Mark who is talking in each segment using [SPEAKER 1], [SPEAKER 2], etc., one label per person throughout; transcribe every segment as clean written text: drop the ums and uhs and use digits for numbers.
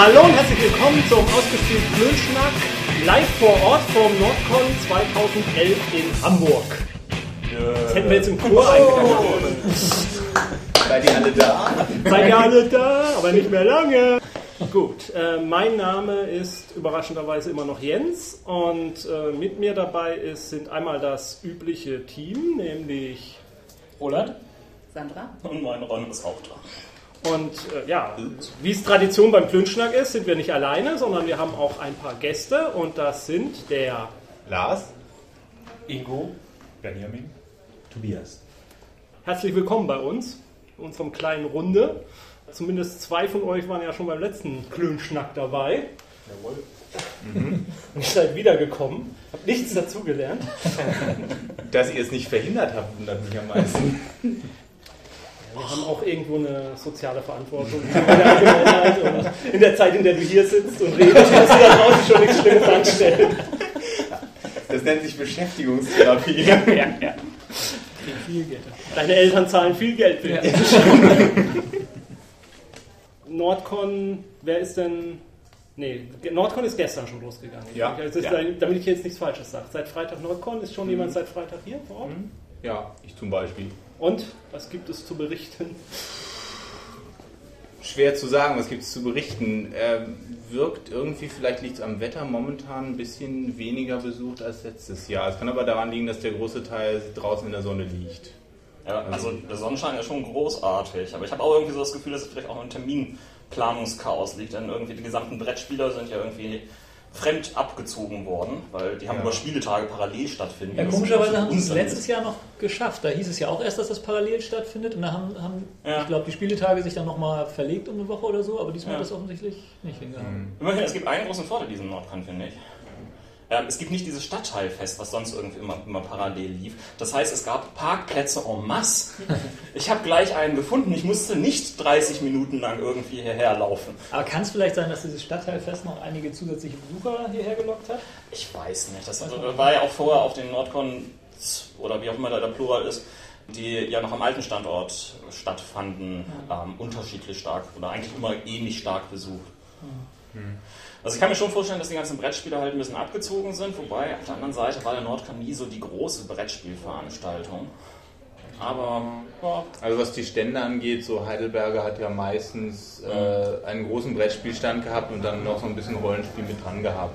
[SPEAKER 1] Hallo und herzlich willkommen zum ausgespielten Klönschnack live vor Ort vom Nordcon 2011 in Hamburg. Das hätten wir jetzt im Chor eingegangen.
[SPEAKER 2] Seid ihr alle da?
[SPEAKER 1] Seid ihr alle da, aber nicht mehr lange. Gut, mein Name ist überraschenderweise immer noch Jens und mit mir dabei sind einmal das übliche Team, nämlich
[SPEAKER 3] Roland,
[SPEAKER 4] Sandra
[SPEAKER 3] und mein Ron ist auch da.
[SPEAKER 1] Und wie es Tradition beim Klönschnack ist, sind wir nicht alleine, sondern wir haben auch ein paar Gäste und das sind der
[SPEAKER 2] Lars,
[SPEAKER 3] Ingo, Benjamin,
[SPEAKER 5] Tobias.
[SPEAKER 1] Herzlich willkommen bei uns, in unserem kleinen Runde. Zumindest 2 von euch waren ja schon beim letzten Klönschnack dabei.
[SPEAKER 3] Jawohl.
[SPEAKER 1] Und ihr seid wiedergekommen, habt nichts dazugelernt.
[SPEAKER 2] dass ihr es nicht verhindert habt, wundert mich am meisten.
[SPEAKER 1] Wir haben auch irgendwo eine soziale Verantwortung, die wir angenommen und in der Zeit, in der du hier sitzt und redest, musst du da draußen schon nichts Schlimmes anstellen.
[SPEAKER 2] Das nennt sich Beschäftigungstherapie.
[SPEAKER 1] Ja. Viel Geld. Deine Eltern zahlen viel Geld für dich. Nordcon, wer ist denn... Nee, Nordcon ist gestern schon losgegangen.
[SPEAKER 2] Ja.
[SPEAKER 1] Damit ich jetzt nichts Falsches sage. Seit Freitag Nordcon, ist schon jemand seit Freitag hier vor Ort?
[SPEAKER 2] Ja, ich zum Beispiel.
[SPEAKER 1] Und, was gibt es zu berichten?
[SPEAKER 2] Schwer zu sagen, was gibt es zu berichten. Wirkt irgendwie, vielleicht liegt es am Wetter, momentan ein bisschen weniger besucht als letztes Jahr. Es kann aber daran liegen, dass der große Teil draußen in der Sonne liegt.
[SPEAKER 3] Ja, also der Sonnenschein ist schon großartig, aber ich habe auch irgendwie so das Gefühl, dass es vielleicht auch ein Terminplanungschaos liegt, denn irgendwie die gesamten Brettspieler sind ja irgendwie fremd abgezogen worden, weil die haben über Spieletage parallel stattfinden.
[SPEAKER 5] Ja, komischerweise haben sie es letztes Jahr noch geschafft. Da hieß es ja auch erst, dass das parallel stattfindet und da haben ich glaube, die Spieletage sich dann nochmal verlegt um eine Woche oder so, aber diesmal hat das offensichtlich nicht hingehauen.
[SPEAKER 3] Immerhin, es gibt einen großen Vorteil diesem Nordcon, finde ich. Es gibt nicht dieses Stadtteilfest, was sonst irgendwie immer parallel lief. Das heißt, es gab Parkplätze en masse. Ich habe gleich einen gefunden. Ich musste nicht 30 Minuten lang irgendwie hierher laufen.
[SPEAKER 5] Aber kann es vielleicht sein, dass dieses Stadtteilfest noch einige zusätzliche Besucher hierher gelockt hat?
[SPEAKER 3] Ich weiß nicht. Das war ja auch vorher auf den Nordcon, oder wie auch immer da der Plural ist, die ja noch am alten Standort stattfanden, unterschiedlich stark oder eigentlich immer ähnlich stark besucht. Also ich kann mir schon vorstellen, dass die ganzen Brettspiele halt ein bisschen abgezogen sind, wobei auf der anderen Seite war der Nordcon nie so die große Brettspielveranstaltung. Aber ja.
[SPEAKER 2] Also was die Stände angeht, so Heidelberger hat ja meistens einen großen Brettspielstand gehabt und dann noch so ein bisschen Rollenspiel mit dran gehabt.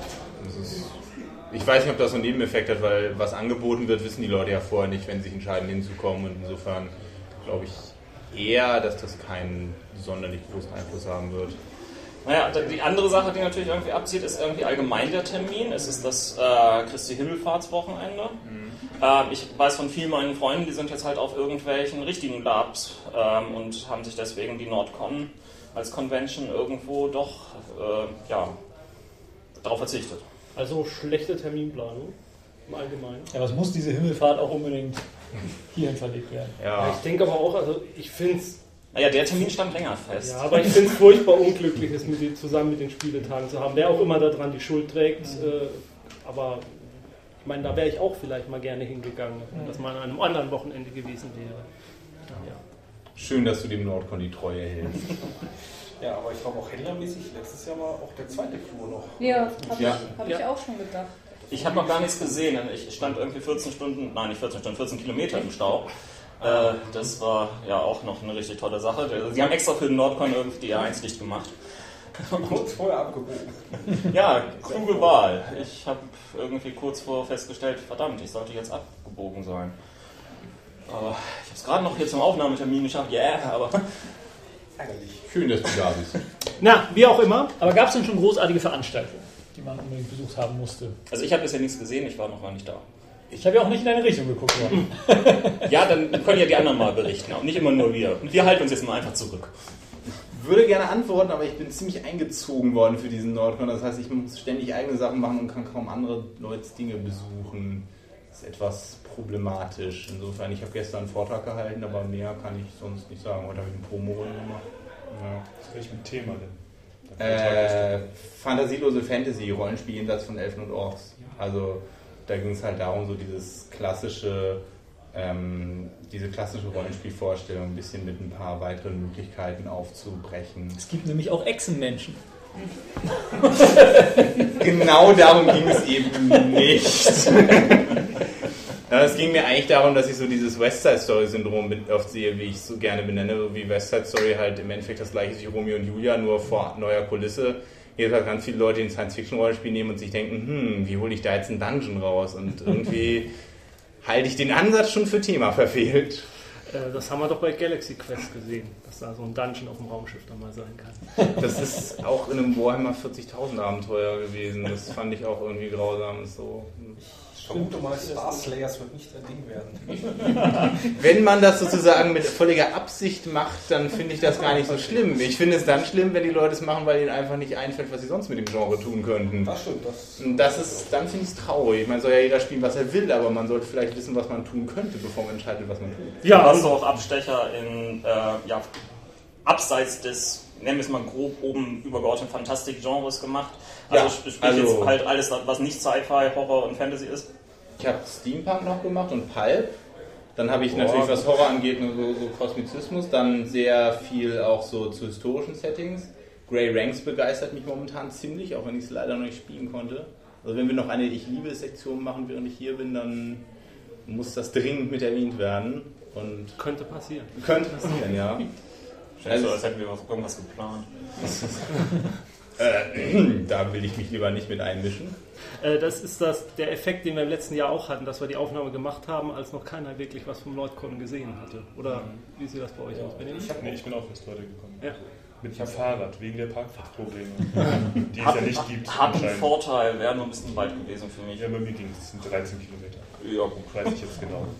[SPEAKER 2] Ich weiß nicht, ob das so einen Nebeneffekt hat, weil was angeboten wird, wissen die Leute ja vorher nicht, wenn sie sich entscheiden hinzukommen, und insofern glaube ich eher, dass das keinen sonderlich großen Einfluss haben wird.
[SPEAKER 3] Naja, die andere Sache, die natürlich irgendwie abzieht, ist irgendwie allgemein der Termin. Es ist das Christi Himmelfahrtswochenende. Ich weiß von vielen meinen Freunden, die sind jetzt halt auf irgendwelchen richtigen Labs und haben sich deswegen die Nordcon als Convention irgendwo doch darauf verzichtet.
[SPEAKER 1] Also schlechte Terminplanung im Allgemeinen.
[SPEAKER 5] Ja, was muss diese Himmelfahrt auch unbedingt hierhin verlegt werden?
[SPEAKER 2] Ja.
[SPEAKER 1] Ich denke aber auch, also ich finde es...
[SPEAKER 3] Naja, der Termin stand länger fest.
[SPEAKER 1] Ja, aber ich finde es furchtbar unglücklich, es zusammen mit den Spieletagen zu haben. Wer auch immer daran die Schuld trägt, aber ich meine, da wäre ich auch vielleicht mal gerne hingegangen, wenn das mal an einem anderen Wochenende gewesen wäre. Ja.
[SPEAKER 2] Schön, dass du dem Nordcon die Treue hältst.
[SPEAKER 6] Ja, aber ich glaube auch händlermäßig, letztes Jahr war auch der zweite Flur noch.
[SPEAKER 4] Ja, habe ich auch schon gedacht.
[SPEAKER 3] Ich habe noch gar nichts gesehen, denn ich stand irgendwie 14 Kilometer im Stau. Das war ja auch noch eine richtig tolle Sache. Sie haben extra für den Nordcon irgendwie die R1 dicht gemacht.
[SPEAKER 6] Kurz vorher abgebogen.
[SPEAKER 3] Ja, kluge Wahl. Ich habe irgendwie kurz vorher festgestellt, verdammt, ich sollte jetzt abgebogen sein. Aber ich habe es gerade noch hier zum Aufnahmetermin geschafft, aber...
[SPEAKER 6] Ärgerlich.
[SPEAKER 2] Schön, dass du da bist.
[SPEAKER 1] Na, wie auch immer.
[SPEAKER 5] Aber gab es denn schon großartige Veranstaltungen, die man unbedingt besucht haben musste?
[SPEAKER 3] Also ich habe bisher nichts gesehen, ich war noch gar nicht da.
[SPEAKER 5] Ich habe ja auch nicht in deine Richtung geguckt.
[SPEAKER 3] Ja, dann können ja die anderen mal berichten, auch nicht immer nur wir. Und wir halten uns jetzt mal einfach zurück.
[SPEAKER 2] Ich würde gerne antworten, aber ich bin ziemlich eingezogen worden für diesen Nordcon. Das heißt, ich muss ständig eigene Sachen machen und kann kaum andere Leute Dinge besuchen. Das ist etwas problematisch. Insofern, ich habe gestern einen Vortrag gehalten, aber mehr kann ich sonst nicht sagen. Heute habe ich eine Promo-Runde gemacht. Ja.
[SPEAKER 6] Was welchem Thema denn?
[SPEAKER 2] Fantasielose Fantasy, Rollenspiel jenseits von Elfen und Orks. Also da ging es halt darum, so dieses klassische diese klassische Rollenspielvorstellung ein bisschen mit ein paar weiteren Möglichkeiten aufzubrechen.
[SPEAKER 5] Es gibt nämlich auch Echsenmenschen.
[SPEAKER 2] Genau darum ging es eben nicht. Ja, es ging mir eigentlich darum, dass ich so dieses West Side Story Syndrom oft sehe, wie ich es so gerne benenne, wie West Side Story halt im Endeffekt das gleiche ist wie Romeo und Julia, nur vor neuer Kulisse. Hier halt ganz viele Leute, die ein Science-Fiction-Rollenspiel nehmen und sich denken, wie hole ich da jetzt einen Dungeon raus? Und irgendwie halte ich den Ansatz schon für Thema verfehlt.
[SPEAKER 1] Das haben wir doch bei Galaxy Quest gesehen, dass da so ein Dungeon auf dem Raumschiff dann mal sein kann.
[SPEAKER 2] Das ist auch in einem Warhammer 40.000 Abenteuer gewesen. Das fand ich auch irgendwie grausam. So.
[SPEAKER 6] Ich vermute mal, Star Slayers wird nicht ein Ding werden.
[SPEAKER 2] Wenn man das sozusagen mit völliger Absicht macht, dann finde ich das gar nicht so schlimm. Ich finde es dann schlimm, wenn die Leute es machen, weil ihnen einfach nicht einfällt, was sie sonst mit dem Genre tun könnten.
[SPEAKER 6] Das stimmt.
[SPEAKER 2] Dann finde ich es traurig. Man soll ja jeder spielen, was er will, aber man sollte vielleicht wissen, was man tun könnte, bevor man entscheidet, was man tut.
[SPEAKER 3] Ja, hast du auch Abstecher in abseits des, nennen wir es mal grob oben übergeordneten Fantastik-Genres gemacht? Also sprich jetzt halt alles, was nicht Sci-Fi, Horror und Fantasy ist?
[SPEAKER 2] Ich habe Steampunk noch gemacht und Pulp. Dann habe ich natürlich, was Horror angeht, nur so Kosmizismus. Dann sehr viel auch so zu historischen Settings. Grey Ranks begeistert mich momentan ziemlich, auch wenn ich es leider noch nicht spielen konnte. Also wenn wir noch eine Ich-Liebe-Sektion machen, während ich hier bin, dann muss das dringend mit erwähnt werden. Und
[SPEAKER 1] könnte passieren.
[SPEAKER 2] Könnte passieren, ja.
[SPEAKER 3] Also, als hätten wir irgendwas geplant.
[SPEAKER 2] Da will ich mich lieber nicht mit einmischen.
[SPEAKER 1] Das ist der Effekt, den wir im letzten Jahr auch hatten, dass wir die Aufnahme gemacht haben, als noch keiner wirklich was vom NordCon gesehen hatte. Oder wie sieht das bei euch aus?
[SPEAKER 7] Ich bin auch erst heute gekommen.
[SPEAKER 1] Ja.
[SPEAKER 7] Mit dem Fahrrad, wegen der Parkplatzprobleme, die es ja nicht gibt.
[SPEAKER 3] Hat einen Vorteil, wäre nur ein bisschen weit gewesen für mich.
[SPEAKER 7] Ja, bei mir ging es, sind 13 Kilometer.
[SPEAKER 3] Ja, gut.
[SPEAKER 7] Weiß ich jetzt genau.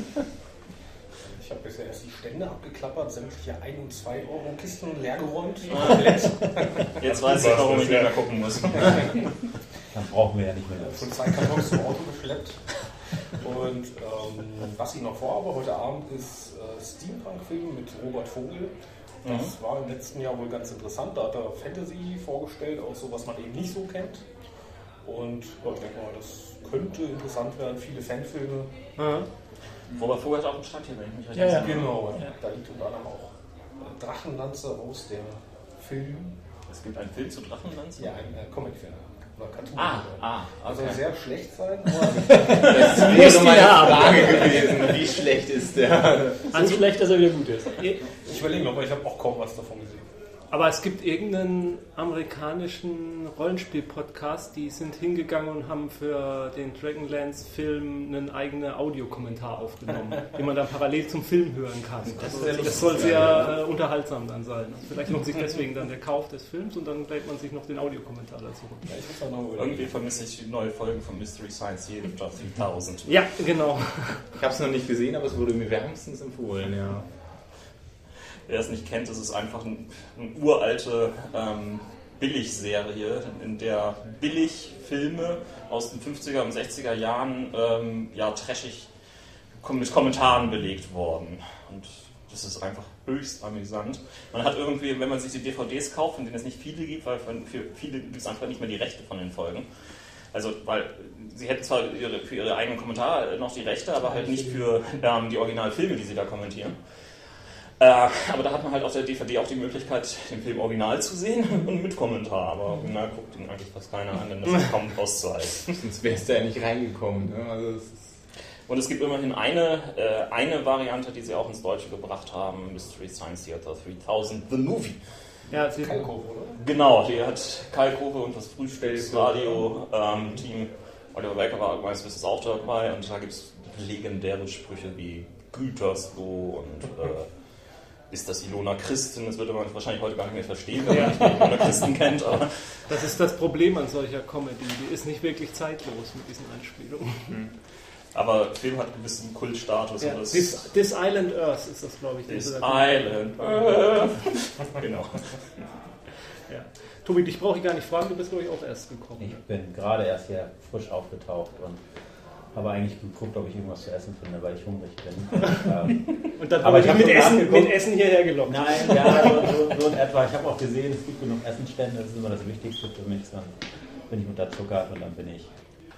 [SPEAKER 6] Ich habe bisher erst die Stände abgeklappert, sämtliche 1- und 2-Euro-Kisten leer geräumt.
[SPEAKER 3] Jetzt weiß ich, warum ich nicht mehr gucken muss.
[SPEAKER 8] Dann brauchen wir ja nicht mehr das.
[SPEAKER 6] Schon 2 Kartons zum Auto geschleppt. Und was ich noch vorhabe heute Abend ist Steampunk-Film mit Robert Vogel. Das war im letzten Jahr wohl ganz interessant. Da hat er Fantasy vorgestellt, auch so, was man eben nicht so kennt. Und ja, ich denke mal, das könnte interessant werden. Viele Fanfilme.
[SPEAKER 3] Robert Vogel hat auch einen Stand hier, wenn ich mich
[SPEAKER 6] richtig erinnere. Genau, da liegt unter anderem auch Drachenlanze aus der Film.
[SPEAKER 3] Es gibt einen Film zu Drachenlanze?
[SPEAKER 6] Ja, ein Comicfilm. Oder Cartoon.
[SPEAKER 3] Okay.
[SPEAKER 6] Also sehr schlecht sein.
[SPEAKER 2] Das wäre meine Frage gewesen. Wie schlecht ist der?
[SPEAKER 5] So schlecht, dass er wieder gut ist.
[SPEAKER 6] Ich überlege noch, aber ich habe auch kaum was davon gesehen.
[SPEAKER 1] Aber es gibt irgendeinen amerikanischen Rollenspiel-Podcast, die sind hingegangen und haben für den Dragonlance-Film einen eigenen Audiokommentar aufgenommen, den man dann parallel zum Film hören kann. Also das soll sehr unterhaltsam dann sein. Also vielleicht lohnt sich deswegen dann der Kauf des Films und dann lädt man sich noch den Audiokommentar dazu.
[SPEAKER 3] Ja, irgendwie vermisse ich die neue Folge von Mystery Science Theater 3000.
[SPEAKER 1] Ja, genau.
[SPEAKER 2] Ich habe es noch nicht gesehen, aber es wurde mir wärmstens empfohlen, ja.
[SPEAKER 3] Wer es nicht kennt, das ist einfach eine uralte Billigserie, in der Billigfilme aus den 50er und 60er Jahren trashig mit Kommentaren belegt wurden. Und das ist einfach höchst amüsant. Man hat irgendwie, wenn man sich die DVDs kauft, von denen es nicht viele gibt, weil für viele gibt es einfach nicht mehr die Rechte von den Folgen. Also, weil sie hätten zwar für ihre eigenen Kommentare noch die Rechte, aber halt nicht für die Originalfilme, die sie da kommentieren. Aber da hat man halt auf der DVD auch die Möglichkeit, den Film original zu sehen und mit Kommentar. Aber original guckt ihn eigentlich fast keiner an, denn das ist kaum auszuhalten.
[SPEAKER 2] Sonst wärst du ja nicht reingekommen. Ne? Also
[SPEAKER 3] und es gibt immerhin eine Variante, die sie auch ins Deutsche gebracht haben: Mystery Science Theater 3000, The Movie.
[SPEAKER 1] Ja,
[SPEAKER 6] Kalkofe, oder?
[SPEAKER 3] Genau, die hat Kalkofe und das Frühstücksradio-Team. Oliver Welker war meines Wissens auch dabei. Und da gibt es legendäre Sprüche wie Gütersloh und ist das Ilona Christen? Das würde man wahrscheinlich heute gar nicht mehr verstehen, wenn man nicht Ilona Christen kennt. Aber
[SPEAKER 1] das ist das Problem an solcher Comedy. Die ist nicht wirklich zeitlos mit diesen Einspielungen.
[SPEAKER 3] Aber der Film hat einen gewissen Kultstatus.
[SPEAKER 1] Ja, This Island Earth ist das, glaube ich.
[SPEAKER 3] This Island Earth. Genau.
[SPEAKER 1] Ja. Tobi, dich brauche ich gar nicht fragen, du bist, glaube ich, auch erst gekommen.
[SPEAKER 8] Ich bin gerade erst hier frisch aufgetaucht und habe eigentlich geguckt, ob ich irgendwas zu essen finde, weil ich hungrig bin.
[SPEAKER 1] Und dann habe ich mit Essen hierher gelockt.
[SPEAKER 8] Nein, ja, so in etwa. Ich habe auch gesehen, es gibt genug Essensstände, das ist immer das Wichtigste für mich. Dann bin ich unterzuckert und dann bin ich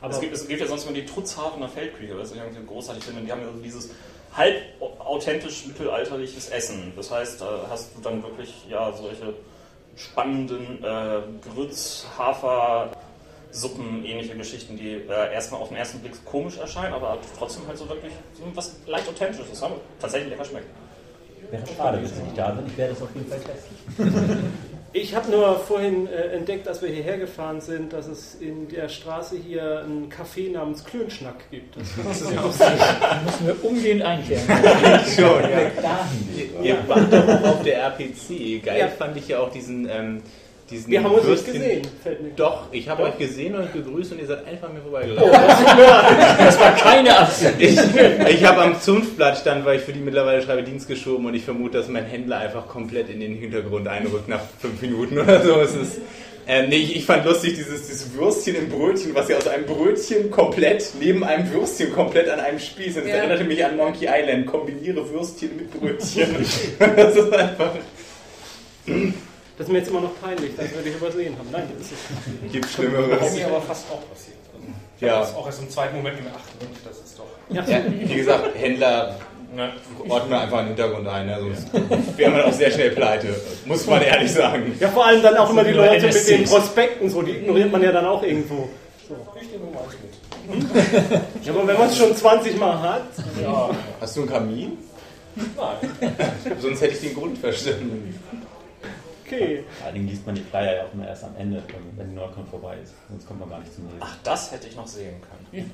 [SPEAKER 1] Aber
[SPEAKER 3] es gibt ja sonst immer die Trutzhafener Feldküche, was ich irgendwie großartig finde. Die haben ja also dieses halb authentisch mittelalterliches Essen. Das heißt, da hast du dann wirklich solche spannenden Grütz, Hafer, Suppen, ähnliche Geschichten, die erstmal auf den ersten Blick komisch erscheinen, aber trotzdem halt so wirklich so was leicht Authentisches haben. Tatsächlich lecker schmeckt.
[SPEAKER 8] Wäre schade, wenn Sie nicht da sind. Ich werde das auf jeden Fall testen.
[SPEAKER 1] Ich habe nur vorhin entdeckt, als wir hierher gefahren sind, dass es in der Straße hier einen Café namens Klönschnack gibt. Das ist ja lustig.
[SPEAKER 5] Müssen wir umgehend einkehren.
[SPEAKER 2] Schon, ja. Ihr wart doch auch auf der RPC. Geil fand ich ja auch diesen
[SPEAKER 1] wir haben uns nicht gesehen. Fällt mir.
[SPEAKER 2] Doch, ich habe euch gesehen und gegrüßt und ihr seid einfach an mir vorbeigelaufen.
[SPEAKER 5] Das war keine Absicht.
[SPEAKER 2] Ich habe am Zunftblatt stand, weil ich für die mittlerweile schreibe, Dienst geschoben und ich vermute, dass mein Händler einfach komplett in den Hintergrund einrückt nach 5 Minuten oder so. Es ist, ich fand lustig, dieses Würstchen im Brötchen, was ja aus einem Brötchen komplett, neben einem Würstchen komplett an einem Spieß ist. Das erinnerte mich an Monkey Island. Kombiniere Würstchen mit Brötchen. Das ist einfach...
[SPEAKER 1] Das ist mir jetzt immer noch peinlich, dass wir dich übersehen haben. Nein, das ist
[SPEAKER 2] es gibt Schlimmeres.
[SPEAKER 6] Das ist mir aber fast auch passiert. Also, ich habe das auch erst im zweiten Moment gedacht, das ist doch...
[SPEAKER 2] Ja, wie gesagt, Händler ordnen einfach einen Hintergrund ein. Also wäre man auch sehr schnell pleite, muss man ehrlich sagen.
[SPEAKER 1] Ja, vor allem dann auch immer die Leute mit den Prospekten, so, die ignoriert man ja dann auch irgendwo. So.
[SPEAKER 6] Ich nehme mal eins mit.
[SPEAKER 1] Ja, aber wenn man es schon 20 Mal hat...
[SPEAKER 6] Ja.
[SPEAKER 2] Hast du einen Kamin?
[SPEAKER 6] Nein.
[SPEAKER 2] Sonst hätte ich den Grund verstanden.
[SPEAKER 1] Okay.
[SPEAKER 8] Vor allem liest man die Flyer ja auch immer erst am Ende, wenn die Nordcon vorbei ist. Sonst kommt man gar nicht zum Lesen.
[SPEAKER 3] Ach, das hätte ich noch sehen können.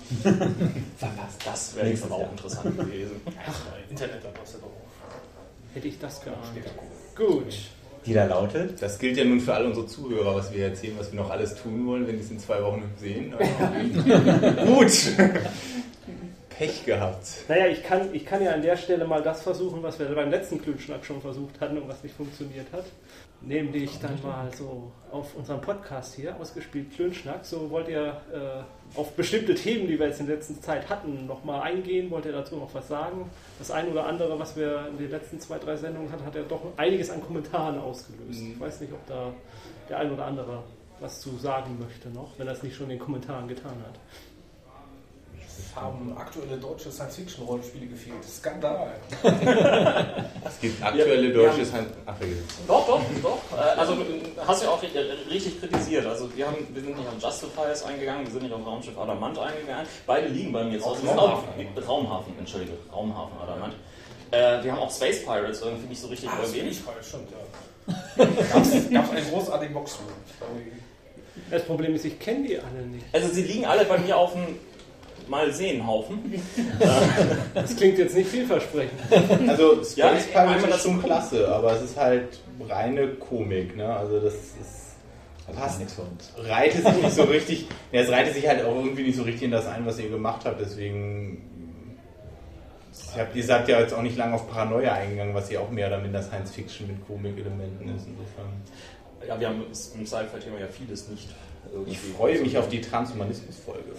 [SPEAKER 3] Das wäre jetzt aber auch interessant gewesen.
[SPEAKER 6] Internetadresse doch.
[SPEAKER 1] Hätte ich das geahnt. Gut.
[SPEAKER 8] Die da lautet?
[SPEAKER 2] Das gilt ja nun für all unsere Zuhörer, was wir erzählen, was wir noch alles tun wollen, wenn die es in 2 Wochen sehen. Gut. Pech gehabt.
[SPEAKER 1] Naja, ich kann ja an der Stelle mal das versuchen, was wir beim letzten Klönschnack schon versucht hatten und was nicht funktioniert hat. Nämlich dann mal so auf unserem Podcast hier, ausgespielt Klönschnack. So wollt ihr auf bestimmte Themen, die wir jetzt in der letzten Zeit hatten, nochmal eingehen? Wollt ihr dazu noch was sagen? Das ein oder andere, was wir in den letzten 2, 3 Sendungen hatten, hat ja doch einiges an Kommentaren ausgelöst. Ich weiß nicht, ob da der ein oder andere was zu sagen möchte noch, wenn er es nicht schon in den Kommentaren getan hat.
[SPEAKER 6] Es haben aktuelle deutsche Science-Fiction-Rollenspiele gefehlt. Skandal.
[SPEAKER 2] Es gibt aktuelle deutsche Science-Fiction.
[SPEAKER 3] Doch. Also hast du ja auch richtig kritisiert. Also wir sind nicht auf Justifiers eingegangen, wir sind nicht auf Raumschiff Adamant eingegangen. Beide liegen bei mir jetzt aus. Raumhafen Adamant. Wir haben auch Space Pirates irgendwie nicht so richtig erwähnt.
[SPEAKER 6] Space Pirates, stimmt, ja. Gab es einen großartigen Boxroom.
[SPEAKER 1] Das Problem ist, ich kenne die alle nicht.
[SPEAKER 3] Also sie liegen alle bei mir auf dem Mal-Sehen-Haufen.
[SPEAKER 1] Das klingt jetzt nicht vielversprechend.
[SPEAKER 2] Also Space Pirates ist schon klasse, aber es ist halt reine Komik, ne? Also das ist passt nichts für uns. Reitet sich nicht so richtig. Ja, es reitet sich halt auch irgendwie nicht so richtig in das ein, was ihr gemacht habt, deswegen. Ihr seid ja jetzt auch nicht lange auf Paranoia eingegangen, was ja auch mehr oder minder Science-Fiction mit Komik-Elementen ist, insofern.
[SPEAKER 3] Ja, wir haben im Sci-Fi-Thema ja vieles nicht.
[SPEAKER 2] Ich freue mich auf die Transhumanismus-Folge.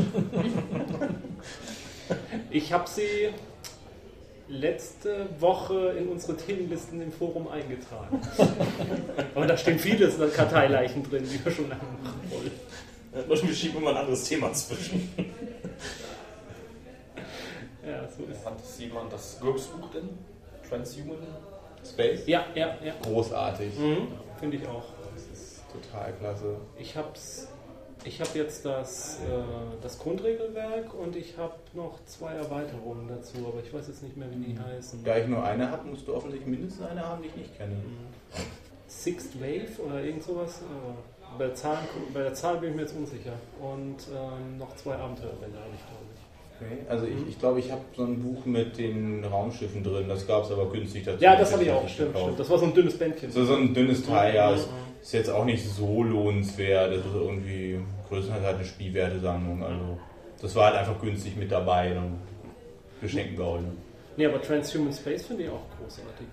[SPEAKER 1] Ich habe sie letzte Woche in unsere Themenlisten im Forum eingetragen. Aber da stehen viele Karteileichen drin, die wir schon lange machen wollen.
[SPEAKER 3] Wir schieben immer ein anderes Thema zwischen.
[SPEAKER 1] Ja, so ist es.
[SPEAKER 6] Hat jemand das Buch denn? Transhuman
[SPEAKER 2] Space?
[SPEAKER 1] Ja.
[SPEAKER 2] Großartig.
[SPEAKER 1] Finde ich auch.
[SPEAKER 2] Das ist total klasse.
[SPEAKER 1] Ich habe jetzt das Grundregelwerk und ich habe noch 2 Erweiterungen dazu, aber ich weiß jetzt nicht mehr, wie die heißen.
[SPEAKER 2] Da ich nur eine habe, musst du offensichtlich mindestens eine haben, die ich nicht kenne.
[SPEAKER 1] Sixth Wave oder irgend sowas. Bei der Zahl bin ich mir jetzt unsicher. Und noch 2 Abenteuerbände habe ich, glaube ich.
[SPEAKER 2] Okay. Also ich glaube, ich habe so ein Buch mit den Raumschiffen drin, das gab es aber günstig dazu.
[SPEAKER 1] Ja, das habe ich auch, stimmt. Das war so ein dünnes Bändchen.
[SPEAKER 2] So ein dünnes Teil, ja. Ist jetzt auch nicht so lohnenswert. Das ist irgendwie größtenteils halt eine Spielwertesammlung. Also das war halt einfach günstig mit dabei und geschenkt geholt.
[SPEAKER 1] Nee, aber Transhuman Space finde ich auch großartig.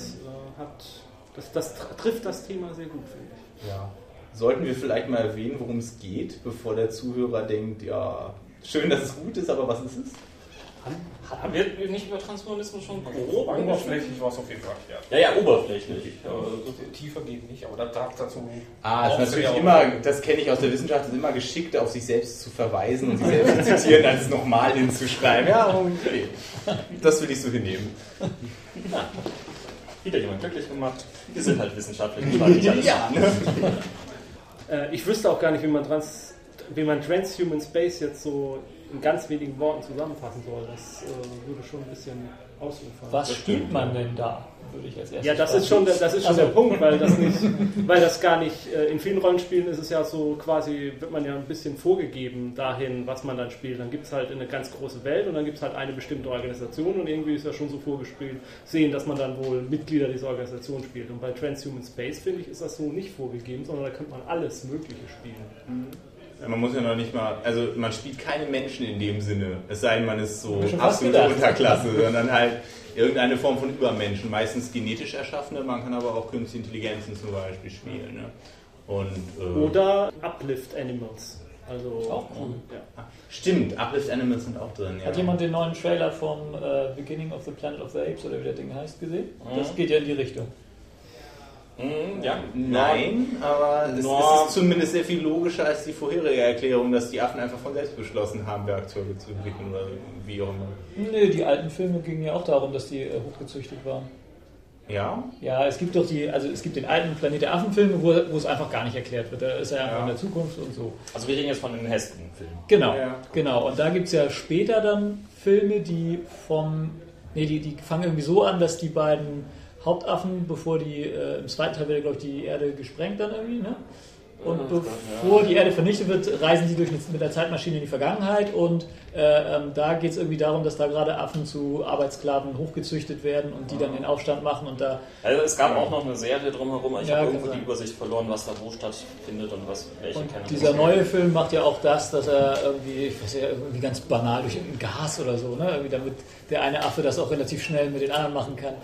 [SPEAKER 1] Das trifft das Thema sehr gut, finde ich.
[SPEAKER 2] Ja. Sollten wir vielleicht mal erwähnen, worum es geht, bevor der Zuhörer denkt, ja, schön, dass es gut ist, aber was ist es?
[SPEAKER 3] Haben wir nicht über Transhumanismus schon grob?
[SPEAKER 6] Oberflächlich war es auf jeden Fall erklärt.
[SPEAKER 3] Ja, oberflächlich.
[SPEAKER 6] Tiefer geht nicht, aber dazu...
[SPEAKER 2] Das ist natürlich immer, das kenne ich aus der Wissenschaft, es ist immer geschickt, auf sich selbst zu verweisen und sich selbst zu zitieren, als es nochmal hinzuschreiben. Ja, okay. Das will ich so hinnehmen.
[SPEAKER 3] Wieder jemand glücklich gemacht. Wir sind halt wissenschaftlich.
[SPEAKER 2] Ja,
[SPEAKER 1] ne? Ich wüsste auch gar nicht, wie man Transhuman Space jetzt so in ganz wenigen Worten zusammenfassen soll. Das würde schon ein bisschen ausufern.
[SPEAKER 5] Was spielt man denn da? Würde ich als erstes
[SPEAKER 1] ja, das ist schon der Punkt, weil das gar nicht, in vielen Rollenspielen ist es ja so quasi, wird man ja ein bisschen vorgegeben dahin, was man dann spielt. Dann gibt es halt eine ganz große Welt und dann gibt es halt eine bestimmte Organisation und irgendwie ist ja schon so vorgespielt, dass man dann wohl Mitglieder dieser Organisation spielt. Und bei Transhuman Space, finde ich, ist das so nicht vorgegeben, sondern da könnte man alles Mögliche spielen.
[SPEAKER 2] Man muss ja noch nicht mal, also man spielt keine Menschen in dem Sinne, es sei denn, man ist so absolute Unterklasse, sondern halt irgendeine Form von Übermenschen, meistens genetisch erschaffene, man kann aber auch künstliche Intelligenzen zum Beispiel spielen. Ne? Und,
[SPEAKER 1] oder Uplift Animals. Also,
[SPEAKER 5] auch cool.
[SPEAKER 1] Ja.
[SPEAKER 2] Stimmt, Uplift Animals sind auch drin. Ja.
[SPEAKER 5] Hat jemand den neuen Trailer vom Beginning of the Planet of the Apes oder wie das Ding heißt gesehen? Das geht ja in die Richtung.
[SPEAKER 3] Ja.
[SPEAKER 2] Nein, aber es ist zumindest sehr viel logischer als die vorherige Erklärung, dass die Affen einfach von selbst beschlossen haben, Werkzeuge zu entwickeln oder wie auch immer.
[SPEAKER 5] Nee, die alten Filme gingen ja auch darum, dass die hochgezüchtet waren.
[SPEAKER 2] Ja?
[SPEAKER 5] Ja, es gibt doch es gibt den alten Planet der Affen-Filme, wo es einfach gar nicht erklärt wird. Da ist er einfach in der Zukunft und so.
[SPEAKER 3] Also wir reden jetzt von den Heston-Filmen.
[SPEAKER 5] Genau. Und da gibt es ja später dann Filme, die die fangen irgendwie so an, dass die beiden Hauptaffen, bevor die im zweiten Teil wird, glaube ich, die Erde gesprengt dann irgendwie, ne? Und bevor die Erde vernichtet wird, reisen sie mit der Zeitmaschine in die Vergangenheit und da geht es irgendwie darum, dass da gerade Affen zu Arbeitssklaven hochgezüchtet werden und die dann den Aufstand machen und da...
[SPEAKER 3] Also es gab auch noch eine Serie drumherum, ich habe irgendwo die Übersicht verloren, was da wo stattfindet und welche
[SPEAKER 5] und
[SPEAKER 3] kennen.
[SPEAKER 5] Dieser neue Film macht ja auch das, dass er irgendwie, ich weiß ja, irgendwie ganz banal durch ein Gas oder so, ne? Irgendwie damit der eine Affe das auch relativ schnell mit den anderen machen kann.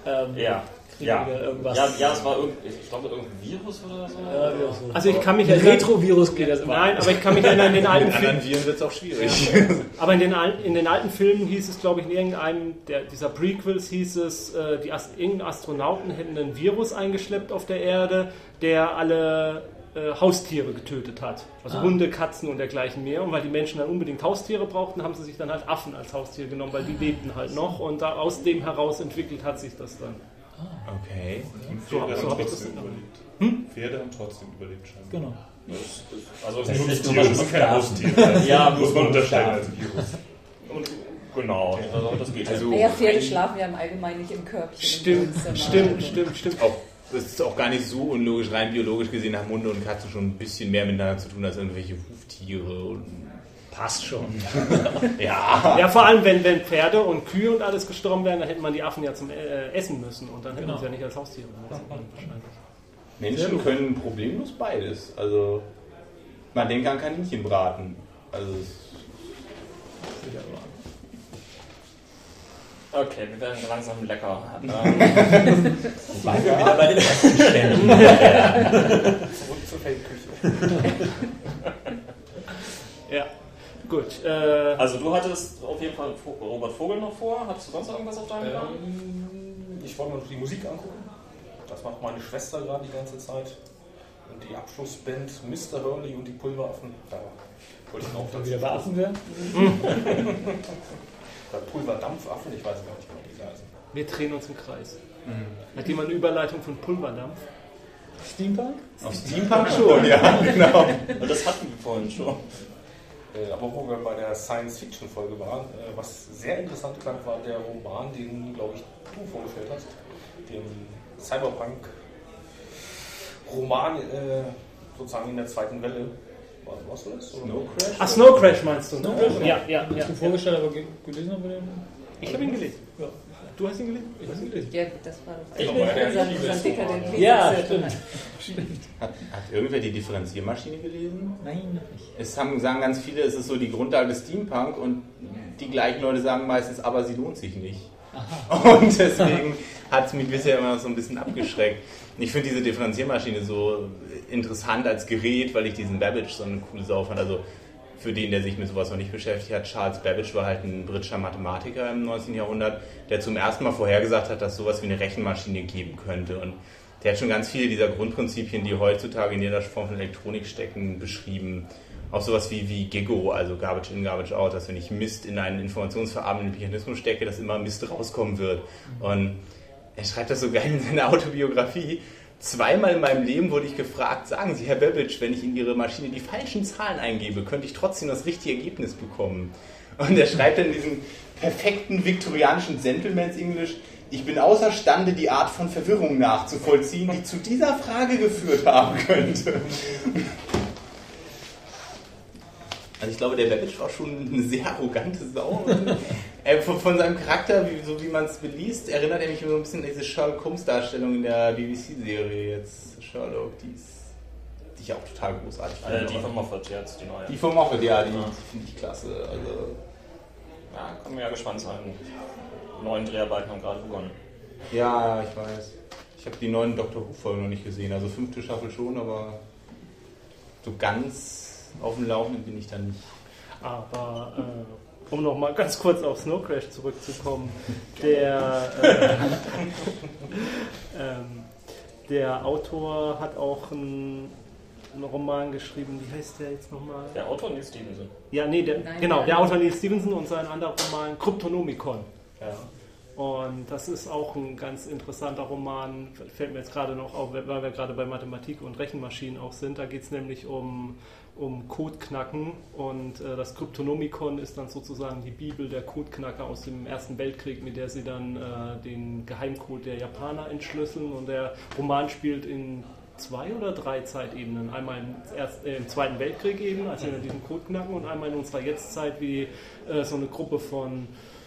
[SPEAKER 5] Irgendwas.
[SPEAKER 3] Ja, es war ich glaube irgendein Virus oder so.
[SPEAKER 1] Also ich kann mich
[SPEAKER 5] mit Retrovirus geht das immer.
[SPEAKER 1] Nein, aber ich kann mich erinnern, in den alten
[SPEAKER 2] Filmen. Mit anderen Viren wird es auch schwierig.
[SPEAKER 1] Ja. Aber in den alten Filmen hieß es, glaube ich, in irgendeinem dieser Prequels hieß es, irgendein Astronauten hätten ein Virus eingeschleppt auf der Erde, der alle Haustiere getötet hat. Also Hunde, Katzen und dergleichen mehr. Und weil die Menschen dann unbedingt Haustiere brauchten, haben sie sich dann halt Affen als Haustier genommen, weil die lebten halt noch. Und aus dem heraus entwickelt hat sich das dann.
[SPEAKER 2] Okay.
[SPEAKER 7] Und Pferde haben trotzdem überlebt. Pferde haben trotzdem überlebt scheinbar.
[SPEAKER 5] Genau.
[SPEAKER 3] Also
[SPEAKER 7] das ist keine Haustiere.
[SPEAKER 3] Ja,
[SPEAKER 7] muss man unterscheiden als Virus.
[SPEAKER 3] Und genau, das geht.
[SPEAKER 2] Also
[SPEAKER 4] Pferde schlafen ja im Allgemeinen nicht im Körbchen.
[SPEAKER 2] Stimmt. Auch, das ist auch gar nicht so unlogisch, rein biologisch gesehen haben Hunde und Katzen schon ein bisschen mehr miteinander zu tun als irgendwelche Huftiere. Und
[SPEAKER 5] passt schon.
[SPEAKER 1] Ja, vor allem wenn Pferde und Kühe und alles gestorben wären, dann hätte man die Affen ja zum Essen müssen und dann hätte man sie ja nicht als Haustiere benutzen können.
[SPEAKER 2] Menschen können problemlos beides. Also man denkt an Kaninchenbraten. Also
[SPEAKER 3] okay, wir werden langsam lecker.
[SPEAKER 8] Wobei wir wieder bei den ersten Ständen.
[SPEAKER 6] Zurück zur Feldküche.
[SPEAKER 1] Ja, gut.
[SPEAKER 3] Also du hattest auf jeden Fall Robert Vogel noch vor. Hattest du sonst noch irgendwas auf deinem Plan?
[SPEAKER 6] Ich wollte mir noch die Musik angucken. Das macht meine Schwester gerade die ganze Zeit. Und die Abschlussband Mr. Hurley und die Pulveraffen. Da wollte ich auch
[SPEAKER 5] dann wieder bei Affen werden.
[SPEAKER 6] Pulverdampfaffen, ich weiß gar nicht, wie die heißen.
[SPEAKER 1] Wir drehen uns im Kreis. Hat jemand eine Überleitung von Pulverdampf?
[SPEAKER 5] Steampunk?
[SPEAKER 2] Auf Steampunk schon, ja, genau.
[SPEAKER 3] Und das hatten wir vorhin schon.
[SPEAKER 6] Aber wo wir bei der Science-Fiction-Folge waren, was sehr interessant klang, war der Roman, den, glaube ich, du vorgestellt hast. Den Cyberpunk-Roman sozusagen in der zweiten Welle. Was war das?
[SPEAKER 2] Snow Crash?
[SPEAKER 1] Ach, Snow Crash meinst du?
[SPEAKER 5] Snow Crash?
[SPEAKER 1] Ja.
[SPEAKER 5] Hast du vorgestellt, aber gelesen haben wir den?
[SPEAKER 1] Ich habe ihn gelesen.
[SPEAKER 5] Ja.
[SPEAKER 1] Du hast ihn gelesen? Ich habe ihn gelesen.
[SPEAKER 4] Ja, das war doch
[SPEAKER 6] dieser
[SPEAKER 4] dekadent.
[SPEAKER 5] Ja, stimmt.
[SPEAKER 2] Hat irgendwer die Differenziermaschine gelesen?
[SPEAKER 5] Nein, noch nicht.
[SPEAKER 2] Es sagen ganz viele, es ist so die Grundlage des Steampunk und die gleichen Leute sagen meistens, aber sie lohnt sich nicht. Aha. Und deswegen hat es mich bisher immer so ein bisschen abgeschreckt. Ich finde diese Differenziermaschine so interessant als Gerät, weil ich diesen Babbage so eine coole Sau fand. Also für den, der sich mit sowas noch nicht beschäftigt hat, Charles Babbage war halt ein britischer Mathematiker im 19. Jahrhundert, der zum ersten Mal vorhergesagt hat, dass es sowas wie eine Rechenmaschine geben könnte. Und der hat schon ganz viele dieser Grundprinzipien, die heutzutage in jeder Form von Elektronik stecken, beschrieben. Auch sowas wie GIGO, also Garbage in, Garbage out, dass wenn ich Mist in einen informationsverarbeitenden Mechanismus stecke, dass immer Mist rauskommen wird. Und er schreibt das so geil in seiner Autobiografie. 2-mal in meinem Leben wurde ich gefragt, sagen Sie, Herr Babbage, wenn ich in Ihre Maschine die falschen Zahlen eingebe, könnte ich trotzdem das richtige Ergebnis bekommen. Und er schreibt dann diesen perfekten viktorianischen Gentleman's English, ich bin außerstande, die Art von Verwirrung nachzuvollziehen, die zu dieser Frage geführt haben könnte. Also ich glaube, der Babbage war schon eine sehr arrogante Sau. Von seinem Charakter, so wie man es beliest, erinnert er mich so ein bisschen an diese Sherlock Holmes-Darstellung in der BBC-Serie jetzt. Sherlock, die ich auch total großartig finde.
[SPEAKER 3] Die von Moffat jetzt, die neue.
[SPEAKER 2] Die von Moffat, ja, die finde ich klasse. Also,
[SPEAKER 3] ja, können wir ja gespannt sein. Neuen Dreharbeiten haben gerade begonnen.
[SPEAKER 2] Ja, ich weiß. Ich habe die neuen Doctor Who-Folgen noch nicht gesehen. Also 5. Staffel schon, aber so ganz auf dem Laufenden bin ich dann nicht.
[SPEAKER 1] Aber um noch mal ganz kurz auf Snow Crash zurückzukommen, der Autor hat auch einen Roman geschrieben, wie heißt der jetzt nochmal?
[SPEAKER 3] Der Autor Neil Stephenson.
[SPEAKER 1] Ja, nee, der Autor Neil Stephenson und sein anderer Roman Kryptonomicon. Ja. Und das ist auch ein ganz interessanter Roman, fällt mir jetzt gerade noch auf, weil wir gerade bei Mathematik und Rechenmaschinen auch sind. Da geht es nämlich um Codeknacken und das Kryptonomicon ist dann sozusagen die Bibel der Codeknacker aus dem Ersten Weltkrieg, mit der sie dann den Geheimcode der Japaner entschlüsseln. Und der Roman spielt in 2 oder 3 Zeitebenen. Einmal im Zweiten Weltkrieg eben, als wir diesen Code knacken, und einmal in unserer Jetztzeit, wie so eine Gruppe von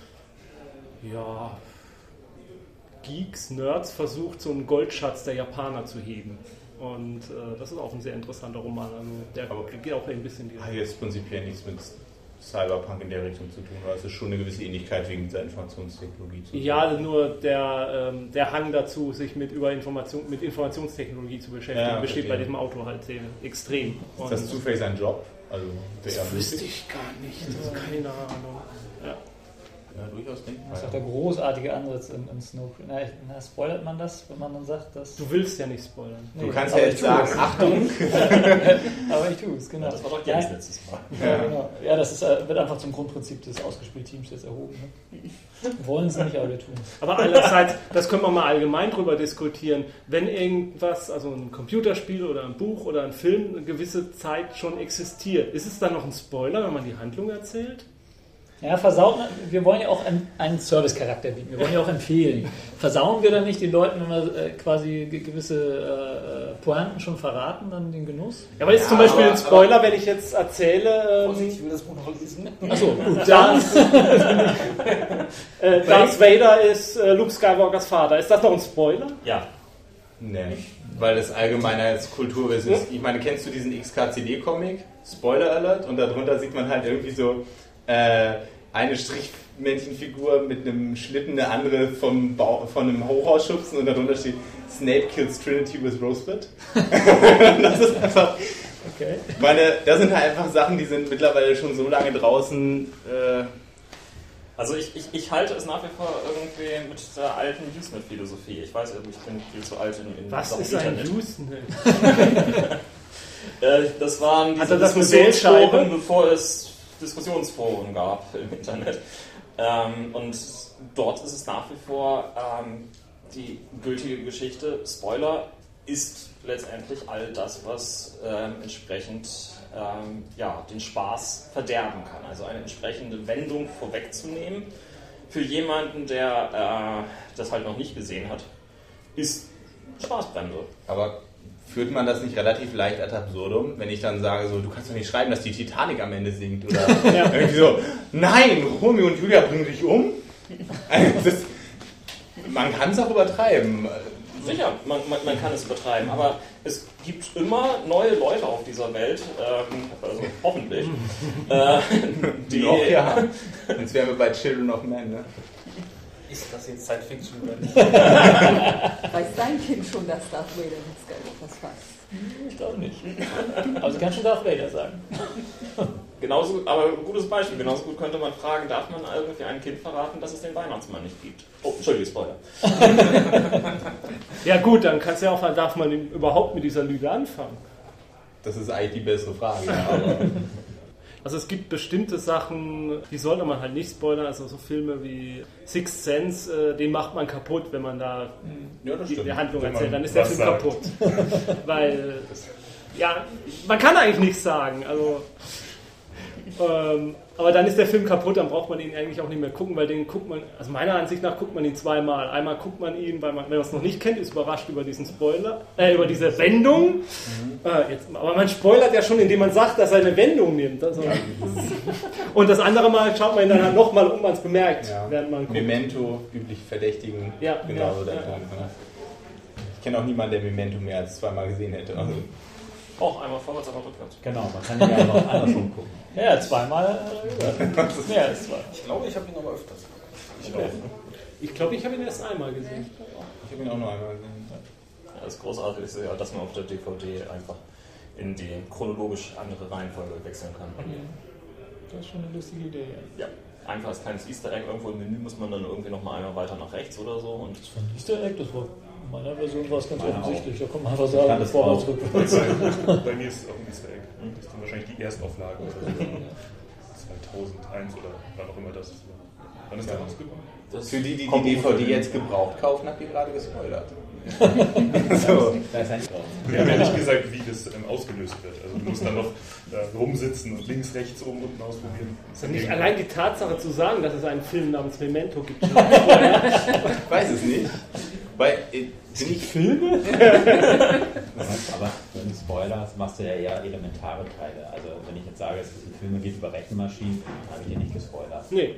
[SPEAKER 1] Geeks, Nerds versucht, so einen Goldschatz der Japaner zu heben. Und das ist auch ein sehr interessanter Roman. Also der geht auch ein bisschen die.
[SPEAKER 2] Hat jetzt prinzipiell nichts mit Cyberpunk in der Richtung zu tun, aber es ist schon eine gewisse Ähnlichkeit wegen dieser Informationstechnologie zu tun.
[SPEAKER 1] Ja, nur der Hang dazu, sich mit Informationstechnologie zu beschäftigen, besteht bei diesem Autor halt sehr extrem.
[SPEAKER 2] Ist das zufällig sein Job? Also,
[SPEAKER 1] das wüsste ich gar nicht. Das ist keine Ahnung.
[SPEAKER 2] Ja, durchaus denkbar.
[SPEAKER 5] Das ist auch der großartige Ansatz im Snow. Spoilert man das, wenn man dann sagt, dass...
[SPEAKER 1] Du willst ja nicht spoilern.
[SPEAKER 2] Du kannst ja jetzt sagen, Achtung!
[SPEAKER 5] Aber ich tue es, genau.
[SPEAKER 3] Ja, das war doch Jens letztes Mal.
[SPEAKER 5] Ja, genau. Ja, das wird einfach zum Grundprinzip des Ausgespielt-Teams jetzt erhoben. Ne? Wollen sie nicht, aber wir tun es.
[SPEAKER 1] Aber andererseits, das können wir mal allgemein drüber diskutieren, wenn irgendwas, also ein Computerspiel oder ein Buch oder ein Film, eine gewisse Zeit schon existiert, ist es dann noch ein Spoiler, wenn man die Handlung erzählt?
[SPEAKER 5] Ja, wir wollen ja auch einen Service-Charakter bieten, wir wollen ja auch empfehlen. Versauen wir dann nicht den Leuten, wenn wir quasi gewisse Pointen schon verraten, dann den Genuss?
[SPEAKER 1] Ja, aber ist zum Beispiel ein Spoiler, wenn ich jetzt erzähle...
[SPEAKER 6] ich will das Buch noch lesen.
[SPEAKER 5] Achso, gut, dann...
[SPEAKER 1] Darth Vader ist Luke Skywalkers Vater. Ist das noch ein Spoiler?
[SPEAKER 3] Ja.
[SPEAKER 2] Nee, weil das allgemein als Kulturwissen ist. Ich meine, kennst du diesen XKCD-Comic? Spoiler Alert. Und darunter sieht man halt irgendwie so... eine Strichmännchenfigur mit einem Schlitten, eine andere von einem Hochhaus schubsen und darunter steht Snape kills Trinity with Rosebud. Das ist einfach...
[SPEAKER 5] Okay.
[SPEAKER 2] Ich meine, das sind halt einfach Sachen, die sind mittlerweile schon so lange draußen...
[SPEAKER 3] Also ich halte es nach wie vor irgendwie mit der alten Usenet-Philosophie. Ich weiß, ich bin viel zu alt in
[SPEAKER 1] Was ist ein Usenet?
[SPEAKER 3] Das waren diese
[SPEAKER 1] das
[SPEAKER 3] Diskussionsforen, bevor es Diskussionsforen gab im Internet. Und dort ist es nach wie vor die gültige Geschichte. Spoiler ist letztendlich all das, was entsprechend den Spaß verderben kann. Also eine entsprechende Wendung vorwegzunehmen für jemanden, der das halt noch nicht gesehen hat, ist Spaßbremse.
[SPEAKER 2] Aber führt man das nicht relativ leicht ad absurdum, wenn ich dann sage, so, du kannst doch nicht schreiben, dass die Titanic am Ende sinkt? Oder irgendwie so, nein, Romeo und Julia bringen sich um? Man kann es auch übertreiben.
[SPEAKER 3] Sicher, man kann es übertreiben, aber es gibt immer neue Leute auf dieser Welt, also hoffentlich, die...
[SPEAKER 2] Noch, ja. Jetzt wären wir bei Children of Men, ne?
[SPEAKER 6] Ist das jetzt Science Fiction oder nicht?
[SPEAKER 4] Weiß dein Kind schon, dass Darth Vader nichts Skywalkers fasst?
[SPEAKER 5] Ich glaube nicht. Aber sie kann schon Darth Vader sagen.
[SPEAKER 3] genauso, aber ein gutes Beispiel. Genauso gut könnte man fragen, darf man irgendwie einem Kind verraten, dass es den Weihnachtsmann nicht gibt? Oh, Entschuldigung, Spoiler.
[SPEAKER 1] Ja gut, dann kannst du ja auch, darf man überhaupt mit dieser Lüge anfangen?
[SPEAKER 2] Das ist eigentlich die bessere Frage. Ja, aber
[SPEAKER 1] Also es gibt bestimmte Sachen, die sollte man halt nicht spoilern, also so Filme wie Sixth Sense, den macht man kaputt, wenn man da die Handlung erzählt, dann ist der Film kaputt. Weil, ja, man kann eigentlich nichts sagen, also, aber dann ist der Film kaputt, dann braucht man ihn eigentlich auch nicht mehr gucken, weil den guckt man, also meiner Ansicht nach guckt man ihn zweimal. Einmal guckt man ihn, weil man, wenn man es noch nicht kennt, ist überrascht über diesen Spoiler, über diese Wendung. Aber man spoilert ja schon, indem man sagt, dass er eine Wendung nimmt. Also, und das andere Mal schaut man ihn dann halt nochmal, ob man es bemerkt, während man guckt.
[SPEAKER 2] Memento, üblich Verdächtigen, genauso der Punkt. Ne? Ich kenne auch niemanden, der Memento mehr als zweimal gesehen hätte. Also,
[SPEAKER 3] Auch einmal vorwärts, einmal rückwärts.
[SPEAKER 8] Genau, man kann ihn ja noch andersrum gucken.
[SPEAKER 5] Ja, zweimal mehr als zwei.
[SPEAKER 6] Ich glaube, ich habe ihn aber öfters.
[SPEAKER 1] Ich glaube, ich habe ihn erst einmal gesehen.
[SPEAKER 2] ich habe ihn auch noch einmal gesehen.
[SPEAKER 3] Ja, das Großartige ist ja, dass man auf der DVD einfach in die chronologisch andere Reihenfolge wechseln kann.
[SPEAKER 5] Das ist schon eine lustige Idee.
[SPEAKER 3] Ja, einfach als kleines Easter Egg. Irgendwo im Menü muss man dann irgendwie nochmal einmal weiter nach rechts oder so. Und
[SPEAKER 5] Easter Egg, das war in meiner Version war es ganz offensichtlich. Da kann man einfach
[SPEAKER 8] Ich kann
[SPEAKER 5] sagen,
[SPEAKER 8] das
[SPEAKER 5] vorwärts,
[SPEAKER 8] auch.
[SPEAKER 5] rückwärts.
[SPEAKER 7] Bei mir ist es auch ein Easter Egg. Das ist dann wahrscheinlich die Erstauflage oder so. 2001 oder wann auch immer das ist. Wann ist der rausgekommen?
[SPEAKER 2] Für die DVD jetzt gebraucht kaufen, habt ihr gerade gespoilert.
[SPEAKER 8] So. Da ist ein drauf.
[SPEAKER 7] Wir haben ja nicht gesagt, wie das ausgelöst wird. Also du musst dann noch rumsitzen und links, rechts, oben, unten ausprobieren.
[SPEAKER 1] Ist ja nicht allein die Tatsache zu sagen, dass es einen Film namens Memento gibt.
[SPEAKER 2] Ich weiß es nicht. Weil, sind nicht Filme?
[SPEAKER 8] Aber wenn du Spoiler hast, machst du ja eher elementare Teile. Also wenn ich jetzt sage, es sind Filme geht über Rechenmaschinen, dann habe ich dir nicht gespoilert.
[SPEAKER 1] Nee,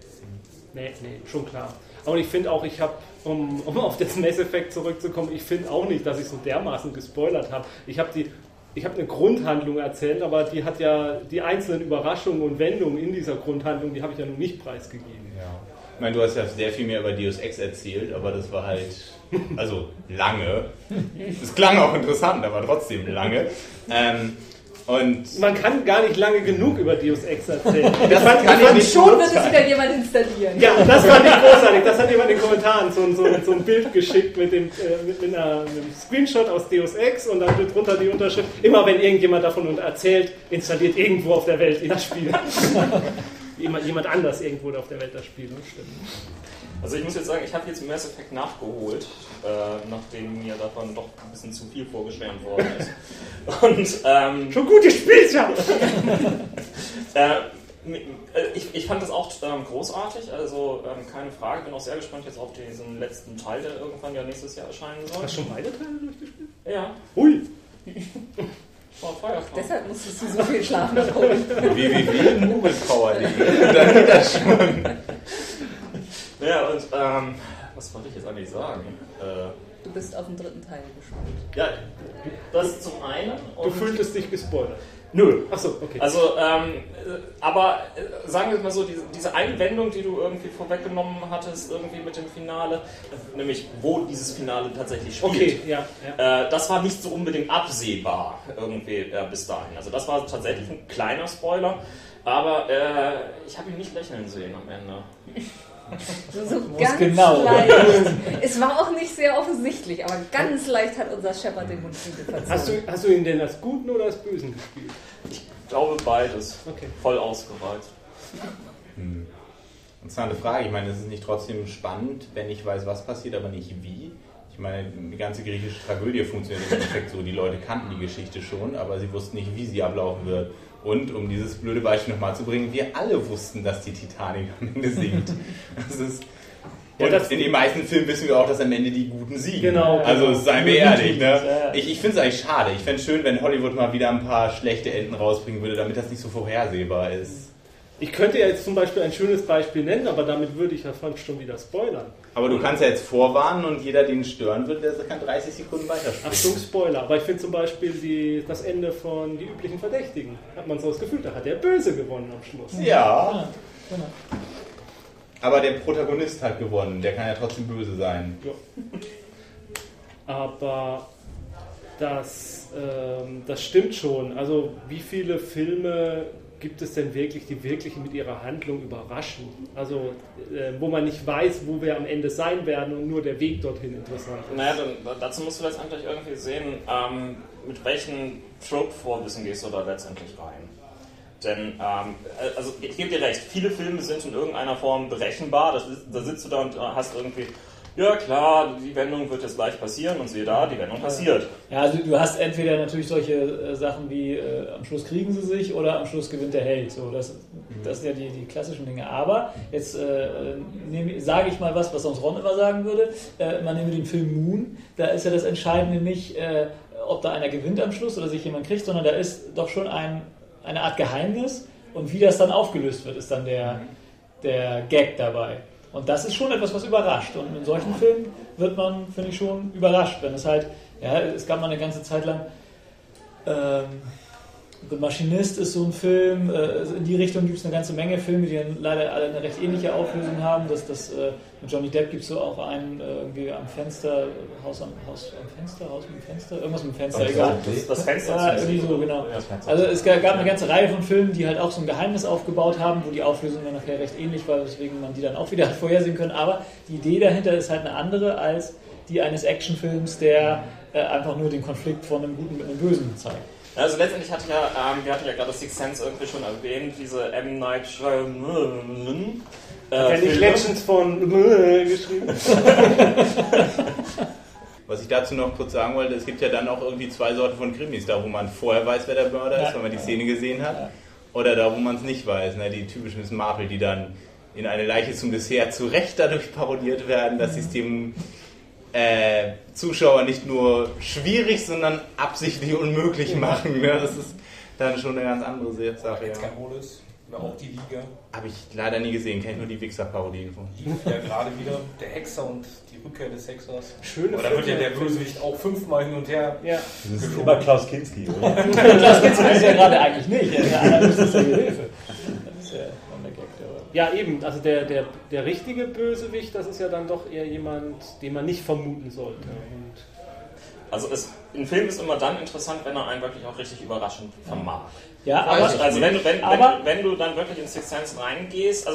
[SPEAKER 1] schon klar. Aber ich finde auch, ich habe, um auf das Mass Effect zurückzukommen, ich finde auch nicht, dass ich so dermaßen gespoilert habe. Ich habe eine Grundhandlung erzählt, aber die hat ja die einzelnen Überraschungen und Wendungen in dieser Grundhandlung, die habe ich ja noch nicht preisgegeben.
[SPEAKER 2] Ja. Ich meine, du hast ja sehr viel mehr über Deus Ex erzählt, aber das war halt, also lange. Es klang auch interessant, aber trotzdem lange. Und
[SPEAKER 1] man kann gar nicht lange genug über Deus Ex erzählen.
[SPEAKER 2] das kann ich nicht
[SPEAKER 4] Schon wird es wieder jemand installieren.
[SPEAKER 1] Ja, das fand ich großartig. Das hat jemand in den Kommentaren so ein Bild geschickt mit einem Screenshot aus Deus Ex und dann wird drunter die Unterschrift. Immer wenn irgendjemand davon erzählt, installiert irgendwo auf der Welt das Spiel. Jemand anders irgendwo auf der Welt das Spiel. Das stimmt.
[SPEAKER 3] also ich muss jetzt sagen, ich habe jetzt Mass Effect nachgeholt, nachdem mir davon doch ein bisschen zu viel vorgeschwärmt worden ist. Und,
[SPEAKER 1] schon gut gespielt, ja!
[SPEAKER 3] Ich fand das auch großartig, also keine Frage. Bin auch sehr gespannt jetzt auf diesen letzten Teil, der irgendwann ja nächstes Jahr erscheinen soll.
[SPEAKER 1] Hast du schon beide Teile durchgespielt?
[SPEAKER 3] Ja.
[SPEAKER 1] Hui!
[SPEAKER 4] Deshalb musstest du so viel schlafen, Tobi.
[SPEAKER 2] www.movepower.de da geht das schon.
[SPEAKER 3] Ja, und was wollte ich jetzt eigentlich sagen?
[SPEAKER 4] Du bist auf den dritten Teil gespannt.
[SPEAKER 3] Ja, das zum einen.
[SPEAKER 1] Du fühltest dich gespoilert.
[SPEAKER 3] Nö.
[SPEAKER 1] Achso, okay.
[SPEAKER 3] Also, aber sagen wir mal so, diese Einwendung, die du irgendwie vorweggenommen hattest, irgendwie mit dem Finale, nämlich wo dieses Finale tatsächlich spielt,
[SPEAKER 1] okay, ja.
[SPEAKER 3] das war nicht so unbedingt absehbar irgendwie bis dahin. Also das war tatsächlich ein kleiner Spoiler, aber ich habe ihn nicht lächeln sehen am Ende.
[SPEAKER 4] So ganz
[SPEAKER 5] genau.
[SPEAKER 4] leicht. Es war auch nicht sehr offensichtlich, aber ganz leicht hat unser Shepard den Mundwinkel verzogen.
[SPEAKER 1] Hast du ihn denn als Guten oder als Bösen gespielt?
[SPEAKER 3] Ich glaube beides.
[SPEAKER 1] Okay.
[SPEAKER 3] Voll ausgereizt.
[SPEAKER 2] Interessante Frage. Ich meine, es ist nicht trotzdem spannend, wenn ich weiß, was passiert, aber nicht wie. Ich meine, die ganze griechische Tragödie funktioniert im Endeffekt so. Die Leute kannten die Geschichte schon, aber sie wussten nicht, wie sie ablaufen wird. Und um dieses blöde Beispiel nochmal zu bringen, wir alle wussten, dass die Titanic am Ende sinkt. In den meisten Filmen wissen wir auch, dass am Ende die Guten siegen.
[SPEAKER 1] Genau.
[SPEAKER 2] Also seien wir ehrlich. Ne? Ich finde es eigentlich schade. Ich fände es schön, wenn Hollywood mal wieder ein paar schlechte Enden rausbringen würde, damit das nicht so vorhersehbar ist.
[SPEAKER 1] Ich könnte ja jetzt zum Beispiel ein schönes Beispiel nennen, aber damit würde ich ja fast schon wieder spoilern.
[SPEAKER 2] Aber du kannst ja jetzt vorwarnen und jeder, den stören wird, der kann 30 Sekunden weiterspielen.
[SPEAKER 1] Achtung, Spoiler. Aber ich finde zum Beispiel das Ende von Die üblichen Verdächtigen. Hat man so das Gefühl, da hat der Böse gewonnen am Schluss.
[SPEAKER 2] Ja.
[SPEAKER 5] Genau.
[SPEAKER 2] Aber der Protagonist hat gewonnen. Der kann ja trotzdem böse sein.
[SPEAKER 1] Ja. Aber das stimmt schon. Also wie viele Filme gibt es denn wirklich, die wirklich mit ihrer Handlung überraschen? Also, wo man nicht weiß, wo wir am Ende sein werden und nur der Weg dorthin interessant ist.
[SPEAKER 3] Naja, dazu musst du letztendlich irgendwie sehen, mit welchen Trope-Vorwissen gehst du da letztendlich rein. Denn, also ich gebe dir recht, viele Filme sind in irgendeiner Form berechenbar. Da sitzt du da und hast irgendwie, ja klar, die Wendung wird jetzt gleich passieren und siehe da, die Wendung passiert.
[SPEAKER 5] Ja, also du hast entweder natürlich solche Sachen wie am Schluss kriegen sie sich oder am Schluss gewinnt der Held. So, das sind ja die klassischen Dinge. Aber jetzt sage ich mal was sonst Ron immer sagen würde. Man nehme den Film Moon, da ist ja das Entscheidende nicht, ob da einer gewinnt am Schluss oder sich jemand kriegt, sondern da ist doch schon eine Art Geheimnis und wie das dann aufgelöst wird, ist dann der Gag dabei. Und das ist schon etwas, was überrascht. Und in solchen Filmen wird man, finde ich, schon überrascht, wenn es halt, ja, es gab mal eine ganze Zeit lang, The Machinist ist so ein Film, in die Richtung gibt es eine ganze Menge Filme, die dann leider alle eine recht ähnliche Auflösung haben. Mit Johnny Depp gibt es so auch einen irgendwie am Fenster, Haus mit dem Fenster, irgendwas mit dem Fenster, egal.
[SPEAKER 3] Das Fenster
[SPEAKER 5] ja, irgendwie so, genau. Also es gab eine ganze Reihe von Filmen, die halt auch so ein Geheimnis aufgebaut haben, wo die Auflösung dann nachher recht ähnlich war, weswegen man die dann auch wieder vorhersehen können. Aber die Idee dahinter ist halt eine andere als die eines Actionfilms, der einfach nur den Konflikt von einem Guten mit einem Bösen zeigt.
[SPEAKER 3] Also letztendlich wir hatten ja gerade Sixth Sense irgendwie schon erwähnt, diese M. Night Shyamalan.
[SPEAKER 1] Ja, nicht Legends von geschrieben.
[SPEAKER 2] Was ich dazu noch kurz sagen wollte, es gibt ja dann auch irgendwie zwei Sorten von Krimis, da wo man vorher weiß, wer der Mörder ist, wenn man die Szene gesehen hat, oder da wo man es nicht weiß, ne? Die typischen Miss Marple, die dann in eine Leiche zum Dessert zu Recht dadurch parodiert werden, dass sie es dem Zuschauer nicht nur schwierig, sondern absichtlich unmöglich machen. Ne? Das ist dann schon eine ganz andere Sache.
[SPEAKER 6] Edgar Wallace oder auch die Liga.
[SPEAKER 2] Habe ich leider nie gesehen, kenne ich nur die Wichser-Parodien von.
[SPEAKER 6] Lief ja gerade wieder der Hexer und die Rückkehr des Hexers.
[SPEAKER 1] Schöne
[SPEAKER 6] Oder wird ja der Bösewicht auch 5-mal hin und her.
[SPEAKER 1] Ja.
[SPEAKER 8] Das ist immer Klaus Kinski, oder?
[SPEAKER 5] Klaus Kinski ist ja gerade eigentlich nicht. Der allerhöchste Hilfe. Das ist ja der Gag.
[SPEAKER 1] Ja, eben. Also der richtige Bösewicht, das ist ja dann doch eher jemand, den man nicht vermuten sollte. Und
[SPEAKER 3] also ein Film ist immer dann interessant, wenn er einen wirklich auch richtig überraschend vermag.
[SPEAKER 5] Ja, aber
[SPEAKER 3] also wenn du dann wirklich in Sixth Sense reingehst,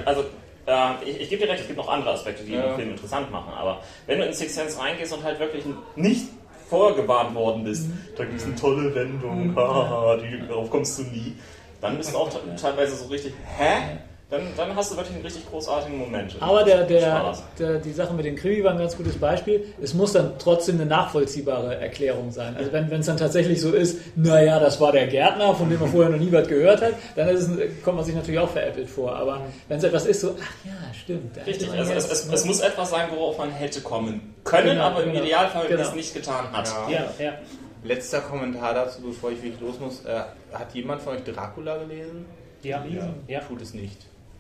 [SPEAKER 3] ich gebe dir recht, es gibt noch andere Aspekte, die den Film interessant machen, aber wenn du in Sixth Sense reingehst und halt wirklich nicht vorgewarnt worden bist, da gibt es eine tolle Wendung, darauf kommst du nie, dann bist du auch teilweise so richtig, Dann hast du wirklich einen richtig großartigen Moment.
[SPEAKER 5] Aber die Sache mit den Krimi war ein ganz gutes Beispiel. Es muss dann trotzdem eine nachvollziehbare Erklärung sein. Also wenn es dann tatsächlich so ist, naja, das war der Gärtner, von dem man vorher noch nie was gehört hat, dann kommt man sich natürlich auch veräppelt vor. Aber wenn es etwas ist, so, ach ja, stimmt.
[SPEAKER 3] Richtig, also es muss etwas sein, worauf man hätte kommen können, aber im Idealfall es nicht getan hat.
[SPEAKER 1] ja.
[SPEAKER 2] Letzter Kommentar dazu, bevor ich wirklich los muss. Hat jemand von euch Dracula gelesen?
[SPEAKER 1] Ja.
[SPEAKER 2] Tut es nicht.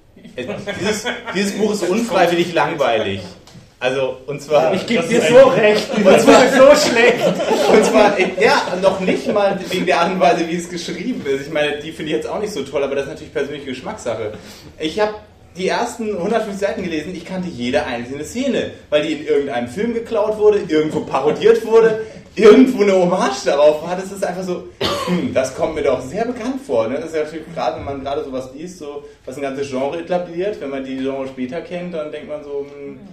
[SPEAKER 2] Dieses Buch ist unfreiwillig langweilig. Also, und zwar...
[SPEAKER 1] Ich gebe dir so recht, und zwar so schlecht.
[SPEAKER 2] Und zwar, noch nicht mal wegen der Art und Weise, wie es geschrieben ist. Ich meine, die finde ich jetzt auch nicht so toll, aber das ist natürlich persönliche Geschmackssache. Ich habe die ersten 150 Seiten gelesen, ich kannte jede einzelne Szene, weil die in irgendeinem Film geklaut wurde, irgendwo parodiert wurde, irgendwo eine Hommage darauf war. Das ist einfach so, das kommt mir doch sehr bekannt vor. Ne? Das ist ja natürlich gerade, wenn man gerade sowas liest, so, was ein ganzes Genre etabliert, wenn man die Genre später kennt, dann denkt man so,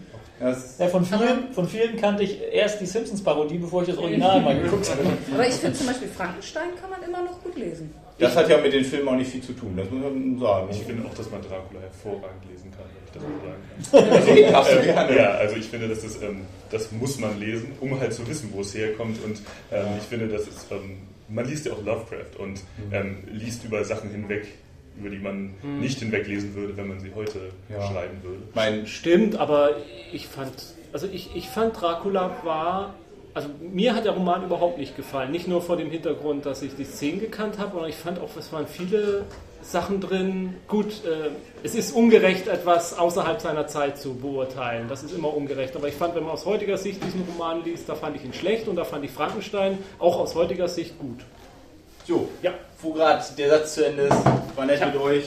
[SPEAKER 5] von vielen kannte ich erst die Simpsons-Parodie, bevor ich das Original mal geguckt habe.
[SPEAKER 4] Aber ich finde zum Beispiel Frankenstein kann man immer noch gut lesen.
[SPEAKER 2] Das hat ja mit den Filmen auch nicht viel zu tun, das muss man sagen.
[SPEAKER 7] Ich finde auch, dass man Dracula hervorragend lesen kann, wenn ich das so sagen kann. Ja, also ich finde, dass das muss man lesen, um halt zu wissen, wo es herkommt. Und ich finde, das ist, man liest ja auch Lovecraft und liest über Sachen hinweg, über die man nicht hinweglesen würde, wenn man sie heute schreiben würde.
[SPEAKER 1] Stimmt, aber ich fand Dracula also mir hat der Roman überhaupt nicht gefallen. Nicht nur vor dem Hintergrund, dass ich die Szenen gekannt habe, sondern ich fand auch, es waren viele Sachen drin. Gut, es ist ungerecht, etwas außerhalb seiner Zeit zu beurteilen. Das ist immer ungerecht. Aber ich fand, wenn man aus heutiger Sicht diesen Roman liest, da fand ich ihn schlecht und da fand ich Frankenstein auch aus heutiger Sicht gut.
[SPEAKER 2] So, wo gerade der Satz zu Ende ist, war nett mit euch.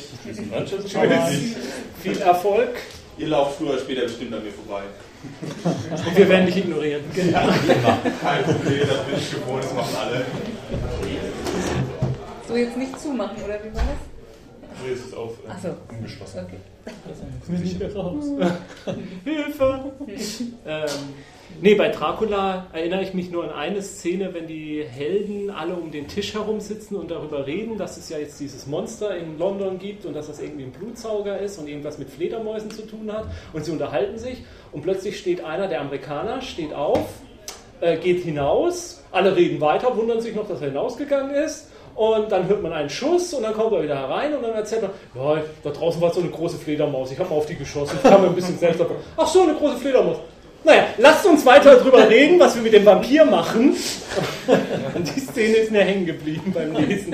[SPEAKER 1] Viel Erfolg.
[SPEAKER 2] Ihr lauft früher oder später bestimmt an mir vorbei.
[SPEAKER 1] Und wir werden dich ignorieren.
[SPEAKER 2] Genau. Kein Problem, das bin ich gewohnt, das machen alle.
[SPEAKER 4] So, jetzt nicht zumachen, oder wie war das?
[SPEAKER 7] Nee, es ist auf umgeschlossen.
[SPEAKER 4] Okay.
[SPEAKER 5] Komm nicht mehr raus.
[SPEAKER 1] Hilfe! Nee, bei Dracula erinnere ich mich nur an eine Szene, wenn die Helden alle um den Tisch herum sitzen und darüber reden, dass es ja jetzt dieses Monster in London gibt und dass das irgendwie ein Blutsauger ist und irgendwas mit Fledermäusen zu tun hat. Und sie unterhalten sich und plötzlich steht einer, der Amerikaner, steht auf, geht hinaus, alle reden weiter, wundern sich noch, dass er hinausgegangen ist. Und dann hört man einen Schuss und dann kommt er wieder herein und dann erzählt er, ja, da draußen war so eine große Fledermaus, ich habe mal auf die geschossen, ich kam mir ein bisschen seltsam vor. Ach so, eine große Fledermaus. Naja, lasst uns weiter drüber reden, was wir mit dem Vampir machen. Und die Szene ist mir hängen geblieben beim Lesen.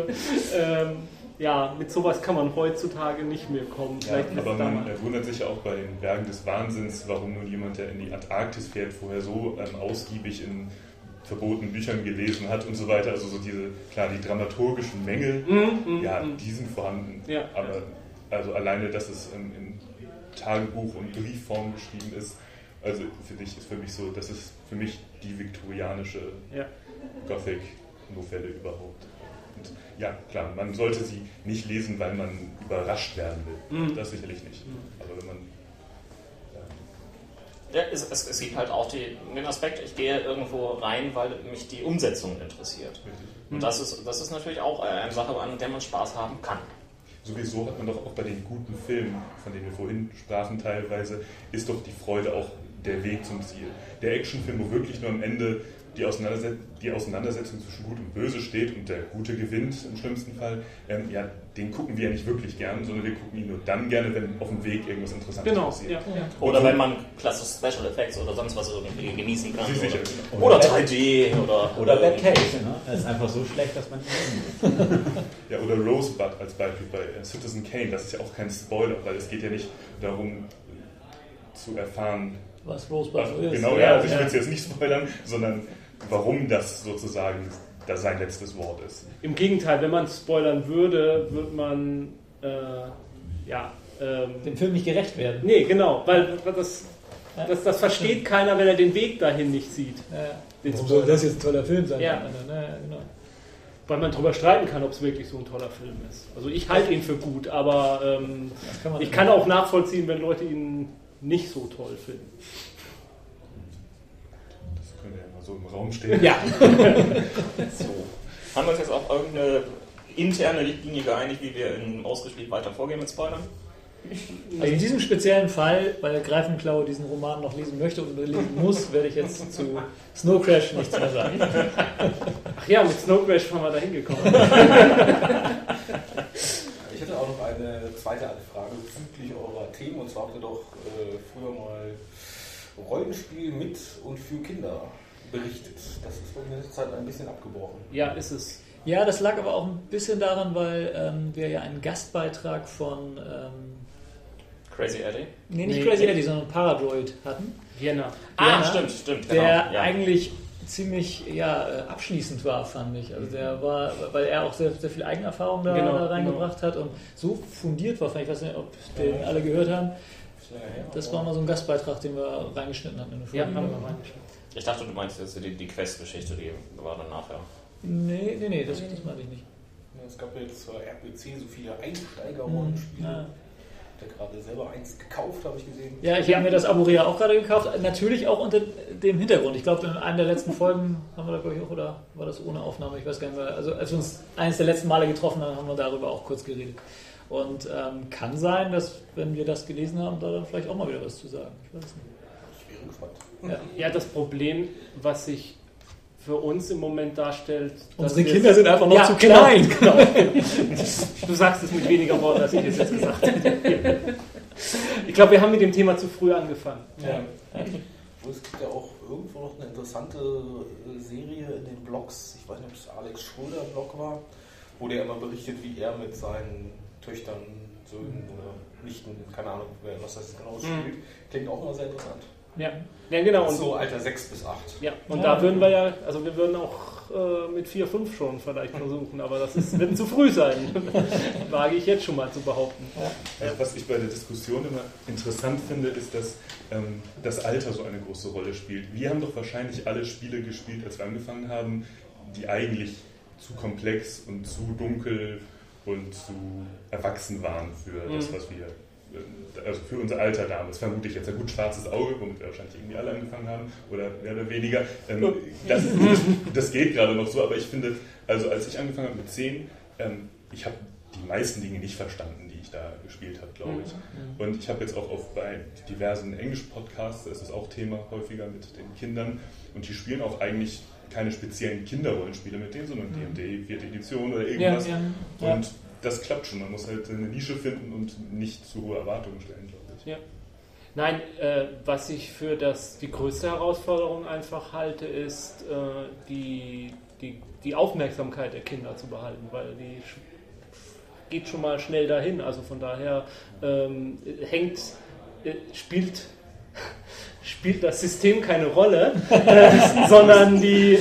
[SPEAKER 1] Ja, mit sowas kann man heutzutage nicht mehr kommen.
[SPEAKER 7] Ja, aber man wundert sich ja auch bei den Bergen des Wahnsinns, warum nun jemand, der in die Antarktis fährt, vorher so ausgiebig in verbotenen Büchern gelesen hat und so weiter. Also so die dramaturgischen Mängel, die sind vorhanden. Ja. Aber also alleine, dass es in Tagebuch- und Briefform geschrieben ist, also ist für mich so, das ist für mich die viktorianische Gothic-Novelle überhaupt. Und ja, klar, man sollte sie nicht lesen, weil man überrascht werden will. Das sicherlich nicht. Aber wenn man...
[SPEAKER 3] Ja, es gibt halt auch den Aspekt, ich gehe irgendwo rein, weil mich die Umsetzung interessiert. Und das ist natürlich auch eine Sache, an der man Spaß haben kann.
[SPEAKER 7] Sowieso hat man doch auch bei den guten Filmen, von denen wir vorhin sprachen teilweise, ist doch die Freude auch der Weg zum Ziel. Der Actionfilm, wo wirklich nur am Ende die Auseinandersetzung zwischen Gut und Böse steht und der Gute gewinnt im schlimmsten Fall, den gucken wir ja nicht wirklich gern, sondern wir gucken ihn nur dann gerne, wenn auf dem Weg irgendwas Interessantes passiert. Ja.
[SPEAKER 3] Oder wenn man klassische Special Effects oder sonst was irgendwie genießen kann. Oder 3D
[SPEAKER 8] oder Bad Case. Ne? Das ist einfach so schlecht, dass man ihn
[SPEAKER 7] ja, oder Rosebud als Beispiel bei Citizen Kane, das ist ja auch kein Spoiler, weil es geht ja nicht darum zu erfahren,
[SPEAKER 5] was Rosebud ist.
[SPEAKER 7] Genau, ja, also ich will es jetzt nicht spoilern, sondern warum das sozusagen sein letztes Wort ist.
[SPEAKER 1] Im Gegenteil, wenn man spoilern würde, würde man
[SPEAKER 5] dem Film nicht gerecht werden.
[SPEAKER 1] Nee, genau, weil das versteht keiner, wenn er den Weg dahin nicht sieht.
[SPEAKER 5] Warum soll das jetzt ein toller Film sein?
[SPEAKER 1] Ja.
[SPEAKER 5] Genau.
[SPEAKER 1] Weil man darüber streiten kann, ob es wirklich so ein toller Film ist. Also ich halte ihn für gut, aber ich kann auch nachvollziehen, wenn Leute ihn nicht so toll finden.
[SPEAKER 7] Das könnte ja mal so im Raum stehen.
[SPEAKER 1] Ja.
[SPEAKER 3] So. Haben wir uns jetzt auf irgendeine interne Richtlinie geeinigt, wie wir in Ausgespielt weiter vorgehen mit Spoilern?
[SPEAKER 5] Also in diesem speziellen Fall, weil Greifenklaue diesen Roman noch lesen möchte und lesen muss, werde ich jetzt zu Snow Crash nichts mehr sagen.
[SPEAKER 1] Ach ja, mit Snow Crash waren wir da hingekommen.
[SPEAKER 6] Ich hätte auch noch eine zweite Frage bezüglich eurer Themen. Und zwar habt ihr doch früher mal Rollenspiel mit und für Kinder berichtet. Das ist in letzter Zeit ein bisschen abgebrochen.
[SPEAKER 1] Ja, ist es.
[SPEAKER 5] Ja, das lag aber auch ein bisschen daran, weil wir ja einen Gastbeitrag von
[SPEAKER 3] Crazy Eddie?
[SPEAKER 5] Nicht Crazy Eddie, sondern Paradroid hatten.
[SPEAKER 1] Vienna.
[SPEAKER 3] Stimmt.
[SPEAKER 5] Der eigentlich ziemlich abschließend war, fand ich. Also der war, weil er auch sehr, sehr viel Eigenerfahrung da reingebracht hat und so fundiert war, ich weiß nicht, ob den alle gehört haben. Das war mal so ein Gastbeitrag, den wir reingeschnitten hatten in der Folge.
[SPEAKER 1] Ja, haben wir reingeschnitten.
[SPEAKER 3] Ich dachte, du meinst jetzt die Quest-Geschichte, die war dann nachher.
[SPEAKER 5] Nee, das meinte ich nicht.
[SPEAKER 6] Es gab jetzt zur RPC so viele Einsteiger-Rollenspiele. Ich habe gerade selber eins gekauft, habe ich gesehen.
[SPEAKER 5] Ja, ich habe mir das Aborea auch gerade gekauft. Natürlich auch unter dem Hintergrund. Ich glaube, in einer der letzten Folgen haben wir da, glaube ich, auch, oder war das ohne Aufnahme? Ich weiß gar nicht mehr. Also, als wir uns eines der letzten Male getroffen haben, haben wir darüber auch kurz geredet. Und kann sein, dass, wenn wir das gelesen haben, da dann vielleicht auch mal wieder was zu sagen. Ich weiß nicht.
[SPEAKER 6] Ich wäre gespannt.
[SPEAKER 1] Ja, das Problem, was sich für uns im Moment darstellt...
[SPEAKER 5] Unsere Kinder sind einfach noch zu klein.
[SPEAKER 1] Genau. Du sagst es mit weniger Worten, als ich es jetzt gesagt hätte. Ich glaube, wir haben mit dem Thema zu früh angefangen.
[SPEAKER 6] Ja. Es gibt ja auch irgendwo noch eine interessante Serie in den Blogs, ich weiß nicht, ob es Alex Schröder Blog war, wo der immer berichtet, wie er mit seinen Töchtern, Söhnen oder Nichten, keine Ahnung, was das genau spielt. Klingt auch immer sehr interessant.
[SPEAKER 1] Ja, genau.
[SPEAKER 6] Und so Alter 6 bis 8.
[SPEAKER 1] Ja, und da würden wir wir würden auch mit 4, 5 schon vielleicht versuchen, aber das wird zu früh sein, wage ich jetzt schon mal zu behaupten.
[SPEAKER 7] Also was ich bei der Diskussion immer interessant finde, ist, dass das Alter so eine große Rolle spielt. Wir haben doch wahrscheinlich alle Spiele gespielt, als wir angefangen haben, die eigentlich zu komplex und zu dunkel und zu erwachsen waren für das, was wir, also für unser Alter damals, vermute ich jetzt. Ja gut, Schwarzes Auge, womit wir wahrscheinlich irgendwie alle angefangen haben, oder mehr oder weniger. Das geht gerade noch so, aber ich finde, also als ich angefangen habe mit 10, ich habe die meisten Dinge nicht verstanden, die ich da gespielt habe, glaube ich. Und ich habe jetzt auch bei diversen Englisch-Podcasts, da ist das auch Thema häufiger mit den Kindern, und die spielen auch eigentlich keine speziellen Kinderrollenspiele mit denen, sondern D&D, 4. Edition oder irgendwas. Ja. Und das klappt schon. Man muss halt eine Nische finden und nicht zu hohe Erwartungen stellen, glaube ich.
[SPEAKER 1] Ja. Nein, was ich für die größte Herausforderung einfach halte, ist die Aufmerksamkeit der Kinder zu behalten, weil die geht schon mal schnell dahin. Also von daher spielt das System keine Rolle, sondern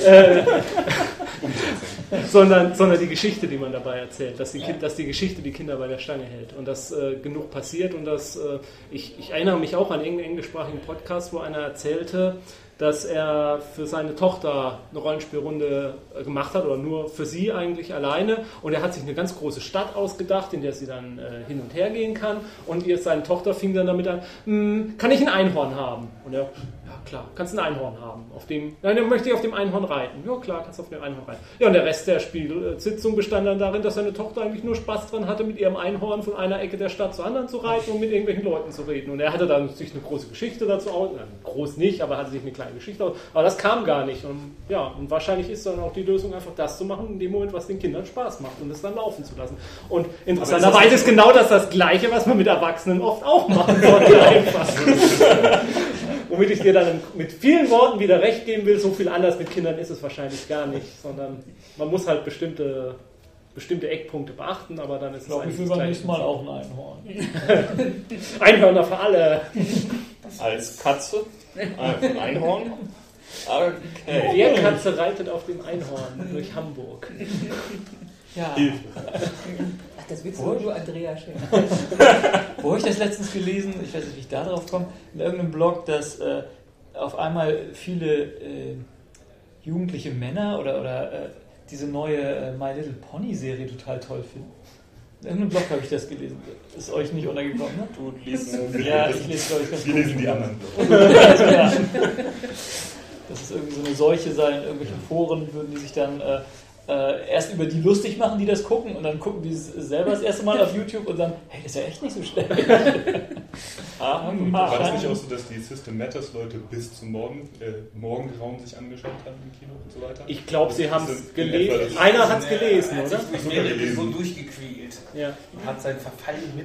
[SPEAKER 1] sondern die Geschichte, die man dabei erzählt, dass die Geschichte die Kinder bei der Stange hält und dass genug passiert. Und ich erinnere mich auch an irgendeinen englischsprachigen Podcast, wo einer erzählte, dass er für seine Tochter eine Rollenspielrunde gemacht hat, oder nur für sie eigentlich alleine. Und er hat sich eine ganz große Stadt ausgedacht, in der sie dann hin und her gehen kann. Und seine Tochter fing dann damit an, kann ich ein Einhorn haben? Und er, ja klar, kannst ein Einhorn haben. Dann möchte ich auf dem Einhorn reiten. Ja klar, kannst auf dem Einhorn reiten. Ja, und der Rest der Spielsitzung bestand dann darin, dass seine Tochter eigentlich nur Spaß dran hatte, mit ihrem Einhorn von einer Ecke der Stadt zur anderen zu reiten und mit irgendwelchen Leuten zu reden. Und er hatte dann sich eine große Geschichte dazu groß nicht, aber hatte sich eine kleine Geschichte aus. Aber das kam gar nicht. Und wahrscheinlich ist dann auch die Lösung, einfach das zu machen, in dem Moment, was den Kindern Spaß macht und es dann laufen zu lassen. Und interessanterweise ist genau das Gleiche, was man mit Erwachsenen oft auch machen sollte. Einfach. Womit ich dir dann mit vielen Worten wieder recht geben will, so viel anders mit Kindern ist es wahrscheinlich gar nicht, sondern man muss halt bestimmte Eckpunkte beachten, aber dann ist es eigentlich
[SPEAKER 5] ich will beim nächsten Mal auch ein Einhorn.
[SPEAKER 1] Einhörner für alle.
[SPEAKER 3] Als Katze? Ein Einhorn? Okay.
[SPEAKER 1] Der Katze reitet auf dem Einhorn durch Hamburg.
[SPEAKER 5] Ja.
[SPEAKER 4] Ach, das willst du nur Andrea schenken.
[SPEAKER 5] Wo habe ich das letztens gelesen, ich weiß nicht, wie ich da drauf komme, in irgendeinem Blog, dass auf einmal viele jugendliche Männer oder diese neue My Little Pony Serie total toll finden. In irgendeinem Blog habe ich das gelesen. Ist euch nicht untergekommen, ne?
[SPEAKER 3] Du liest
[SPEAKER 5] ja, ich lese, glaube ich, ganz
[SPEAKER 7] Wir lesen die anderen.
[SPEAKER 5] ja. Das ist irgendwie so eine Seuche sein, in irgendwelchen Foren würden die sich dann erst über die lustig machen, die das gucken, und dann gucken die es selber das erste Mal auf YouTube und sagen, hey, das ist ja echt nicht so schnell.
[SPEAKER 7] War es nicht auch so, dass die System Matters Leute bis zum Morgengrauen sich angeschaut haben im Kino und so weiter?
[SPEAKER 1] Ich glaube, sie haben es gelesen. Einer hat es gelesen, oder?
[SPEAKER 6] Hat sich durch mehrere Episoden durchgequält.
[SPEAKER 1] Ja.
[SPEAKER 6] Und hat seinen Verfall mit.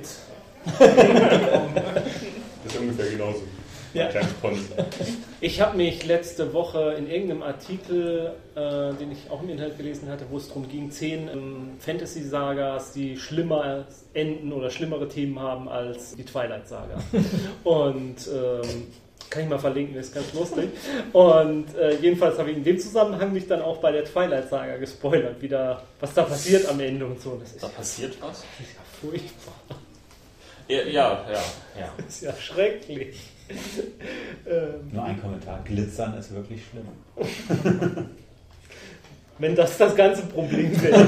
[SPEAKER 7] Das ist ungefähr genauso.
[SPEAKER 1] Ja.
[SPEAKER 7] Pony.
[SPEAKER 1] Ich habe mich letzte Woche in irgendeinem Artikel, den ich auch im Internet gelesen hatte, wo es darum ging, 10 Fantasy-Sagas, die schlimmer enden oder schlimmere Themen haben als die Twilight-Saga. Und kann ich mal verlinken, ist ganz lustig. Und jedenfalls habe ich in dem Zusammenhang mich dann auch bei der Twilight-Saga gespoilert, wieder, was da passiert am Ende und so. Das ist
[SPEAKER 3] da passiert was?
[SPEAKER 1] Ja furchtbar.
[SPEAKER 3] Ja.
[SPEAKER 1] Das ist ja schrecklich.
[SPEAKER 8] Nur ein Kommentar, Glitzern ist wirklich schlimm.
[SPEAKER 1] Wenn das ganze Problem wäre.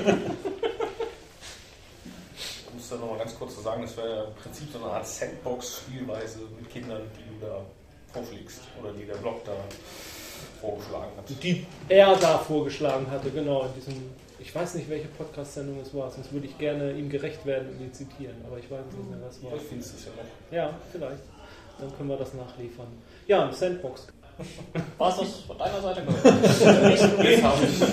[SPEAKER 6] Ich muss da nochmal ganz kurz zu sagen, das wäre im Prinzip so eine Art Sandbox-Spielweise mit Kindern, die du da vorschlägst oder die der Blog da vorgeschlagen hat.
[SPEAKER 1] Die er da vorgeschlagen hatte, genau. In diesem, ich weiß nicht, welche Podcast-Sendung es war, sonst würde ich gerne ihm gerecht werden und ihn zitieren, aber ich weiß nicht mehr, was war.
[SPEAKER 6] Vielleicht findest du es ja noch.
[SPEAKER 1] Ja, vielleicht. Dann können wir das nachliefern. Ja, ein Sandbox.
[SPEAKER 3] War es das von deiner Seite?
[SPEAKER 6] Jetzt habe ich.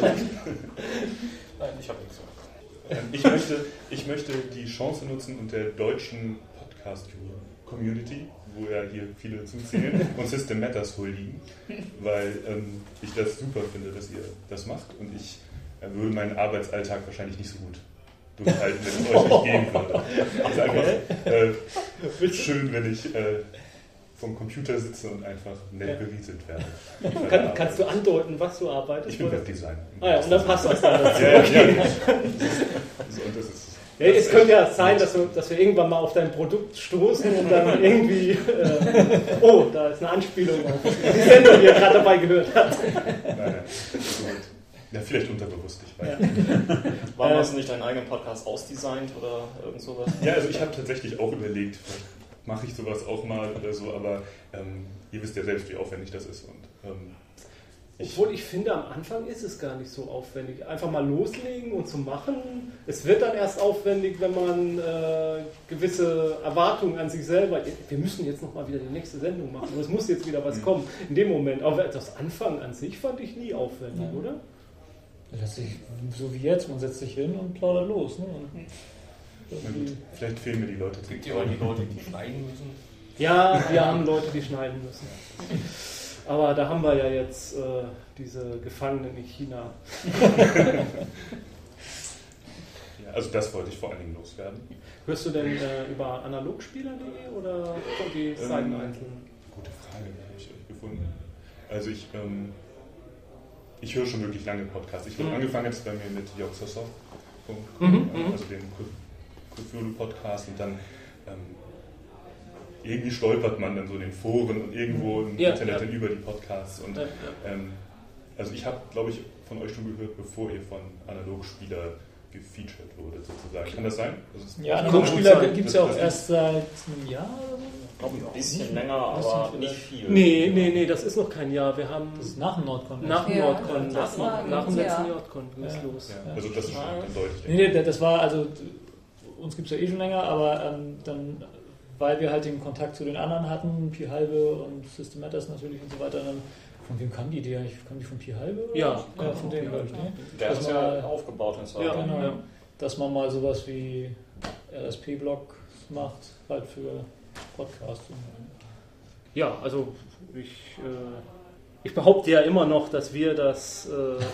[SPEAKER 6] Nein, ich habe nichts mehr.
[SPEAKER 7] Ich möchte die Chance nutzen und der deutschen Podcast-Community, wo ja hier viele zuzählen, und System Matters huldigen, weil ich das super finde, dass ihr das macht, und ich würde meinen Arbeitsalltag wahrscheinlich nicht so gut durchhalten, wenn es euch nicht geben würde. Es ist einfach schön, wenn ich vom Computer sitze und einfach nett berieselt werde.
[SPEAKER 1] Kannst du andeuten, was du arbeitest?
[SPEAKER 7] Ich bin Webdesigner.
[SPEAKER 1] Ja, und dann passt das dann dazu.
[SPEAKER 7] Ja.
[SPEAKER 1] Ja, es könnte ja sein, dass wir irgendwann mal auf dein Produkt stoßen und dann irgendwie da ist eine Anspielung auf die Sendung, die er gerade dabei gehört hat.
[SPEAKER 7] Nein. Ja, vielleicht unterbewusst, ich weiß.
[SPEAKER 3] Warum hast du nicht deinen eigenen Podcast ausdesignt oder irgend sowas?
[SPEAKER 7] Ja, also ich habe tatsächlich auch überlegt, vielleicht mache ich sowas auch mal oder so, aber ihr wisst ja selbst, wie aufwendig das ist. Und,
[SPEAKER 1] obwohl ich finde, am Anfang ist es gar nicht so aufwendig. Einfach mal loslegen und zu machen. Es wird dann erst aufwendig, wenn man gewisse Erwartungen an sich selber... Wir müssen jetzt nochmal wieder die nächste Sendung machen. Es muss jetzt wieder was kommen. In dem Moment. Aber das Anfang an sich fand ich nie aufwendig, oder?
[SPEAKER 5] So wie jetzt, man setzt sich hin und plaudert los. Ne?
[SPEAKER 7] vielleicht fehlen mir die Leute.
[SPEAKER 6] Es gibt ja auch die Leute, die schneiden müssen.
[SPEAKER 1] Ja, wir haben Leute, die schneiden müssen. Aber da haben wir ja jetzt diese Gefangenen in China.
[SPEAKER 7] Ja, also das wollte ich vor allen Dingen loswerden.
[SPEAKER 1] Hörst du denn über analogspieler.de oder die Seiten einzeln?
[SPEAKER 7] Gute Frage, habe ich gefunden. Also ich höre schon wirklich lange Podcasts. Ich habe angefangen jetzt bei mir mit Joxosoft, also dem Cthulhu-Podcast, und dann irgendwie stolpert man dann so in den Foren und irgendwo im Internet dann über die Podcasts. Und also ich habe, glaube ich, von euch schon gehört, bevor ihr von Analogspieler gefeatured wurde, sozusagen. Kann das sein?
[SPEAKER 5] Ja, Analogspieler gibt es ja auch erst seit einem Jahr oder so.
[SPEAKER 3] Ich glaube, ein bisschen länger, aber nicht viel.
[SPEAKER 1] Nee, das ist noch kein Jahr. Wir haben
[SPEAKER 5] das ist nach dem Nordcon.
[SPEAKER 1] Nach dem Nordcon.
[SPEAKER 4] Nach
[SPEAKER 1] dem letzten Nordcon ging es los.
[SPEAKER 7] Ja. Also das ist schon deutlich.
[SPEAKER 5] Nee, das war, also uns gibt es ja eh schon länger, aber dann, weil wir halt den Kontakt zu den anderen hatten, Pi Halbe und System Matters natürlich und so weiter, dann von wem kam die Idee eigentlich? Kam die von Pi Halbe?
[SPEAKER 1] Ja,
[SPEAKER 5] von denen, glaube ich. Ne?
[SPEAKER 3] Der hat es ja aufgebaut.
[SPEAKER 1] Ja,
[SPEAKER 5] genau.
[SPEAKER 1] Ja.
[SPEAKER 5] Dass man mal sowas wie RSP-Blog macht, halt für Podcasts.
[SPEAKER 1] Ja, also ich behaupte ja immer noch, dass wir dass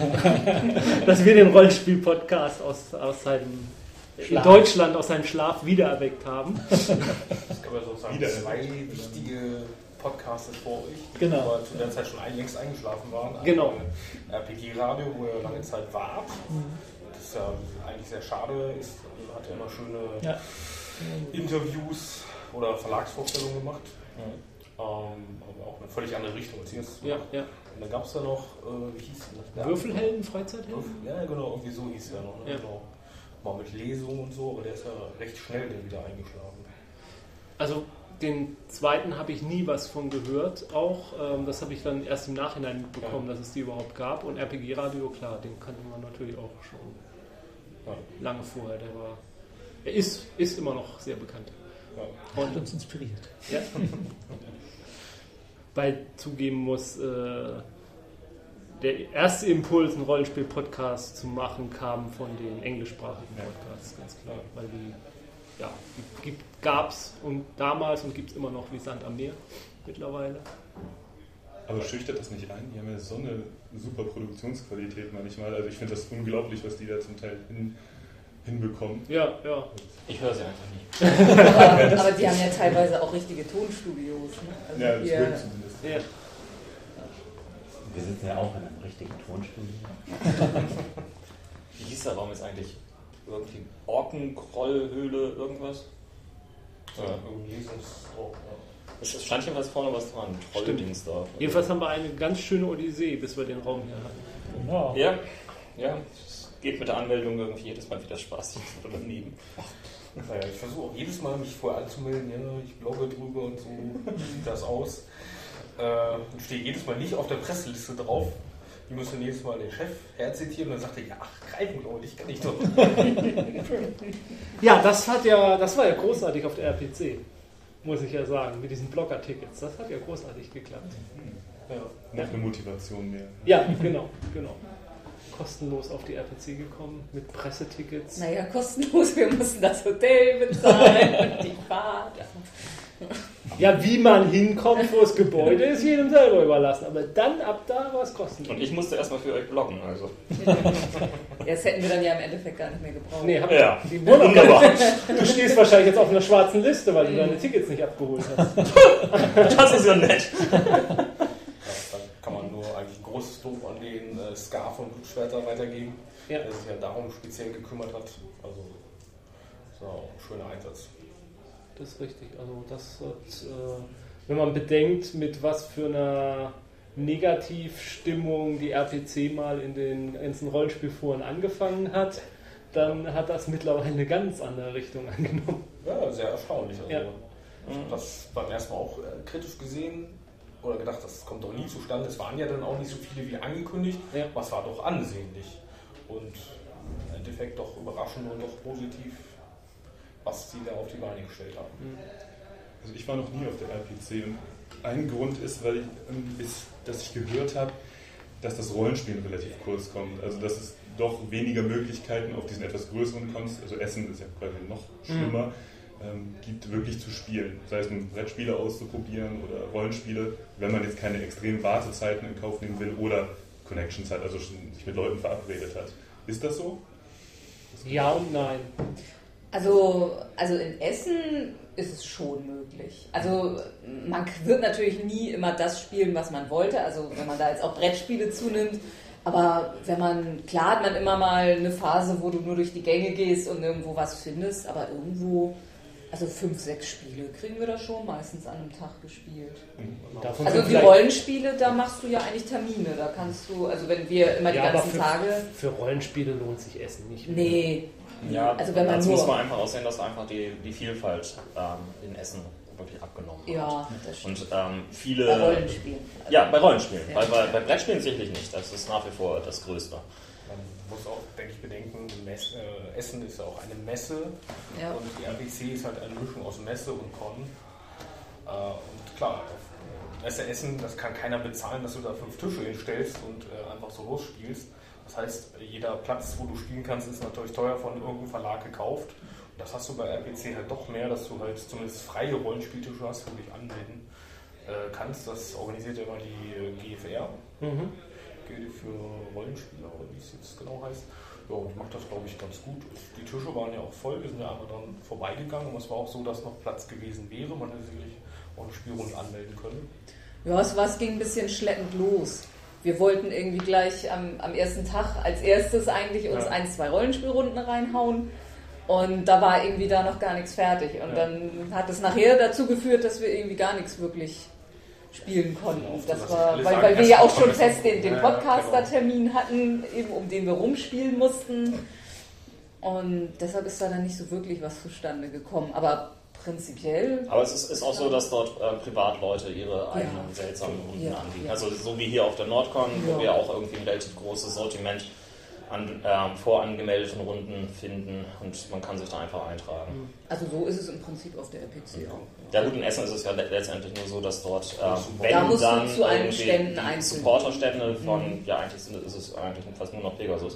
[SPEAKER 1] wir den Rollenspiel-Podcast aus seinem in Deutschland aus seinem Schlaf wiedererweckt haben.
[SPEAKER 6] Es gab ja sozusagen zwei wichtige Podcasts vor euch, die aber zu der Zeit schon längst eingeschlafen waren.
[SPEAKER 1] Genau.
[SPEAKER 6] RPG-Radio, wo ihr lange Zeit wart. Das ist ja eigentlich sehr schade. Hat ja immer schöne Interviews oder Verlagsvorstellungen gemacht. Aber auch eine völlig andere Richtung als jetzt.
[SPEAKER 1] Ja.
[SPEAKER 6] Und dann gab es ja noch, wie hieß das?
[SPEAKER 1] Würfelhelden, Freizeithelden?
[SPEAKER 6] Ja, genau, irgendwie so hieß es ja noch. Ne?
[SPEAKER 1] Ja.
[SPEAKER 6] Genau. Mal mit Lesungen und so, aber der ist ja recht schnell dann wieder eingeschlafen.
[SPEAKER 1] Also den zweiten habe ich nie was von gehört. Auch das habe ich dann erst im Nachhinein mitbekommen, dass es die überhaupt gab. Und RPG-Radio, klar, den kannte man natürlich auch schon lange vorher. Er ist immer noch sehr bekannt.
[SPEAKER 5] Ja. Und uns inspiriert.
[SPEAKER 1] Ja. Weil zugeben muss, der erste Impuls, einen Rollenspiel-Podcast zu machen, kam von den englischsprachigen Podcasts, ganz klar. Weil die gab es damals und gibt es immer noch wie Sand am Meer mittlerweile.
[SPEAKER 7] Aber schüchtert das nicht ein? Die haben ja so eine super Produktionsqualität manchmal. Also ich finde das unglaublich, was die da zum Teil hinbekommen.
[SPEAKER 1] Ja.
[SPEAKER 3] Ich höre sie einfach nicht.
[SPEAKER 4] Aber die haben ja teilweise auch richtige Tonstudios. Ne? Also
[SPEAKER 7] ja, das wirkt zumindest.
[SPEAKER 1] Ja.
[SPEAKER 8] Wir sitzen ja auch in einem richtigen Tonstudio.
[SPEAKER 3] Wie hieß der Raum jetzt eigentlich? Irgendwie Orkenkrollhöhle, irgendwas?
[SPEAKER 6] Ja, irgendwie ist es auch,
[SPEAKER 3] Es stand jedenfalls vorne was dran. Trolldings da.
[SPEAKER 1] Jedenfalls haben wir eine ganz schöne Odyssee, bis wir den Raum hier hatten.
[SPEAKER 5] Genau.
[SPEAKER 3] Ja. Es geht mit der Anmeldung irgendwie jedes Mal wieder Spaß oder daneben.
[SPEAKER 6] Naja, ich versuche auch jedes Mal, mich vorher anzumelden. Ja, ich blogge drüber und so. Wie sieht das aus? Und stehe jedes Mal nicht auf der Presseliste drauf. Die müssen jedes Mal den Chef herzitieren und dann sagt er, ja, greifen, Leute, ich kann nicht doch.
[SPEAKER 1] Ja, das war ja großartig auf der RPC, muss ich ja sagen, mit diesen Blogger-Tickets. Das hat ja großartig geklappt.
[SPEAKER 7] Noch eine Motivation mehr.
[SPEAKER 1] Ja, genau. Kostenlos auf die RPC gekommen, mit Pressetickets.
[SPEAKER 4] Naja, kostenlos, wir mussten das Hotel bezahlen und die Fahrt.
[SPEAKER 1] Ja, wie man hinkommt vor das Gebäude, ist jedem selber überlassen. Aber dann, ab da war es kostenlos.
[SPEAKER 3] Und ich musste erstmal für euch bloggen, also.
[SPEAKER 4] Das hätten wir dann ja im Endeffekt gar nicht mehr gebraucht.
[SPEAKER 1] Nee,
[SPEAKER 3] Ja,
[SPEAKER 1] wunderbar. Du stehst wahrscheinlich jetzt auf einer schwarzen Liste, weil du deine Tickets nicht abgeholt hast.
[SPEAKER 3] das ist ja nett.
[SPEAKER 6] Dann kann man nur eigentlich ein großes Lob an den Scarf und Blutschwerter weitergeben, der sich ja darum speziell gekümmert hat. Also, das war auch ein schöner Einsatz.
[SPEAKER 1] Das ist richtig. Also das hat, wenn man bedenkt, mit was für einer Negativstimmung die RPC mal in den ganzen Rollenspielforen angefangen hat, dann hat das mittlerweile eine ganz andere Richtung angenommen.
[SPEAKER 6] Ja, sehr erstaunlich. Also,
[SPEAKER 1] ja.
[SPEAKER 6] Ich habe das beim ersten Mal auch kritisch gesehen oder gedacht, das kommt doch nie zustande. Es waren ja dann auch nicht so viele wie angekündigt, aber es war doch ansehnlich. Und im Endeffekt doch überraschend und doch positiv, was sie da auf die Beine gestellt haben.
[SPEAKER 7] Also ich war noch nie auf der RPC und ein Grund ist, dass ich gehört habe, dass das Rollenspielen relativ kurz kommt. Also dass es doch weniger Möglichkeiten auf diesen etwas größeren Cons, also Essen ist ja quasi noch schlimmer, gibt wirklich zu spielen. Sei es nun Brettspiele auszuprobieren oder Rollenspiele, wenn man jetzt keine extremen Wartezeiten in Kauf nehmen will oder Connections hat, also schon sich mit Leuten verabredet hat. Ist das so?
[SPEAKER 1] Ja und nein.
[SPEAKER 4] Also in Essen ist es schon möglich. Also man wird natürlich nie immer das spielen, was man wollte. Also wenn man da jetzt auch Brettspiele zunimmt. Aber klar hat man immer mal eine Phase, wo du nur durch die Gänge gehst und irgendwo was findest. Aber irgendwo, also 5, 6 Spiele kriegen wir da schon meistens an einem Tag gespielt.
[SPEAKER 1] Davon
[SPEAKER 4] also die Rollenspiele, da machst du ja eigentlich Termine. Da kannst du, also wenn wir immer die ganzen Tage...
[SPEAKER 1] Für Rollenspiele lohnt sich Essen nicht.
[SPEAKER 4] Nee.
[SPEAKER 3] Ja,
[SPEAKER 4] also wenn man
[SPEAKER 3] das
[SPEAKER 4] nur
[SPEAKER 3] muss man einfach aussehen, dass einfach die Vielfalt in Essen wirklich abgenommen hat.
[SPEAKER 4] Ja, das stimmt.
[SPEAKER 3] Und viele...
[SPEAKER 4] Bei Rollenspielen.
[SPEAKER 3] Ja, bei Rollenspielen.
[SPEAKER 4] Ja.
[SPEAKER 3] Bei Brettspielen sicherlich nicht. Das ist nach wie vor das Größte.
[SPEAKER 6] Man muss auch, denke ich, bedenken, Essen ist ja auch eine Messe und die RPC ist halt eine Mischung aus Messe und Con. Und klar, Messe Essen, das kann keiner bezahlen, dass du da 5 Tische hinstellst und einfach so losspielst. Das heißt, jeder Platz, wo du spielen kannst, ist natürlich teuer von irgendeinem Verlag gekauft. Und das hast du bei RPC halt doch mehr, dass du halt zumindest freie Rollenspieltische hast, wo du dich anmelden kannst. Das organisiert ja immer die GFR, Gilde für Rollenspieler, oder wie es jetzt genau heißt. Ja, und die macht das, glaube ich, ganz gut. Die Tische waren ja auch voll, wir sind ja einmal dran vorbeigegangen. Und es war auch so, dass noch Platz gewesen wäre. Man hätte sich auch eine Spielrunde anmelden können.
[SPEAKER 4] Ja, es ging ein bisschen schleppend los. Wir wollten irgendwie gleich am ersten Tag als erstes eigentlich uns 1, 2 Rollenspielrunden reinhauen und da war irgendwie da noch gar nichts fertig und dann hat es nachher dazu geführt, dass wir irgendwie gar nichts wirklich spielen konnten. Das war, weil wir ja auch schon fest den Podcaster-Termin hatten, eben um den wir rumspielen mussten und deshalb ist da dann nicht so wirklich was zustande gekommen, aber prinzipiell.
[SPEAKER 3] Aber es ist auch so, dass dort Privatleute ihre eigenen seltsamen Runden anbieten. Also so wie hier auf der Nordcon, wo wir auch irgendwie ein relativ großes Sortiment an vorangemeldeten Runden finden und man kann sich da einfach eintragen.
[SPEAKER 4] Also so ist es im Prinzip auf der RPC auch.
[SPEAKER 3] Ja gut, in Essen ist es ja letztendlich nur so, dass dort, wenn
[SPEAKER 4] da musst
[SPEAKER 3] dann
[SPEAKER 4] du zu allen
[SPEAKER 3] irgendwie
[SPEAKER 4] Ständen
[SPEAKER 3] die Supporterstände von, ja eigentlich ist es eigentlich fast nur noch Pegasus.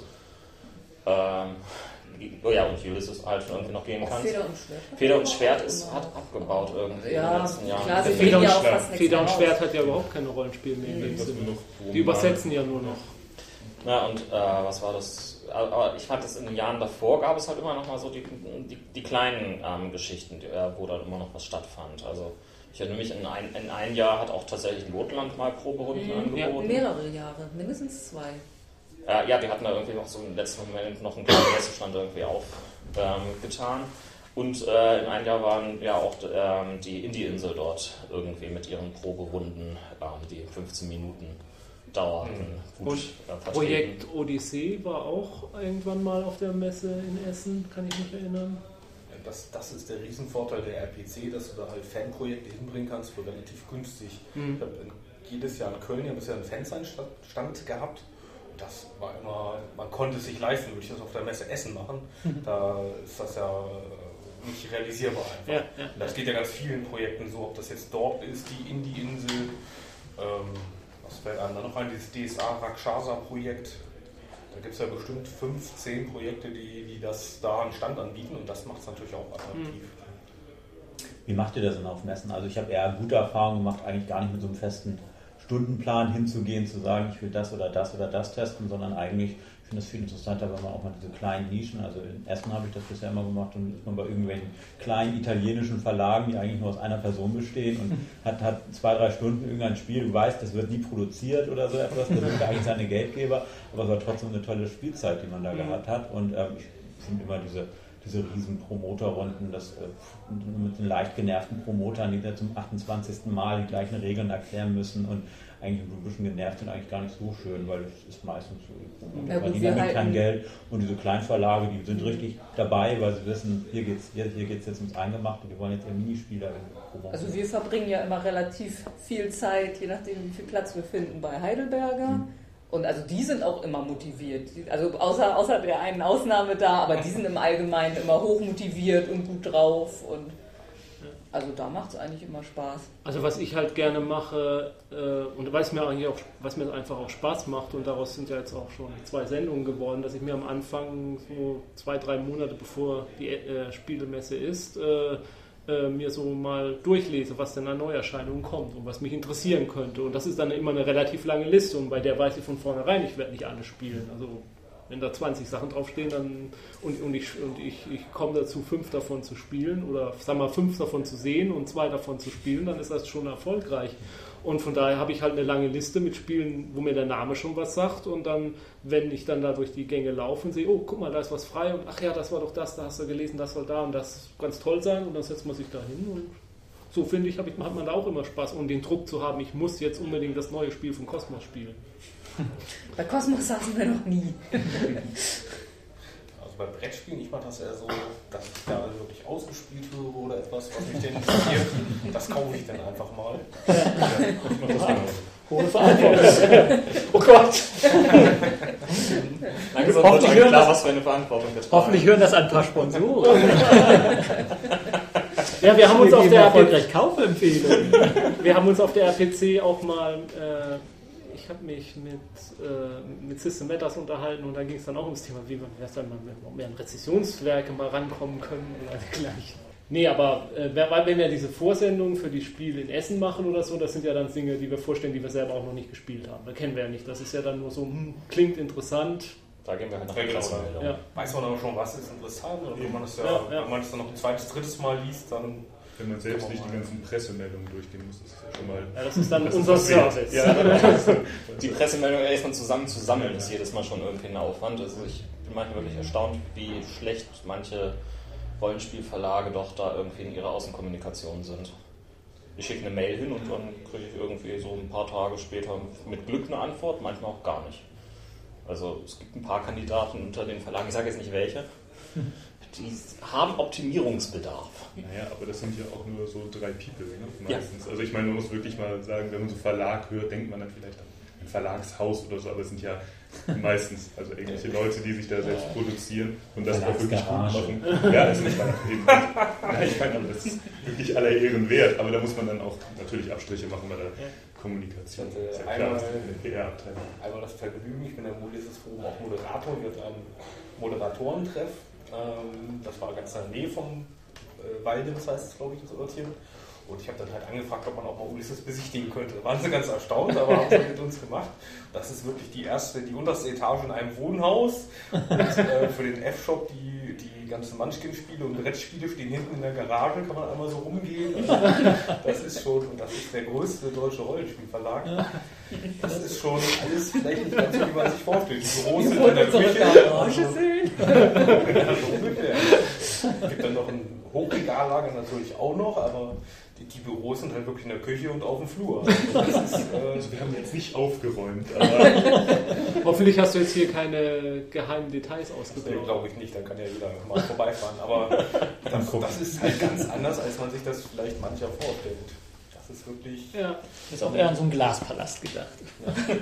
[SPEAKER 3] Und Ulysses halt irgendwie noch gehen kannst. Feder und Schwert hat abgebaut irgendwie in den letzten Jahren.
[SPEAKER 4] Klar,
[SPEAKER 1] Feder und Schwert hat ja überhaupt keine Rollenspiele mehr. Die übersetzen ja nur noch.
[SPEAKER 3] Ja, und was war das? Aber ich fand, dass in den Jahren davor gab es halt immer noch mal so die kleinen Geschichten, wo dann immer noch was stattfand. Also ich erinnere mich, in ein Jahr hat auch tatsächlich Notland mal Proberunden angeboten.
[SPEAKER 4] Mehrere Jahre, mindestens 2.
[SPEAKER 3] Ja, die hatten da irgendwie noch so im letzten Moment noch einen kleinen Messestand irgendwie aufgetan. Und in einem Jahr waren ja auch die Indie-Insel dort irgendwie mit ihren Proberunden, die 15 Minuten dauerten.
[SPEAKER 1] Und Projekt Odyssee war auch irgendwann mal auf der Messe in Essen, kann ich mich erinnern.
[SPEAKER 6] Das ist der Riesenvorteil der RPC, dass du da halt Fanprojekte hinbringen kannst für relativ günstig. Ich habe jedes Jahr in Köln ja bisher einen Fansign-Stand gehabt. Das war immer, man konnte es sich leisten, würde ich das auf der Messe Essen machen. Da ist das ja nicht realisierbar einfach. Ja. Das geht ja ganz vielen Projekten so, ob das jetzt dort ist, die Indie-Insel, was fällt einem da noch ein, dieses DSA Rakshasa-Projekt. Da gibt es ja bestimmt 5, 10 Projekte, die das da einen Stand anbieten und das macht es natürlich auch attraktiv.
[SPEAKER 8] Wie macht ihr das denn auf Messen? Also ich habe eher gute Erfahrungen gemacht, eigentlich gar nicht mit so einem festen Stundenplan hinzugehen, zu sagen, ich will das oder das oder das testen, sondern eigentlich, ich finde das viel interessanter, wenn man auch mal diese kleinen Nischen, also in Essen habe ich das bisher immer gemacht und ist man bei irgendwelchen kleinen italienischen Verlagen, die eigentlich nur aus einer Person bestehen und hat 2, 3 Stunden irgendein Spiel, du weißt, das wird nie produziert oder so etwas, das sind eigentlich seine Geldgeber, aber es war trotzdem eine tolle Spielzeit, die man da gehabt hat und ich finde immer diese riesen Promoterrunden, das mit den leicht genervten Promotern, die da zum 28. Mal die gleichen Regeln erklären müssen und eigentlich ein bisschen genervt sind, eigentlich gar nicht so schön, weil es ist meistens so,
[SPEAKER 4] Ja, gut,
[SPEAKER 8] die haben kein Geld und diese Kleinverlage, die sind richtig dabei, weil sie wissen, hier geht's jetzt ums Eingemachte, wir wollen jetzt ein Minispieler promoten.
[SPEAKER 4] Also wir verbringen ja immer relativ viel Zeit, je nachdem wie viel Platz wir finden, bei Heidelberger. Und also die sind auch immer motiviert. Also außer der einen Ausnahme da, aber die sind im Allgemeinen immer hochmotiviert und gut drauf. Und also da macht es eigentlich immer Spaß.
[SPEAKER 1] Also was ich halt gerne mache und was mir einfach auch Spaß macht, und daraus sind ja jetzt auch schon 2 Sendungen geworden, dass ich mir am Anfang so 2-3 Monate bevor die Spielemesse ist, mir so mal durchlese, was denn an Neuerscheinungen kommt und was mich interessieren könnte. Und das ist dann immer eine relativ lange Liste, und bei der weiß ich von vornherein, ich werde nicht alle spielen. Also wenn da 20 Sachen draufstehen, dann und ich komme dazu, 5 davon zu spielen oder sagen wir mal 5 davon zu sehen und 2 davon zu spielen, dann ist das schon erfolgreich. Und von daher habe ich halt eine lange Liste mit Spielen, wo mir der Name schon was sagt, und dann, wenn ich dann da durch die Gänge laufe und sehe, oh, guck mal, da ist was frei, und ach ja, das war doch das, da hast du gelesen, das soll da und das ganz toll sein, und dann setzt man sich da hin, und so finde ich, hat man da auch immer Spaß, und den Druck zu haben, ich muss jetzt unbedingt das neue Spiel von Kosmos spielen.
[SPEAKER 4] Bei Kosmos saßen wir noch nie.
[SPEAKER 6] Also bei Brettspielen, ich mache das eher so, dass ich da wirklich ausgespielt höre oder etwas, was mich denn interessiert. Das kaufe ich dann einfach mal.
[SPEAKER 7] Ich mache das genau.
[SPEAKER 5] Ohne Verantwortung. Oh Gott.
[SPEAKER 3] Langsam wird einem klar, was für eine Verantwortung wir tragen.
[SPEAKER 5] Hoffentlich hören das ein paar Sponsoren.
[SPEAKER 1] Ja, wir haben uns auf der
[SPEAKER 5] erfolgreich Kaufempfehlung.
[SPEAKER 1] Wir haben uns auf der RPC auch mal, ich habe mich mit System Matters unterhalten, und da ging es dann auch ums Thema, wie man mehr an Rezessionswerke mal rankommen können oder dergleichen. Nee, aber wenn wir diese Vorsendungen für die Spiele in Essen machen oder so, das sind ja dann Dinge, die wir vorstellen, die wir selber auch noch nicht gespielt haben. Da kennen wir ja nicht. Das ist ja dann nur so, klingt interessant.
[SPEAKER 3] Da gehen wir halt nach
[SPEAKER 6] Ja, genau.
[SPEAKER 3] Pressemeldung.
[SPEAKER 1] Ja.
[SPEAKER 6] Weiß man aber schon, was ist interessant, und wenn man es wenn man es dann noch ein zweites, drittes Mal liest, dann...
[SPEAKER 7] Wenn man selbst nicht die ganzen Pressemeldungen durchgehen muss, ist das ja schon mal...
[SPEAKER 1] Ja, das ist dann unser Service.
[SPEAKER 7] Ja.
[SPEAKER 3] Die Pressemeldung erstmal zusammenzusammeln ist jedes Mal schon irgendwie ein Aufwand. Also ich bin manchmal wirklich erstaunt, wie schlecht manche Rollenspielverlage doch da irgendwie in ihrer Außenkommunikation sind. Ich schicke eine Mail hin und dann kriege ich irgendwie so ein paar Tage später mit Glück eine Antwort, manchmal auch gar nicht. Also es gibt ein paar Kandidaten unter den Verlagen, ich sage jetzt nicht welche, die haben Optimierungsbedarf.
[SPEAKER 7] Naja, aber das sind ja auch nur so 3 People, ne? Meistens. Ja. Also ich meine, man muss wirklich mal sagen, wenn man so Verlag hört, denkt man dann vielleicht an ein Verlagshaus oder so, aber es sind ja meistens also irgendwelche Leute, die sich da selbst produzieren und das auch wirklich gut machen. Ja, das ist eben. Nein, ich meine, aber das ist wirklich aller Ehren wert, aber da muss man dann auch natürlich Abstriche machen bei der Kommunikation.
[SPEAKER 6] Das ist ja
[SPEAKER 7] einmal
[SPEAKER 6] eine PR-Abteilung. Einmal das Vergnügen, ich bin im Ulysses Forum auch Moderator, wir hatten einen Moderatorentreff. Das war ganz in der Nähe vom Walde, das heißt es, glaube ich, das Örtchen. Und ich habe dann halt angefragt, ob man auch mal Ulysses besichtigen könnte. Da waren sie ganz erstaunt, aber haben sie mit uns gemacht. Das ist wirklich die unterste Etage in einem Wohnhaus. Und für den F-Shop die ganzen Munchkin-Spiele und Brettspiele stehen hinten in der Garage, kann man einmal so rumgehen. Das ist der größte deutsche Rollenspielverlag. Das ist schon alles vielleicht nicht ganz so, wie man sich vorstellt. Die Büros sind in der Küche.
[SPEAKER 4] Garage sehen.
[SPEAKER 6] Ja, so ungefähr. Es gibt dann noch ein Hochregallager natürlich auch noch, aber die Büros sind halt wirklich in der Küche und auf dem Flur.
[SPEAKER 7] Also wir haben jetzt nicht aufgeräumt, aber...
[SPEAKER 1] Hoffentlich hast du jetzt hier keine geheimen Details ausgebaut.
[SPEAKER 6] Nee, glaube ich nicht, dann kann ja jeder mal vorbeifahren. Aber das ist halt ganz anders, als man sich das vielleicht mancher vorstellt. Das ist wirklich...
[SPEAKER 5] Ja, ist auch eher an so einen Glaspalast gedacht.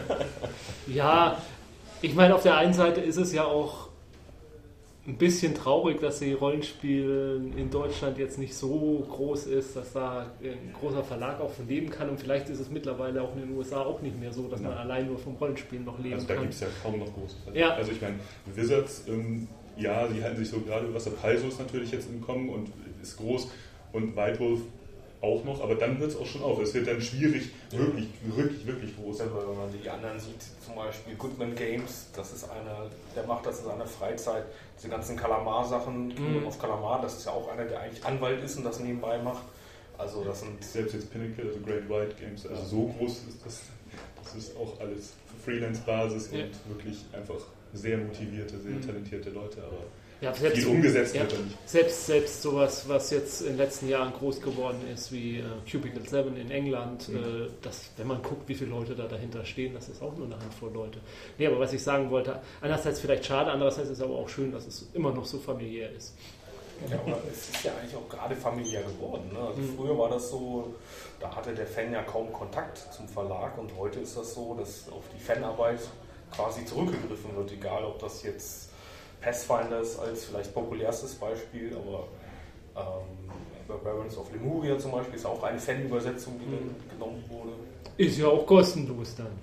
[SPEAKER 1] Ja, ich meine, auf der einen Seite ist es ja auch ein bisschen traurig, dass die Rollenspiel in Deutschland jetzt nicht so groß ist, dass da ein großer Verlag auch von leben kann, und vielleicht ist es mittlerweile auch in den USA auch nicht mehr so, dass man allein nur vom Rollenspielen noch leben kann.
[SPEAKER 7] Also da gibt es ja kaum noch große Verlage.
[SPEAKER 1] Ja.
[SPEAKER 7] Also ich meine, Wizards, ja, die halten sich so gerade, was der Paizo ist natürlich jetzt im Kommen und ist groß, und White Wolf auch noch, aber dann hört es auch schon auf. Es wird dann schwierig, wirklich groß.
[SPEAKER 6] Wenn man die anderen sieht, zum Beispiel Goodman Games, das ist einer, der macht das in seiner Freizeit, diese ganzen Kalamar-Sachen, Kingdom of Kalamar, das ist ja auch einer, der eigentlich Anwalt ist und das nebenbei macht. Also das sind...
[SPEAKER 7] Selbst jetzt Pinnacle, also Great White Games, also so groß ist das. Das ist auch alles Freelance-Basis und wirklich einfach sehr motivierte, sehr talentierte Leute, aber
[SPEAKER 1] Ja,
[SPEAKER 7] viel umgesetzt wird.
[SPEAKER 1] Selbst sowas, was jetzt in den letzten Jahren groß geworden ist, wie Cubicle 7 in England, wenn man guckt, wie viele Leute da dahinter stehen, das ist auch nur eine Handvoll Leute. Nee, aber was ich sagen wollte, einerseits vielleicht schade, andererseits ist es aber auch schön, dass es immer noch so familiär ist.
[SPEAKER 6] Ja, aber es ist ja eigentlich auch gerade familiär geworden. Ne? Also früher war das so, da hatte der Fan ja kaum Kontakt zum Verlag und heute ist das so, dass auf die Fanarbeit quasi zurückgegriffen wird, egal ob das jetzt Pathfinder ist als vielleicht populärstes Beispiel, aber Barons of Lemuria zum Beispiel ist auch eine Fanübersetzung, die dann genommen wurde.
[SPEAKER 1] Ist ja auch kostenlos dann.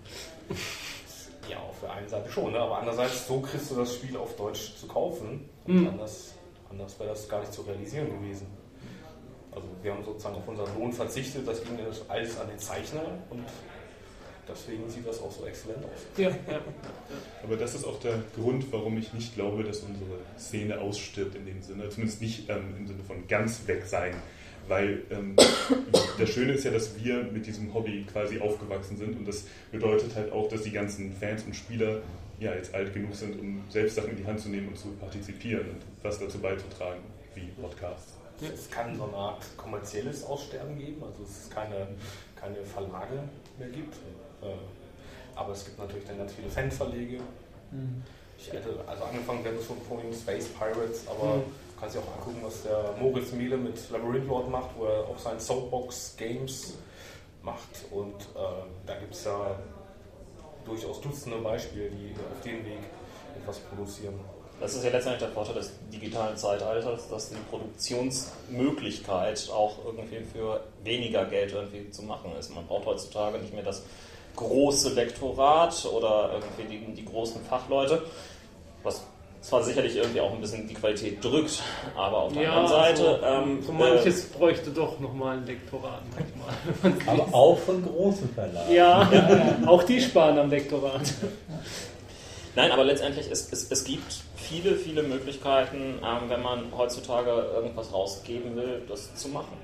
[SPEAKER 6] Ja, auf der einen Seite schon, ne? Aber andererseits, so kriegst du das Spiel auf Deutsch zu kaufen und anders wäre das gar nicht zu realisieren gewesen. Also wir haben sozusagen auf unseren Lohn verzichtet, das ging alles an den Zeichner und deswegen sieht das auch so exzellent aus.
[SPEAKER 1] Ja.
[SPEAKER 7] Aber das ist auch der Grund, warum ich nicht glaube, dass unsere Szene ausstirbt in dem Sinne. Zumindest nicht im Sinne von ganz weg sein. Weil das Schöne ist ja, dass wir mit diesem Hobby quasi aufgewachsen sind. Und das bedeutet halt auch, dass die ganzen Fans und Spieler ja jetzt alt genug sind, um selbst Sachen in die Hand zu nehmen und zu partizipieren und was dazu beizutragen, wie Podcasts.
[SPEAKER 6] Es kann so eine Art kommerzielles Aussterben geben, also es keine Verlage mehr gibt. Aber es gibt natürlich dann ganz viele Fanverlege. Ich hätte also angefangen, wir hatten schon vorhin Space Pirates, aber du kannst dir auch angucken, was der Moritz Mehle mit Labyrinth Lord macht, wo er auch seine Soapbox Games macht. Und da gibt es ja durchaus Dutzende Beispiele, die auf dem Weg etwas produzieren.
[SPEAKER 3] Das ist ja letztendlich der Vorteil des digitalen Zeitalters, dass die Produktionsmöglichkeit auch irgendwie für weniger Geld irgendwie zu machen ist. Man braucht heutzutage nicht mehr das große Lektorat oder irgendwie die großen Fachleute, was zwar sicherlich irgendwie auch ein bisschen die Qualität drückt, aber auf der anderen Seite...
[SPEAKER 1] so manches bräuchte doch nochmal ein Lektorat manchmal.
[SPEAKER 8] Aber auch von großen Verlagen.
[SPEAKER 1] Ja, auch die sparen am Lektorat.
[SPEAKER 3] Nein, aber letztendlich, es gibt viele, viele Möglichkeiten, wenn man heutzutage irgendwas rausgeben will, das zu machen.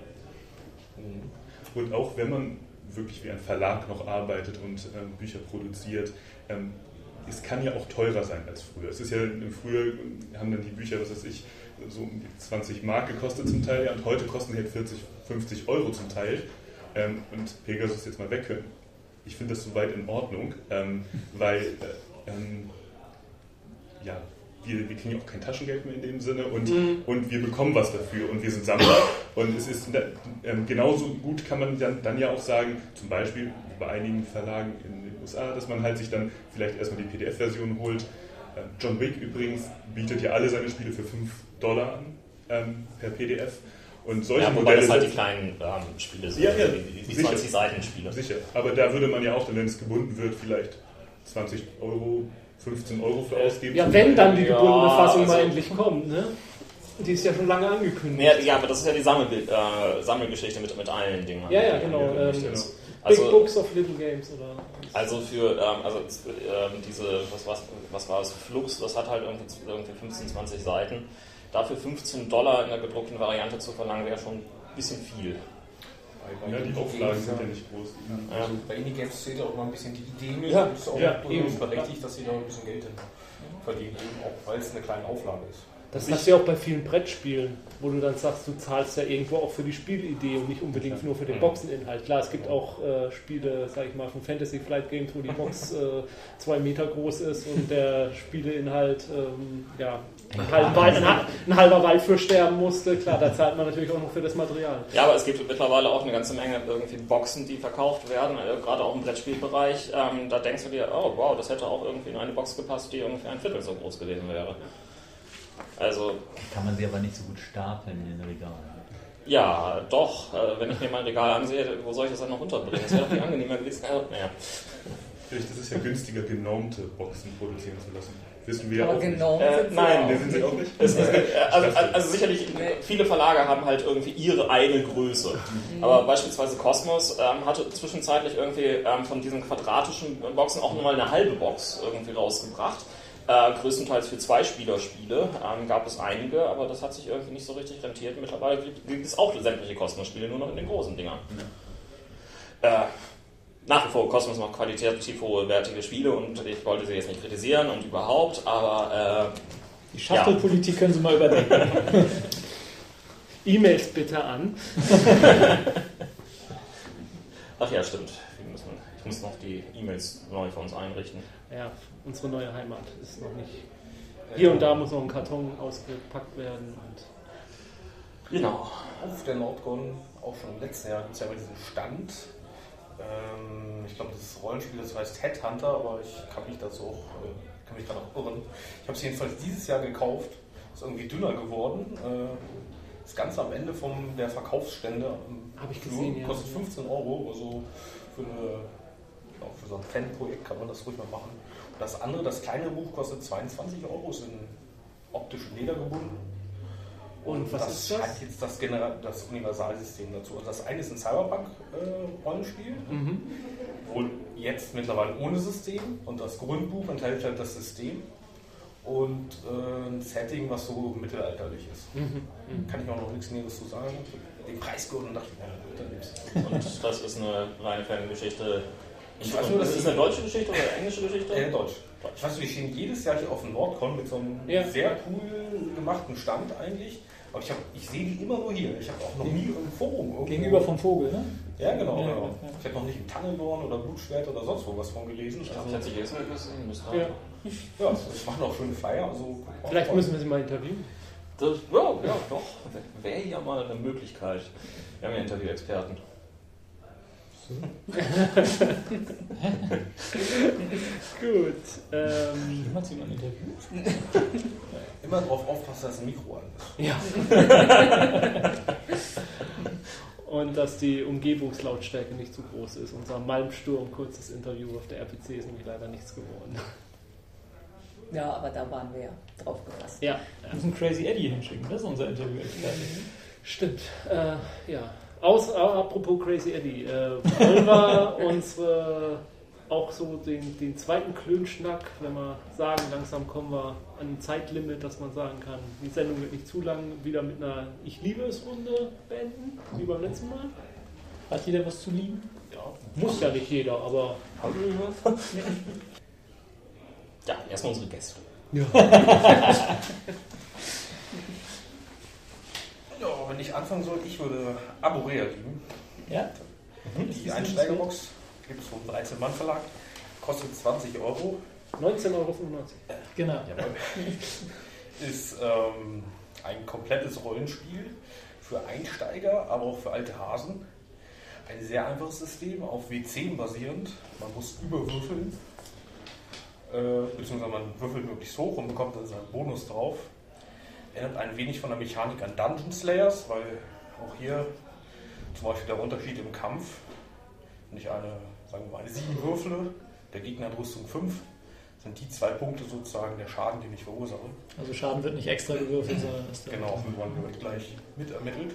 [SPEAKER 7] Und auch wenn man wirklich wie ein Verlag noch arbeitet und Bücher produziert, es kann ja auch teurer sein als früher. Es ist ja, früher haben dann die Bücher, was weiß ich, so um die 20 Mark gekostet zum Teil, ja, und heute kosten sie halt 40, 50 Euro zum Teil. Und Pegasus jetzt mal weg können. Ich finde das soweit in Ordnung, weil wir kriegen auch kein Taschengeld mehr in dem Sinne und wir bekommen was dafür und wir sind Sammler. Und es ist genauso gut kann man dann ja auch sagen, zum Beispiel bei einigen Verlagen in den USA, dass man halt sich dann vielleicht erstmal die PDF-Version holt. John Wick übrigens bietet ja alle seine Spiele für $5 an per PDF. Und solche
[SPEAKER 3] wobei
[SPEAKER 7] Modelle
[SPEAKER 3] das halt die kleinen Spiele sind, die 20 Seiten Spiele.
[SPEAKER 7] Sicher, aber da würde man ja auch dann, wenn es gebunden wird, vielleicht 20 Euro, 15 Euro für ausgeben.
[SPEAKER 1] Ja, wenn dann die gebundene Fassung mal endlich kommt, ne? Die ist ja schon lange angekündigt.
[SPEAKER 3] Ja, aber das ist ja die Sammelgeschichte mit allen Dingen.
[SPEAKER 1] Ja, genau.
[SPEAKER 3] Also,
[SPEAKER 1] Big Books of Little Games, oder?
[SPEAKER 3] Also für diese, was war es, Flux, das hat halt irgendwie 15, 20 Seiten. Dafür $15 in der gedruckten Variante zu verlangen, wäre schon ein bisschen viel.
[SPEAKER 7] Ja, die Auflagen sind ja nicht groß.
[SPEAKER 6] Also bei Indie-Games zählt auch mal ein bisschen die Idee mit
[SPEAKER 1] Ja,
[SPEAKER 6] und es ist auch berechtigt, dass sie da ein bisschen Geld verdienen, eben auch weil es eine kleine Auflage ist.
[SPEAKER 1] Das hast du ja auch bei vielen Brettspielen, wo du dann sagst, du zahlst ja irgendwo auch für die Spielidee und nicht unbedingt nur für den Boxeninhalt. Klar, es gibt auch Spiele, sag ich mal, von Fantasy Flight Games, wo die Box 2 Meter groß ist und der Spieleinhalt ein halber Wald für sterben musste. Klar, da zahlt man natürlich auch noch für das Material.
[SPEAKER 3] Ja, aber es gibt mittlerweile auch eine ganze Menge irgendwie Boxen, die verkauft werden, gerade auch im Brettspielbereich. Da denkst du dir, oh wow, das hätte auch irgendwie in eine Box gepasst, die irgendwie ein Viertel so groß gewesen wäre. Also
[SPEAKER 8] kann man sie aber nicht so gut stapeln in den Regalen.
[SPEAKER 3] Ja, doch. Wenn ich mir mein Regal ansehe, wo soll ich das dann noch unterbringen? Das wäre doch viel angenehmer gewesen. Naja.
[SPEAKER 7] Vielleicht ist es ja günstiger, genormte Boxen produzieren zu lassen. Wissen wir
[SPEAKER 4] aber
[SPEAKER 7] auch
[SPEAKER 4] genormt
[SPEAKER 7] nicht. Nein, sind sie auch nicht.
[SPEAKER 3] Also sicherlich, viele Verlage haben halt irgendwie ihre eigene Größe. Aber beispielsweise Cosmos hatte zwischenzeitlich irgendwie von diesen quadratischen Boxen auch nochmal eine halbe Box irgendwie rausgebracht. Größtenteils für Zwei-Spieler-Spiele gab es einige, aber das hat sich irgendwie nicht so richtig rentiert. Mittlerweile gibt es auch sämtliche Cosmos-Spiele, nur noch in den großen Dingern. Nach wie vor Cosmos macht qualitativ hochwertige Spiele und ich wollte sie jetzt nicht kritisieren und überhaupt, aber
[SPEAKER 5] Die Schachtelpolitik können Sie mal überdenken.
[SPEAKER 1] E-Mails bitte an.
[SPEAKER 3] Ach ja, stimmt. Ich muss noch die E-Mails neu für uns einrichten.
[SPEAKER 1] Ja, unsere neue Heimat ist noch nicht. Hier und da muss noch ein Karton ausgepackt werden. Und
[SPEAKER 3] Genau.
[SPEAKER 6] Auf der Nordcon, auch schon im letzten Jahr, gibt es ja immer diesen Stand. Ich glaube, das Rollenspiel, das heißt Headhunter, aber ich kann mich dazu auch, kann mich gerade auch irren. Ich habe es jedenfalls dieses Jahr gekauft. Ist irgendwie dünner geworden. Das Ganze am Ende der Verkaufsstände
[SPEAKER 1] habe ich gesehen,
[SPEAKER 6] kostet 15 €. Also für so ein Fanprojekt kann man das ruhig mal machen. Und das andere, das kleine Buch, kostet 22 €, ist in optischen Leder gebunden.
[SPEAKER 1] Und was ist das?
[SPEAKER 6] Hat jetzt das Universalsystem dazu. Also das eine ist ein Cyberpunk-Rollenspiel, wohl jetzt mittlerweile ohne System. Und das Grundbuch enthält halt das System und ein Setting, was so mittelalterlich ist. Kann ich auch noch nichts Näheres zu sagen. Den Preis gehört und dachte ich,
[SPEAKER 3] Und das ist eine reine Fangeschichte.
[SPEAKER 6] Ich weiß nur, das
[SPEAKER 3] ist eine deutsche Geschichte oder englische Geschichte?
[SPEAKER 6] Deutsch. Ich weiß, wir stehen jedes Jahr hier auf dem Nordcon mit so einem sehr cool gemachten Stand eigentlich. Aber ich sehe die immer nur hier. Ich habe auch noch nie im Forum irgendwo.
[SPEAKER 5] Gegenüber vom Vogel, ne?
[SPEAKER 6] Ja, genau. Ja. Ich habe noch nicht im Tannendorn oder Blutschwert oder sonst wo was von gelesen.
[SPEAKER 3] Ich glaube, das hat sich jetzt mal gesehen.
[SPEAKER 6] Ja, das machen auch schöne Flyer. Also
[SPEAKER 1] vielleicht müssen wir sie mal interviewen.
[SPEAKER 3] Ja, doch. Wäre ja mal eine Möglichkeit. Wir haben ja Interviewexperten.
[SPEAKER 1] Gut.
[SPEAKER 5] Hat sie mal ein Interview?
[SPEAKER 6] Immer darauf aufpassen, dass ein Mikro an ist.
[SPEAKER 1] Ja. Und dass die Umgebungslautstärke nicht zu groß ist. Unser Malmsturm, kurzes Interview auf der RPC ist nämlich leider nichts geworden.
[SPEAKER 4] Ja, aber da waren wir ja drauf gepasst.
[SPEAKER 1] Ja.
[SPEAKER 5] Wir müssen Crazy Eddie hinschicken, das ist unser Interview-Experte.
[SPEAKER 1] Stimmt. Ja. Apropos Crazy Eddie, wollen wir unsere auch so den zweiten Klönschnack, wenn wir sagen, langsam kommen wir an ein Zeitlimit, dass man sagen kann, die Sendung wird nicht zu lang, wieder mit einer Ich liebe es Runde beenden, wie beim letzten Mal.
[SPEAKER 5] Hat jeder was zu lieben?
[SPEAKER 1] Ja, muss ja nicht jeder, aber...
[SPEAKER 3] Ja, erstmal unsere Gäste.
[SPEAKER 1] Ja.
[SPEAKER 6] Ja, wenn ich anfangen soll, ich würde Aborea lieben.
[SPEAKER 5] Ja.
[SPEAKER 6] Die Einsteigerbox gibt es vom 13-Mann-Verlag, kostet 20 €.
[SPEAKER 1] 19,95 €.
[SPEAKER 5] Genau.
[SPEAKER 6] Jawohl. Ist ein komplettes Rollenspiel für Einsteiger, aber auch für alte Hasen. Ein sehr einfaches System, auf W10 basierend. Man muss überwürfeln, beziehungsweise man würfelt möglichst hoch und bekommt dann seinen Bonus drauf. Erinnert ein wenig von der Mechanik an Dungeon Slayers, weil auch hier zum Beispiel der Unterschied im Kampf, wenn ich eine 7 würfle, der Gegner hat Rüstung 5, sind die 2 Punkte sozusagen der Schaden, den ich verursache.
[SPEAKER 5] Also Schaden wird nicht extra gewürfelt, sondern ist dann...
[SPEAKER 6] Genau, man wird gleich mit ermittelt.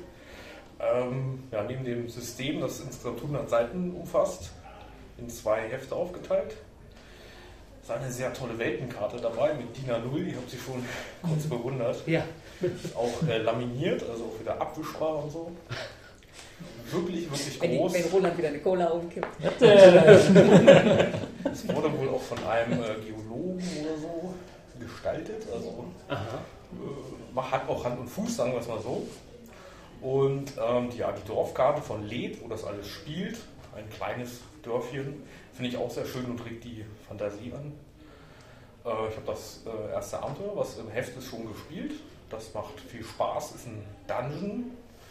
[SPEAKER 6] Neben dem System, das insgesamt 100 Seiten umfasst, in 2 Hefte aufgeteilt, ist eine sehr tolle Weltenkarte dabei mit DIN A0, die habe ich schon kurz bewundert.
[SPEAKER 1] Ja.
[SPEAKER 6] Auch laminiert, also auch wieder abwischbar und so. Wirklich groß.
[SPEAKER 4] Wenn Roland wieder eine Cola umkippt.
[SPEAKER 6] Es wurde wohl auch von einem Geologen oder so gestaltet. Also hat auch Hand und Fuß, sagen wir es mal so. Und die Dorfkarte von Led, wo das alles spielt, ein kleines Dörfchen, finde ich auch sehr schön und regt die Fantasie an. Ich habe das erste Abenteuer, was im Heft ist, schon gespielt. Das macht viel Spaß, ist ein Dungeon,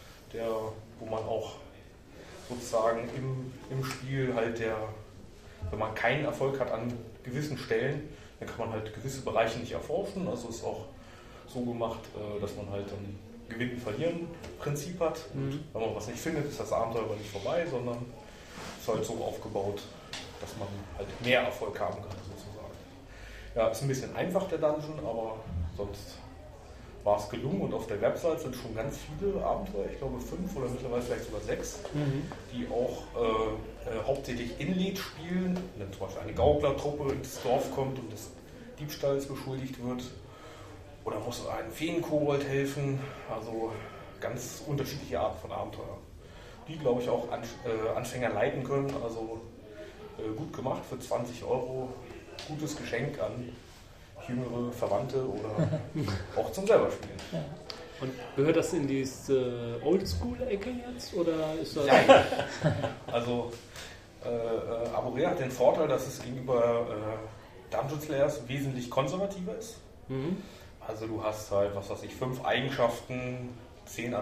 [SPEAKER 6] wo man auch sozusagen im Spiel halt wenn man keinen Erfolg hat an gewissen Stellen, dann kann man halt gewisse Bereiche nicht erforschen. Also ist auch so gemacht, dass man halt ein Gewinnen-Verlieren-Prinzip hat. Und wenn man was nicht findet, ist das Abenteuer aber nicht vorbei, sondern ist halt so aufgebaut, dass man halt mehr Erfolg haben kann, sozusagen. Ja, ist ein bisschen einfach der Dungeon, aber sonst war es gelungen und auf der Website sind schon ganz viele Abenteuer, ich glaube 5 oder mittlerweile vielleicht sogar 6, die auch hauptsächlich in Led spielen, wenn zum Beispiel eine Gauklertruppe ins Dorf kommt und des Diebstahls beschuldigt wird, oder muss einem Feenkobold helfen, also ganz unterschiedliche Arten von Abenteuer, die glaube ich auch Anfänger leiten können, also gut gemacht für 20 €, gutes Geschenk an jüngere Verwandte oder auch zum selber spielen.
[SPEAKER 5] Ja.
[SPEAKER 1] Und gehört das in diese Oldschool-Ecke jetzt? Oder ist das...
[SPEAKER 6] Nein. Also Aborea hat den Vorteil, dass es gegenüber Dungeon Slayers wesentlich konservativer ist.
[SPEAKER 1] Mhm.
[SPEAKER 6] Also du hast halt, 5 Eigenschaften, 5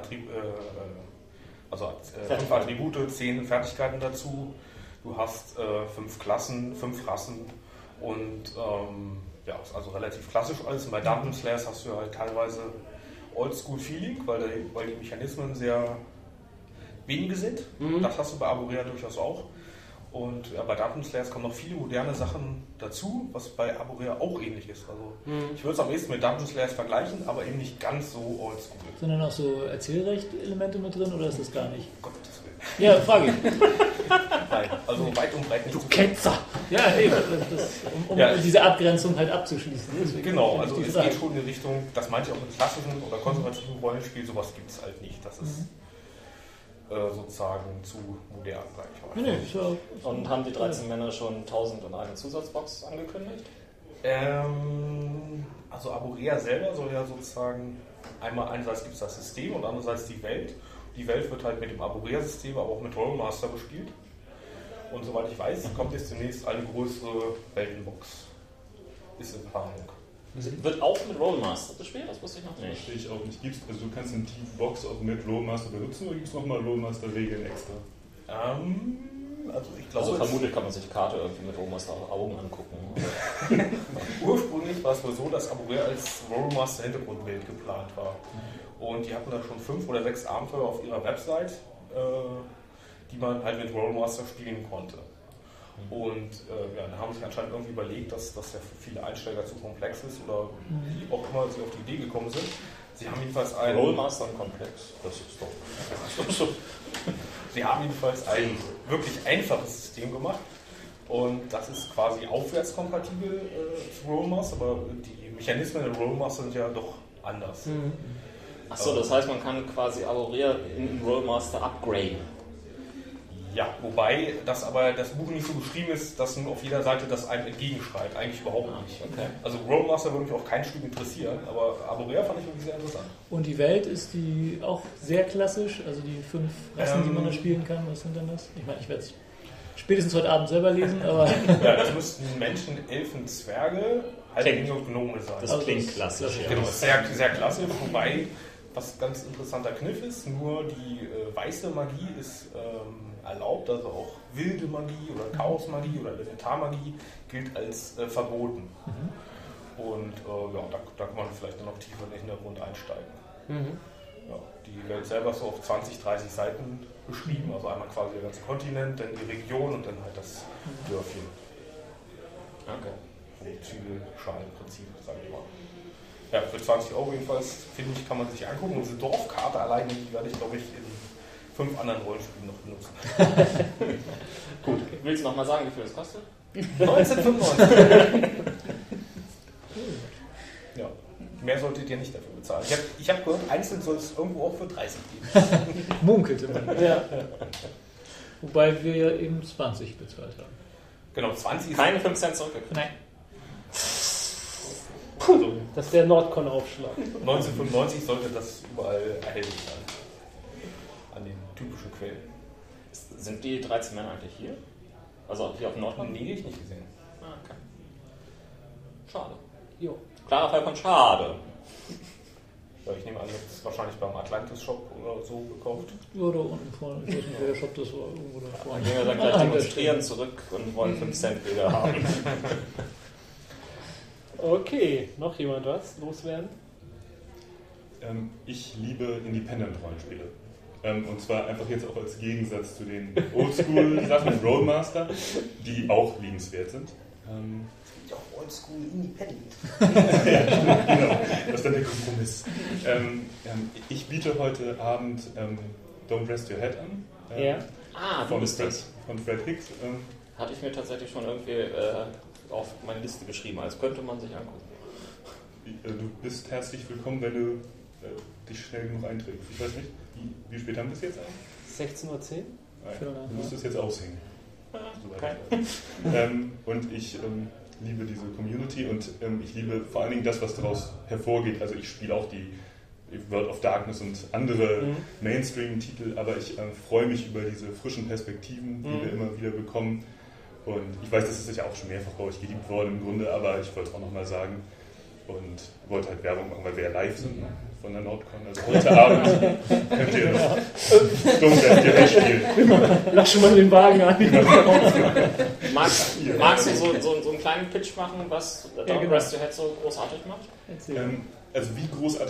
[SPEAKER 6] Attribute, 10 Fertigkeiten dazu. Du hast 5 Klassen, 5 Rassen und ist also relativ klassisch alles. Und bei Dungeon Slayers hast du halt teilweise Oldschool-Feeling, weil die Mechanismen sehr wenige sind. Mhm. Das hast du bei Aborea durchaus auch. Und bei Dungeon Slayers kommen noch viele moderne Sachen dazu, was bei Aborea auch ähnlich ist. Also ich würde es am ehesten mit Dungeon Slayers vergleichen, aber eben nicht ganz so oldschool.
[SPEAKER 5] Sind da noch so Erzählrecht-Elemente mit drin oder ist das gar nicht?
[SPEAKER 6] Gottes Willen.
[SPEAKER 5] Ja, Frage ich.
[SPEAKER 6] Nein, also weit und breit nicht.
[SPEAKER 5] Du Ketzer! Ja, eben, um diese Abgrenzung halt abzuschließen. Deswegen
[SPEAKER 6] genau, also es geht schon in Richtung, das meinte ich auch mit klassischen oder konservativen Rollenspiel, sowas gibt es halt nicht. Das ist sozusagen zu modern, sag ich mal.
[SPEAKER 5] Nee,
[SPEAKER 3] und haben die 13 Männer schon 1000 und eine Zusatzbox angekündigt?
[SPEAKER 6] Also Aborea selber soll ja sozusagen einerseits gibt es das System und andererseits die Welt. Die Welt wird halt mit dem Aborea-System, aber auch mit Rolemaster gespielt. Und soweit ich weiß, kommt jetzt demnächst eine größere Weltenbox. Ist in Planung.
[SPEAKER 3] Wird auch mit Rolemaster gespielt? Das wusste ich noch nicht.
[SPEAKER 7] Verstehe ich auch nicht. Also du kannst eine Box auch mit Rolemaster benutzen oder gibt es nochmal Rolemaster-Regeln extra?
[SPEAKER 6] Ich glaube,
[SPEAKER 3] vermutlich kann man sich die Karte irgendwie mit Rolemaster Augen angucken.
[SPEAKER 6] Ursprünglich war es wohl so, dass Aborea als Rolemaster Hintergrundwelt geplant war. Und die hatten da schon 5 oder 6 Abenteuer auf ihrer Website, die man halt mit Rolemaster spielen konnte. Und dann haben sie sich anscheinend irgendwie überlegt, dass das ja für viele Einsteiger zu komplex ist oder wie auch immer sie auf die Idee gekommen sind. Sie haben jedenfalls ein
[SPEAKER 3] Rolemaster komplex, das ist doch.
[SPEAKER 6] Sie haben jedenfalls ein wirklich einfaches System gemacht und das ist quasi aufwärtskompatibel zu Rolemaster, aber die Mechanismen in Rolemaster sind ja doch anders.
[SPEAKER 3] Achso, das heißt, man kann quasi Aborea in Rolemaster upgraden.
[SPEAKER 6] Ja, wobei das Buch nicht so geschrieben ist, dass nun auf jeder Seite das einem entgegenschreit. Eigentlich überhaupt nicht.
[SPEAKER 3] Okay.
[SPEAKER 6] Also Rolemaster würde mich auch kein Stück interessieren, aber Aborea fand ich wirklich sehr interessant.
[SPEAKER 5] Und die Welt, ist die auch sehr klassisch? Also die 5 Rassen, die man da spielen kann, was sind denn das? Ich meine, ich werde es spätestens heute Abend selber lesen, aber...
[SPEAKER 6] Ja, das müssten Menschen, Elfen, Zwerge, Halblinge und Gnome sein.
[SPEAKER 3] Das klingt klassisch.
[SPEAKER 6] Genau, sehr, sehr klassisch, wobei... Was ganz interessanter Kniff ist, nur die weiße Magie ist erlaubt, also auch wilde Magie oder Chaosmagie oder Elementarmagie gilt als verboten. Und da kann man vielleicht noch tiefer in den Hintergrund einsteigen. Ja, die Welt selber ist so auf 20, 30 Seiten beschrieben, also einmal quasi der ganze Kontinent, dann die Region und dann halt das Dörfchen.
[SPEAKER 3] Okay.
[SPEAKER 6] Zwiebelschalenprinzip, sage ich mal. Ja, für 20 € jedenfalls, finde ich, kann man sich angucken. Und diese Dorfkarte alleine, die werde ich, glaube ich, in 5 anderen Rollenspielen noch benutzen.
[SPEAKER 3] Gut, willst du nochmal sagen, wie viel das kostet?
[SPEAKER 6] 1995. Ja, mehr solltet ihr nicht dafür bezahlen. Ich hab gehört, einzeln soll es irgendwo auch für 30 geben.
[SPEAKER 5] Munkelte man. Ja. Wobei wir ja eben 20 bezahlt haben.
[SPEAKER 6] Genau, 20 ist...
[SPEAKER 3] Keine 5 Cent zurückgekriegt.
[SPEAKER 5] Nein.
[SPEAKER 6] Also,
[SPEAKER 1] das ist der Nordcon-Aufschlag.
[SPEAKER 6] 1995 sollte das überall erhältlich sein. An den typischen Quellen.
[SPEAKER 3] Sind die 13 Männer eigentlich hier? Also hier auf dem Nordcon?
[SPEAKER 6] Nee, ich nicht gesehen.
[SPEAKER 3] Ah, okay. Schade.
[SPEAKER 1] Jo.
[SPEAKER 3] Klarer Fall von schade.
[SPEAKER 6] Ja, ich nehme an, ihr habt es wahrscheinlich beim Atlantis-Shop oder so gekauft.
[SPEAKER 5] Ja, da unten vorne. Ich weiß nicht, welcher Shop das war. Irgendwo da vorne.
[SPEAKER 3] Dann gehen wir dann gleich demonstrieren zurück und wollen 5 Cent wieder haben.
[SPEAKER 1] Okay, noch jemand was loswerden?
[SPEAKER 7] Ich liebe Independent-Rollenspiele. Und zwar einfach jetzt auch als Gegensatz zu den Oldschool-Sachen im Rollmaster, die auch liebenswert sind.
[SPEAKER 6] Es gibt ja auch Oldschool Independent.
[SPEAKER 7] Ja, genau. Das ist dann der Kompromiss. Ich biete heute Abend Don't Rest Your Head an.
[SPEAKER 1] Ja.
[SPEAKER 3] Du bist das.
[SPEAKER 7] Von Fred Hicks.
[SPEAKER 3] Hatte ich mir tatsächlich schon irgendwie auf meine Liste geschrieben, als könnte man sich angucken.
[SPEAKER 7] Du bist herzlich willkommen, wenn du dich schnell genug einträgst. Ich weiß nicht, wie spät haben wir es jetzt eigentlich?
[SPEAKER 1] 16:10 Uhr?
[SPEAKER 7] Du musst es jetzt aushängen.
[SPEAKER 3] Okay.
[SPEAKER 7] Und ich liebe diese Community und ich liebe vor allen Dingen das, was daraus hervorgeht. Also ich spiele auch die World of Darkness und andere Mainstream-Titel, aber ich freue mich über diese frischen Perspektiven, die wir immer wieder bekommen. Und ich weiß, das ist ja auch schon mehrfach bei euch geliebt worden im Grunde, aber ich wollte es auch nochmal sagen und wollte halt Werbung machen, weil wir ja live sind von der Nordcon. Also heute Abend könnt ihr noch Domfest spielen.
[SPEAKER 1] Lass schon mal den Wagen an.
[SPEAKER 3] Magst du so einen kleinen Pitch machen, was Don't Rest Your Head so großartig macht?
[SPEAKER 7] Also wie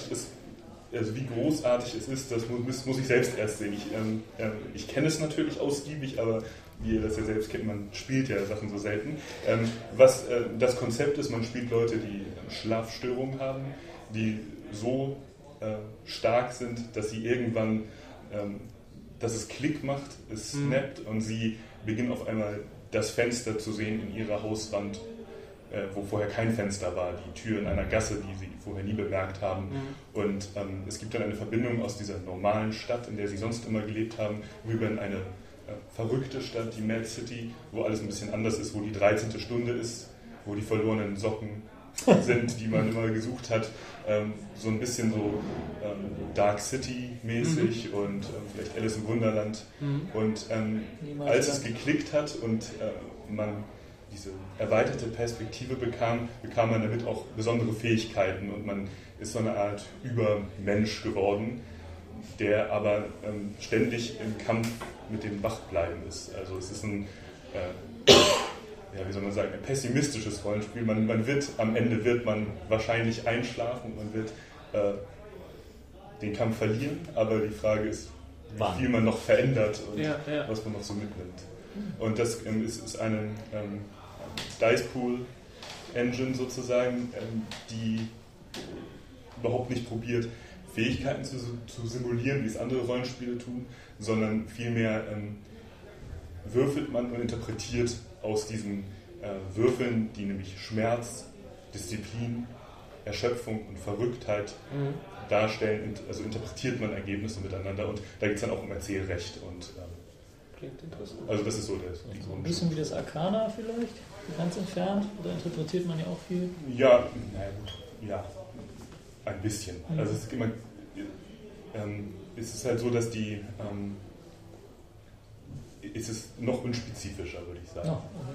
[SPEAKER 7] großartig es ist, das muss ich selbst erst sehen. Ich kenne es natürlich ausgiebig, aber wie ihr das ja selbst kennt, man spielt ja Sachen so selten. Was das Konzept ist, man spielt Leute, die Schlafstörungen haben, die so stark sind, dass sie irgendwann, dass es Klick macht, es snappt und sie beginnen auf einmal das Fenster zu sehen in ihrer Hauswand, wo vorher kein Fenster war, die Tür in einer Gasse, die sie vorher nie bemerkt haben. Und es gibt dann eine Verbindung aus dieser normalen Stadt, in der sie sonst immer gelebt haben, rüber in eine verrückte Stadt, die Mad City, wo alles ein bisschen anders ist, wo die 13. Stunde ist, wo die verlorenen Socken sind, die man immer gesucht hat. So ein bisschen so Dark City-mäßig und vielleicht Alice im Wunderland. Und als es geklickt hat und man diese erweiterte Perspektive bekam man damit auch besondere Fähigkeiten und man ist so eine Art Übermensch geworden, der aber ständig im Kampf mit dem Wachbleiben ist. Also es ist ein, wie soll man sagen, ein pessimistisches Rollenspiel. Am Ende wird man wahrscheinlich einschlafen, man wird den Kampf verlieren, aber die Frage ist, wie viel man noch verändert und was man noch so mitnimmt. Und das ist eine Dice Pool Engine sozusagen, die überhaupt nicht probiert, Fähigkeiten zu simulieren, wie es andere Rollenspiele tun, sondern vielmehr würfelt man und interpretiert aus diesen Würfeln, die nämlich Schmerz, Disziplin, Erschöpfung und Verrücktheit darstellen, also interpretiert man Ergebnisse miteinander und da geht es dann auch um Erzählrecht und
[SPEAKER 1] klingt interessant.
[SPEAKER 7] Also das ist so
[SPEAKER 5] so ein bisschen wie das Arcana vielleicht, ganz entfernt, oder interpretiert man ja auch viel?
[SPEAKER 7] Ja, ja, ein bisschen. Also es ist immer, es ist halt so, dass es ist noch unspezifischer, würde ich sagen.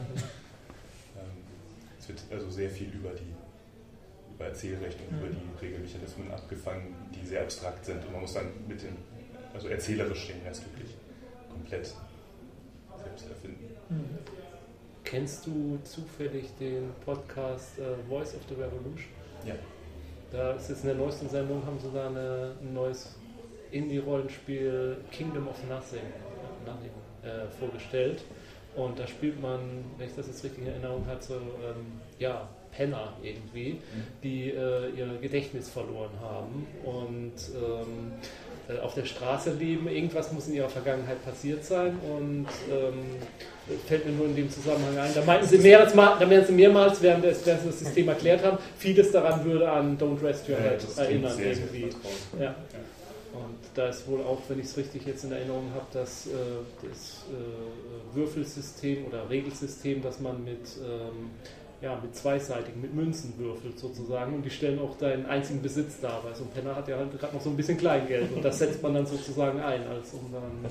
[SPEAKER 7] Es wird also sehr viel über Erzählrecht und über die Regelmechanismen abgefangen, die sehr abstrakt sind und man muss dann also erzählerisch den Rest wirklich komplett selbst erfinden.
[SPEAKER 1] Kennst du zufällig den Podcast Voice of the Revolution?
[SPEAKER 7] Ja.
[SPEAKER 1] Da ist jetzt in der neuesten Sendung, haben sie da ein neues Indie-Rollenspiel Kingdom of Nothing vorgestellt. Und da spielt man, wenn ich das jetzt richtig in Erinnerung hatte, Penner irgendwie, die ihr Gedächtnis verloren haben und auf der Straße leben. Irgendwas muss in ihrer Vergangenheit passiert sein und fällt mir nur in dem Zusammenhang ein. Da meinten sie mehrmals, während sie das System erklärt haben, vieles daran würde an Don't Rest Your Head erinnern.
[SPEAKER 7] Sehr,
[SPEAKER 1] irgendwie.
[SPEAKER 7] sehr
[SPEAKER 1] Und da ist wohl auch, wenn ich es richtig jetzt in Erinnerung habe, das Würfelsystem oder Regelsystem, das man mit zweiseitigen, mit Münzen würfelt sozusagen und die stellen auch deinen einzigen Besitz dar, weil so ein Penner hat ja halt gerade noch so ein bisschen Kleingeld und das setzt man dann sozusagen ein, als um dann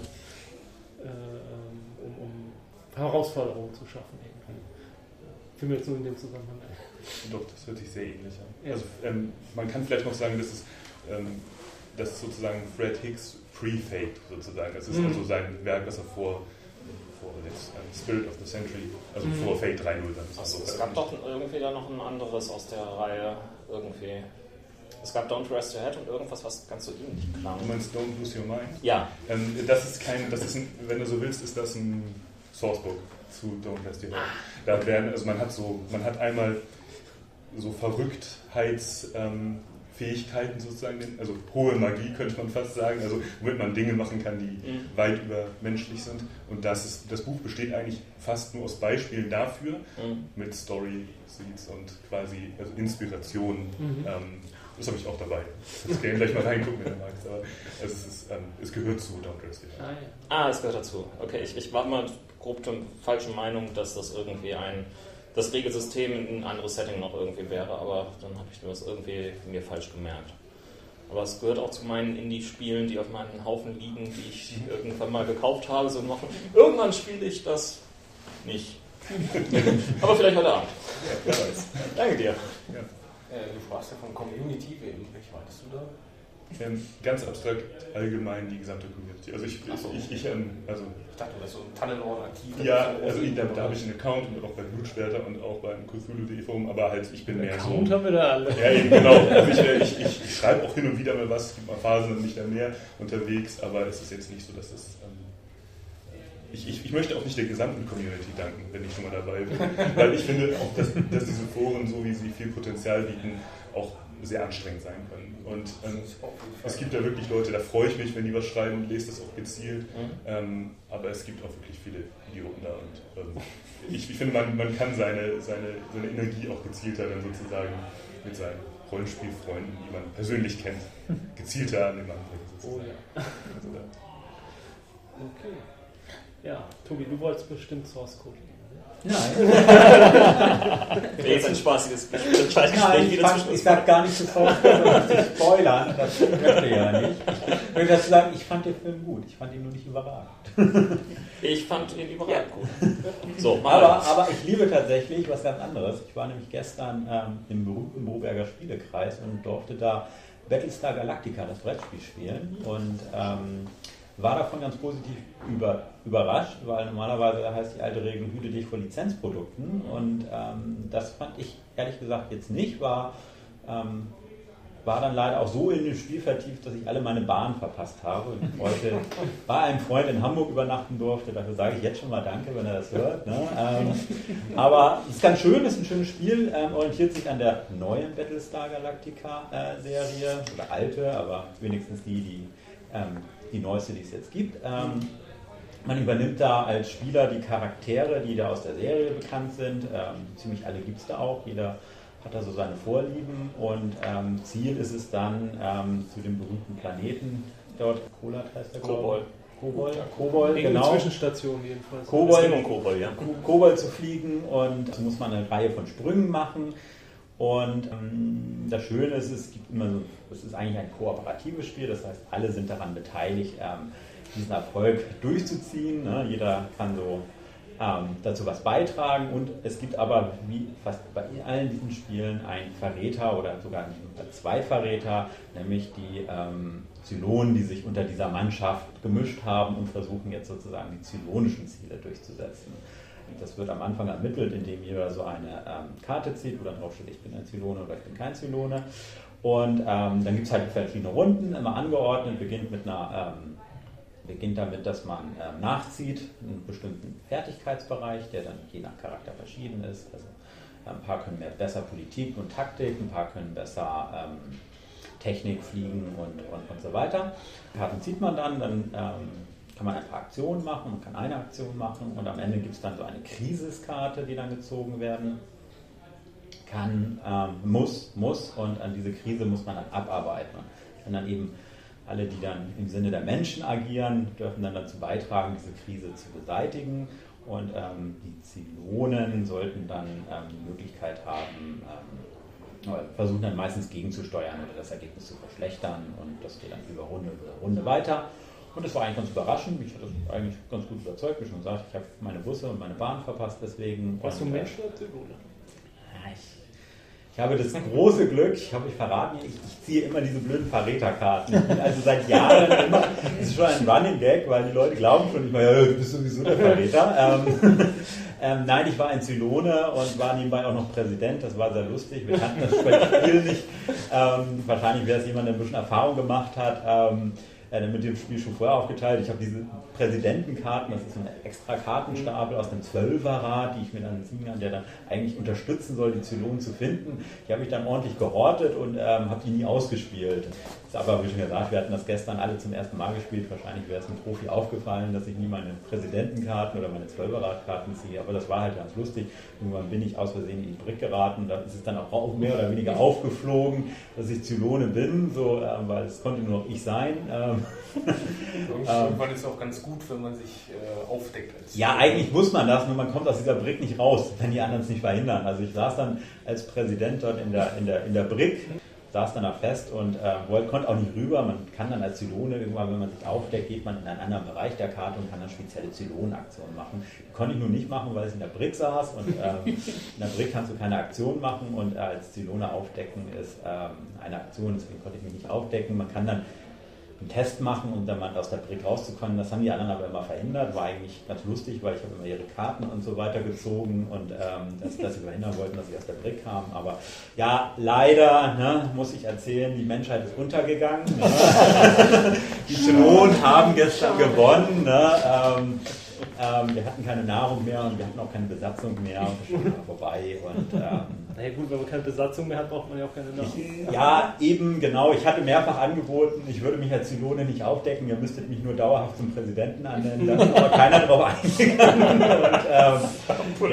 [SPEAKER 1] um Herausforderungen zu schaffen irgendwie. Für mich jetzt nur in dem Zusammenhang.
[SPEAKER 7] Doch, das hört sich sehr ähnlich an.
[SPEAKER 1] Ja.
[SPEAKER 7] Also, man kann vielleicht noch sagen, das ist sozusagen Fred Hicks Pre-Fate sozusagen. Das ist also sein Werk, das er vor Spirit of the Century, also vor Fate 3.0
[SPEAKER 3] Also es gab doch irgendwie da noch ein anderes aus der Reihe irgendwie. Es gab Don't Rest Your Head und irgendwas, was ganz so ähnlich klang.
[SPEAKER 7] Du meinst Don't Lose Your Mind?
[SPEAKER 3] Ja.
[SPEAKER 7] Wenn du so willst, ist das ein Sourcebook zu Don't Rest Your Head. Da werden, also man hat einmal so Verrücktheitsfähigkeiten sozusagen, also hohe Magie könnte man fast sagen, also womit man Dinge machen kann, die weit übermenschlich sind. Und das Buch besteht eigentlich fast nur aus Beispielen dafür, mit Story Seeds und quasi also Inspirationen. Das habe ich auch dabei. Das Game gleich mal reingucken, wenn du magst. Aber es gehört zu Don't Rest Your Head.
[SPEAKER 3] Es gehört dazu. Okay, ich war mal grob der falschen Meinung, dass das irgendwie ein das Regelsystem ein anderes Setting noch irgendwie wäre, aber dann habe ich das irgendwie mir falsch gemerkt. Aber es gehört auch zu meinen Indie-Spielen, die auf meinem Haufen liegen, die ich irgendwann mal gekauft habe, so machen. Irgendwann spiele ich das nicht. Aber vielleicht heute Abend.
[SPEAKER 7] Ja, wer weiß.
[SPEAKER 3] Danke dir.
[SPEAKER 7] Ja.
[SPEAKER 6] Du sprachst ja von Community, welche meintest du da?
[SPEAKER 7] Ganz abstrakt, allgemein die gesamte Community. Also ich
[SPEAKER 6] dachte, du wärst so ein Tannenhorn aktiv.
[SPEAKER 7] Ja, also da habe ich einen Account und auch bei Blutschwerter und auch beim Cthulhu.de Forum, aber halt ich bin mehr
[SPEAKER 5] Account
[SPEAKER 7] so...
[SPEAKER 5] haben wir da alle.
[SPEAKER 7] Ja, eben, genau. Also ich schreibe auch hin und wieder mal was, es gibt mal Phasen, dann bin ich da mehr unterwegs, aber es ist jetzt nicht so, dass das... Ich möchte auch nicht der gesamten Community danken, wenn ich schon mal dabei bin, weil ich finde auch, dass diese Foren, so wie sie viel Potenzial bieten, auch sehr anstrengend sein können. Und es gibt da wirklich Leute, da freue ich mich, wenn die was schreiben und lese das auch gezielt. Aber es gibt auch wirklich viele Idioten da. Und ich finde, man kann seine Energie auch gezielter dann sozusagen mit seinen Rollenspielfreunden, die man persönlich kennt, gezielter an den Mann bringen. Also
[SPEAKER 1] Okay. Ja, Tobi, du wolltest bestimmt Source Code.
[SPEAKER 8] Nein.
[SPEAKER 3] Jetzt ein spaßiges Gespräch.
[SPEAKER 8] Nein, ich sag gar nicht zu Source Code, sondern zu spoilern. Das möchte ich ja nicht. Ich möchte dazu sagen, ich fand den Film gut. Ich fand ihn nur nicht überragend.
[SPEAKER 3] Ich fand ihn überragend gut. So,
[SPEAKER 8] aber ich liebe tatsächlich was ganz anderes. Ich war nämlich gestern im berühmten Moberger Spielekreis und durfte da Battlestar Galactica, das Brettspiel, spielen. Und war davon ganz positiv überrascht, weil normalerweise heißt die alte Regel, hüte dich vor Lizenzprodukten. Und das fand ich ehrlich gesagt jetzt nicht, war dann leider auch so in dem Spiel vertieft, dass ich alle meine Bahn verpasst habe. Und heute bei einem Freund in Hamburg übernachten durfte, dafür sage ich jetzt schon mal Danke, wenn er das hört. Ne? Aber es ist ganz schön, es ist ein schönes Spiel, orientiert sich an der neuen Battlestar Galactica Serie, oder alte, aber wenigstens die neueste, die es jetzt gibt. Man übernimmt da als Spieler die Charaktere, die da aus der Serie bekannt sind. Ziemlich alle gibt es da auch. Jeder hat da so seine Vorlieben. Und Ziel ist es dann, zu dem berühmten Planeten, dort Kobold heißt der, glaube ich. Kobold, genau.
[SPEAKER 1] Zwischenstation jedenfalls.
[SPEAKER 8] Kobold zu fliegen, und da muss man eine Reihe von Sprüngen machen. Und das Schöne ist, es ist eigentlich ein kooperatives Spiel, das heißt, alle sind daran beteiligt, diesen Erfolg durchzuziehen. Ne? Jeder kann so dazu was beitragen, und es gibt aber, wie fast bei allen diesen Spielen, einen Verräter oder sogar zwei Verräter, nämlich die Zylonen, die sich unter dieser Mannschaft gemischt haben und versuchen jetzt sozusagen die zylonischen Ziele durchzusetzen. Das wird am Anfang ermittelt, indem jeder so eine Karte zieht, wo dann drauf steht, ich bin ein Zylone oder ich bin kein Zylone. Und dann gibt es halt verschiedene Runden, immer angeordnet, beginnt damit, dass man nachzieht, einen bestimmten Fertigkeitsbereich, der dann je nach Charakter verschieden ist. Also ein paar können besser Politik und Taktik, ein paar können besser Technik, Fliegen und so weiter. Karten zieht man dann kann man ein paar Aktionen machen, man kann eine Aktion machen, und am Ende gibt es dann so eine Krisiskarte, die dann gezogen werden kann, muss, und an diese Krise muss man dann abarbeiten. Und dann eben alle, die dann im Sinne der Menschen agieren, dürfen dann dazu beitragen, diese Krise zu beseitigen, und die Zylonen sollten dann die Möglichkeit haben, versuchen dann meistens gegenzusteuern oder das Ergebnis zu verschlechtern, und das geht dann über Runde weiter. Und das war eigentlich ganz überraschend. Mich hat das eigentlich ganz gut überzeugt. Wie schon gesagt, ich habe meine Busse und meine Bahn verpasst deswegen.
[SPEAKER 1] Warst du Mensch oder Zylone?
[SPEAKER 8] Ich habe das große Glück, ich habe mich verraten, ich ziehe immer diese blöden Verräterkarten. Also seit Jahren immer, das ist schon ein Running Gag, weil die Leute glauben schon nicht mal, ja, du bist sowieso der Verräter. Nein, ich war ein Zylone und war nebenbei auch noch Präsident, das war sehr lustig. Wir kannten das Spiel nicht. Wahrscheinlich wäre es jemand, der ein bisschen Erfahrung gemacht hat. Mit dem Spiel schon vorher aufgeteilt. Ich habe diese Präsidentenkarten, das ist so ein extra Kartenstapel aus einem 12er-Rad, die ich mir dann ziehen kann, der dann eigentlich unterstützen soll, die Zylonen zu finden. Die habe ich dann ordentlich gehortet und habe die nie ausgespielt. Ist aber, wie schon gesagt, wir hatten das gestern alle zum ersten Mal gespielt. Wahrscheinlich wäre es einem Profi aufgefallen, dass ich nie meine Präsidentenkarten oder meine 12er-Radkarten ziehe. Aber das war halt ganz lustig. Irgendwann bin ich aus Versehen in die Brick geraten. Da ist es dann auch mehr oder weniger aufgeflogen, dass ich Zylone bin, so, weil es konnte nur noch ich sein.
[SPEAKER 6] Irgendwann ist es auch ganz gut, wenn man sich aufdeckt.
[SPEAKER 8] Ja, eigentlich muss man das, nur man kommt aus dieser Brick nicht raus, wenn die anderen es nicht verhindern. Also ich saß dann als Präsident dort in der Brick, saß dann da fest und konnte auch nicht rüber. Man kann dann als Zylone, irgendwann, wenn man sich aufdeckt, geht man in einen anderen Bereich der Karte und kann dann spezielle Zylonenaktionen machen. Konnte ich nur nicht machen, weil es in der Brick saß und in der Brick kannst du keine Aktion machen und als Zylone aufdecken ist eine Aktion, deswegen konnte ich mich nicht aufdecken. Man kann dann einen Test machen, um dann mal aus der Brick rauszukommen. Das haben die anderen aber immer verhindert. War eigentlich ganz lustig, weil ich habe immer ihre Karten und so weiter gezogen und dass sie verhindern wollten, dass ich aus der Brick kam. Aber ja, leider muss ich erzählen, die Menschheit ist untergegangen. Die Zylonen haben gestern gewonnen. Wir hatten keine Nahrung mehr und wir hatten auch keine Besatzung mehr und das war vorbei. Und,
[SPEAKER 1] na ja gut, wenn man keine Besatzung mehr hat, braucht man ja auch keine Nahrung.
[SPEAKER 8] Ja, eben, genau. Ich hatte mehrfach angeboten, ich würde mich als Zylone nicht aufdecken, ihr müsstet mich nur dauerhaft zum Präsidenten annennen. Da ist aber keiner drauf eingegangen. Und,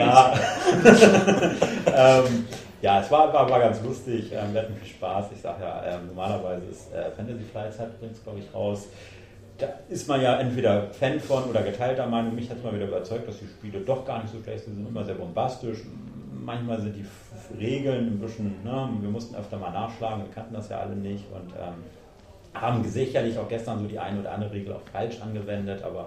[SPEAKER 8] ja, es war ganz lustig. Wir hatten viel Spaß. Ich sage ja, normalerweise ist Fantasy Flight Set, bringt es glaube ich raus. Da ist man ja entweder Fan von oder geteilter Meinung. Mich hat es mal wieder überzeugt, dass die Spiele doch gar nicht so schlecht sind. Sie sind immer sehr bombastisch. Manchmal sind die Regeln ein bisschen, wir mussten öfter mal nachschlagen, wir kannten das ja alle nicht und haben sicherlich auch gestern so die eine oder andere Regel auch falsch angewendet, aber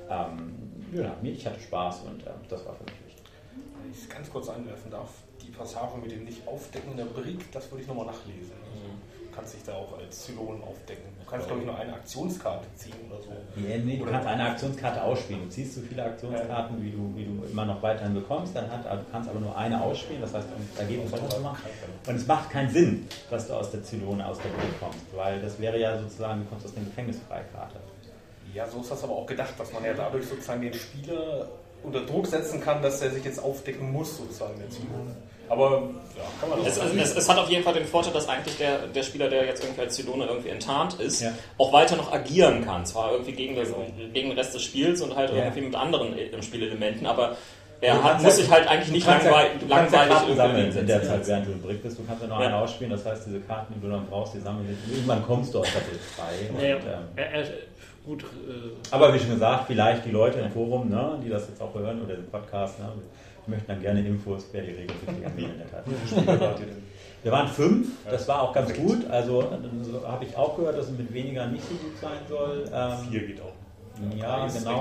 [SPEAKER 8] ich hatte Spaß und das war für mich wichtig.
[SPEAKER 6] Wenn ich es ganz kurz einwerfen darf, die Passage mit dem Nicht-Aufdecken in der Brick, das würde ich nochmal nachlesen. Du kannst dich da auch als Zylon aufdecken. Du kannst, glaube ich, nur eine Aktionskarte ziehen oder so.
[SPEAKER 8] Ja, nee, du kannst eine Aktionskarte ausspielen. Du ziehst so viele Aktionskarten, wie du immer noch weiterhin bekommst. Du kannst aber nur eine ausspielen, das heißt, da geht es auch immer. Und es macht keinen Sinn, dass du aus der Zylone, aus der Brick kommst, weil das wäre ja sozusagen, du kommst aus der Gefängnisfreikarte.
[SPEAKER 6] Ja, so ist das aber auch gedacht, dass man ja dadurch sozusagen den Spieler unter Druck setzen kann, dass er sich jetzt aufdecken muss, sozusagen, der Zylone. Aber ja, kann man das
[SPEAKER 3] es hat auf jeden Fall den Vorteil, dass eigentlich der Spieler, der jetzt irgendwie als Zylone irgendwie enttarnt ist, auch weiter noch agieren kann. Zwar irgendwie gegen den Rest des Spiels und halt irgendwie mit anderen Spielelementen, aber er muss sich halt eigentlich nicht langweilig
[SPEAKER 8] sammeln in der Zeit, während du in Brick bist. Du kannst ja noch eine ausspielen, das heißt, diese Karten, die du dann brauchst, die sammeln dich. Irgendwann kommst du aus der Brick frei.
[SPEAKER 1] Gut,
[SPEAKER 8] aber wie schon gesagt, vielleicht die Leute im Forum, die das jetzt auch hören oder den Podcast, möchten dann gerne Infos, wer die Regeln richtig angewendet hat. Wir waren 5, das war auch ganz gut. Also habe ich auch gehört, dass es mit weniger nicht so gut sein soll.
[SPEAKER 7] 4 geht auch.
[SPEAKER 8] Ja, genau.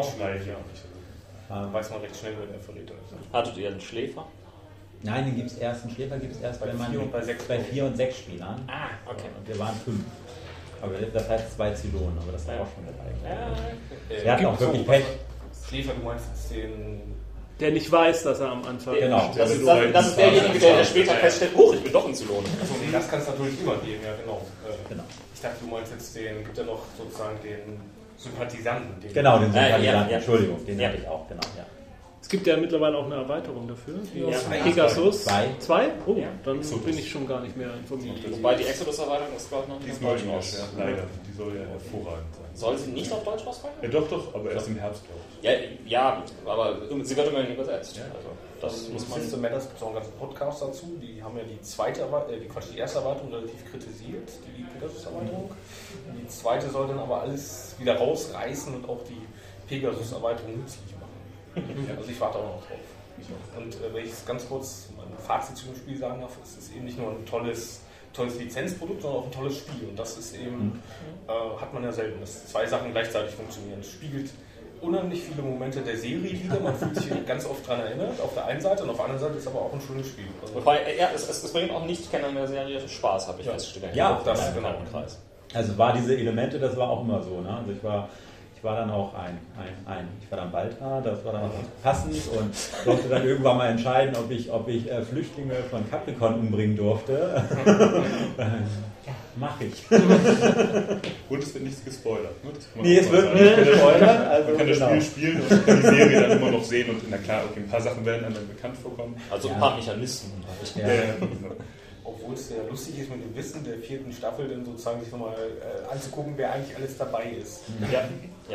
[SPEAKER 6] Weiß man recht schnell, wer der Verräter ist.
[SPEAKER 3] Hattet ihr einen Schläfer?
[SPEAKER 8] Nein, einen Schläfer gibt es erst bei 4 und 6 Spielern.
[SPEAKER 3] Ah, okay.
[SPEAKER 8] Und wir waren 5. Aber das heißt 2 Zylonen, aber das war auch schon dabei. Wir hatten auch wirklich Pech.
[SPEAKER 6] Schläfer, du meinst jetzt den...
[SPEAKER 1] Der nicht weiß, dass er am Anfang...
[SPEAKER 3] Genau, das ist derjenige, der später feststellt, ich bin doch ein Zylon.
[SPEAKER 6] Das kann es natürlich immer geben, ja genau. Ich dachte, du meinst jetzt gibt ja noch sozusagen den Sympathisanten.
[SPEAKER 8] Den Sympathisanten, Entschuldigung, den hatte ich auch, genau, ja.
[SPEAKER 1] Es gibt ja mittlerweile auch eine Erweiterung dafür. Pegasus. 2? Oh, dann bin ich schon gar nicht mehr informiert.
[SPEAKER 3] Wobei die Exodus-Erweiterung ist, glaube ich, noch nicht
[SPEAKER 7] auf Deutsch raus. Ja, leider. Die soll ja hervorragend sein.
[SPEAKER 3] Soll sie nicht auf Deutsch rauskommen?
[SPEAKER 7] Ja, doch, aber erst im Herbst, glaube ich.
[SPEAKER 3] Ja, aber sie wird immerhin übersetzt. Ja. Also, das muss man.
[SPEAKER 6] System Matters gibt es auch einen ganzen Podcast dazu. Die haben ja die erste Erweiterung relativ kritisiert, die Pegasus-Erweiterung. Die zweite soll dann aber alles wieder rausreißen und auch die Pegasus-Erweiterung nützlich machen. Also ich warte auch noch drauf. Und wenn ich ganz kurz mein Fazit zu dem Spiel sagen darf, es ist eben nicht nur ein tolles Lizenzprodukt, sondern auch ein tolles Spiel. Und das ist eben, hat man ja selten, dass 2 Sachen gleichzeitig funktionieren. Es spiegelt unheimlich viele Momente der Serie wieder. Man fühlt sich ganz oft daran erinnert, auf der einen Seite, und auf der anderen Seite ist aber auch ein schönes Spiel. Also
[SPEAKER 3] wobei, es bringt auch Nicht-Kennern der Serie Spaß, habe ich festgestellt.
[SPEAKER 8] Ja, das genau im Kreis. Also war diese Elemente, das war auch immer so. Ne? Also ich war dann auch ich war dann Baltar, das war dann auch passend und durfte dann irgendwann mal entscheiden, ob ich Flüchtlinge von Capricorn umbringen durfte. Ja, mache ich.
[SPEAKER 7] Und es wird nichts gespoilert. Ne?
[SPEAKER 8] Nee, es wird nicht gespoilert. Also
[SPEAKER 7] man kann das Spiel spielen und kann die Serie dann immer noch sehen und ein paar Sachen werden einem bekannt vorkommen.
[SPEAKER 3] Also ein paar Mechanismen.
[SPEAKER 8] Ja.
[SPEAKER 6] Obwohl es sehr lustig ist, mit dem Wissen der 4. Staffel dann sozusagen sich nochmal anzugucken, wer eigentlich alles dabei ist.
[SPEAKER 3] Ja.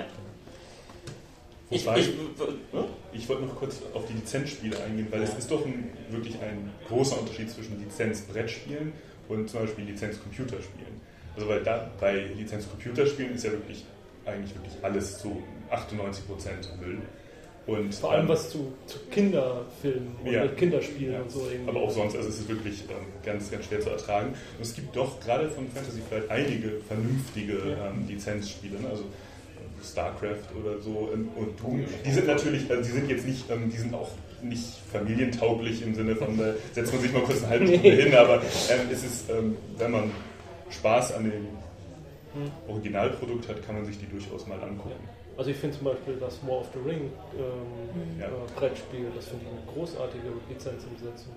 [SPEAKER 7] Ich wollte noch kurz auf die Lizenzspiele eingehen, weil es ist doch wirklich ein großer Unterschied zwischen Lizenz-Brettspielen und zum Beispiel Lizenz-Computerspielen. Also weil da bei Lizenz-Computerspielen ist ja eigentlich wirklich alles zu 98% Müll. Und,
[SPEAKER 1] vor allem was zu Kinderfilmen und Kinderspielen und so. Irgendwie.
[SPEAKER 7] Aber auch sonst, also es ist wirklich ganz, ganz schwer zu ertragen. Und es gibt doch gerade von Fantasy Flight einige vernünftige Lizenzspiele, ne? Also StarCraft oder so und Doom. Die sind natürlich, also die sind jetzt nicht, die sind auch nicht familientauglich im Sinne von, setzt man sich mal kurz eine halbe Stunde hin, aber es ist, wenn man Spaß an dem Originalprodukt hat, kann man sich die durchaus mal angucken.
[SPEAKER 1] Also ich finde zum Beispiel das War of the Ring Brettspiel, das finde ich eine großartige Lizenzumsetzung.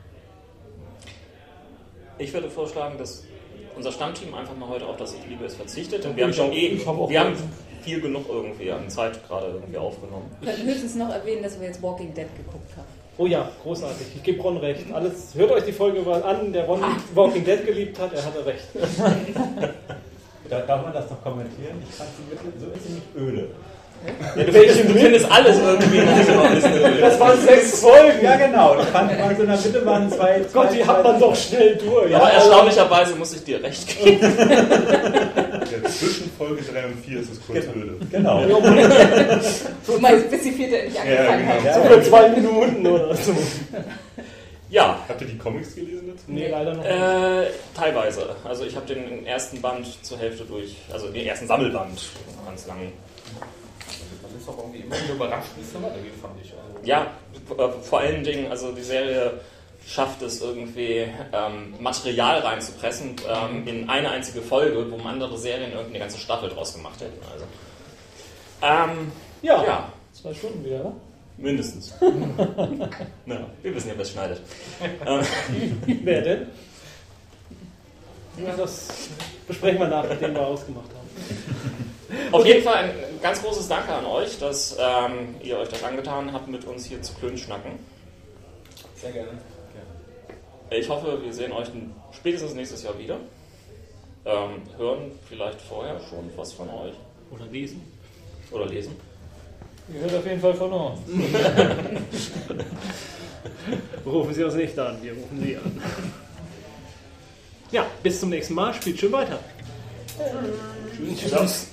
[SPEAKER 1] Ich
[SPEAKER 3] würde vorschlagen, dass unser Stammteam einfach mal heute auf das Ich liebe es verzichtet. Und wir haben viel genug irgendwie an Zeit gerade irgendwie aufgenommen.
[SPEAKER 4] Wir können höchstens noch erwähnen, dass wir jetzt Walking Dead geguckt haben.
[SPEAKER 1] Oh ja, großartig. Ich gebe Ron recht. Hört euch die Folge mal an, der Ron Walking Dead geliebt hat, er hatte recht.
[SPEAKER 8] Darf man das noch kommentieren? Ich fand sie so ziemlich öde.
[SPEAKER 3] Ja, du findest alles irgendwie öde.
[SPEAKER 1] Das waren 6 Folgen.
[SPEAKER 8] Ja, genau. Ich fand, so in der Mitte waren 2.
[SPEAKER 1] Gott, die hat man doch schnell durch.
[SPEAKER 3] Aber erstaunlicherweise muss ich dir recht geben.
[SPEAKER 7] Ja, zwischen Folge 3 und 4 ist es kurz öde.
[SPEAKER 8] Genau.
[SPEAKER 4] Du meinst, bis die 4. endlich angefangen hat.
[SPEAKER 1] So für 2 Minuten oder so.
[SPEAKER 3] Ja.
[SPEAKER 7] Habt ihr die Comics gelesen dazu?
[SPEAKER 1] Nee, leider noch
[SPEAKER 3] nicht. Teilweise. Also ich habe den ersten Band zur Hälfte durch, also den ersten Sammelband ganz lang.
[SPEAKER 6] Man ist auch irgendwie immer wieder überrascht, wie es dann weitergeht, fand ich. Also
[SPEAKER 3] ja, vor allen Dingen, also die Serie schafft es irgendwie, Material reinzupressen in eine einzige Folge, wo andere Serien irgendwie eine ganze Staffel draus gemacht hätten. Also. Ja.
[SPEAKER 5] 2 Stunden wieder, ne?
[SPEAKER 3] Mindestens. Na, wir wissen ja, wer es schneidet.
[SPEAKER 1] Wer denn? Ja, das besprechen wir nachdem wir ausgemacht haben.
[SPEAKER 3] Auf jeden Fall ein ganz großes Danke an euch, dass ihr euch das angetan habt, mit uns hier zu Klönschnacken.
[SPEAKER 6] Sehr gerne.
[SPEAKER 3] Ich hoffe, wir sehen euch spätestens nächstes Jahr wieder. Hören vielleicht vorher schon was von euch.
[SPEAKER 1] Oder lesen.
[SPEAKER 5] Ihr hört auf jeden Fall von uns.
[SPEAKER 1] Rufen Sie uns nicht an, wir rufen Sie an. Ja, bis zum nächsten Mal. Spielt schön weiter.
[SPEAKER 3] Tschüss.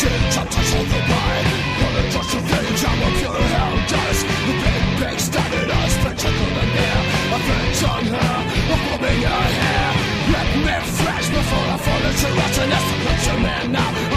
[SPEAKER 9] Before I fall into rottenness, I'm not your man now.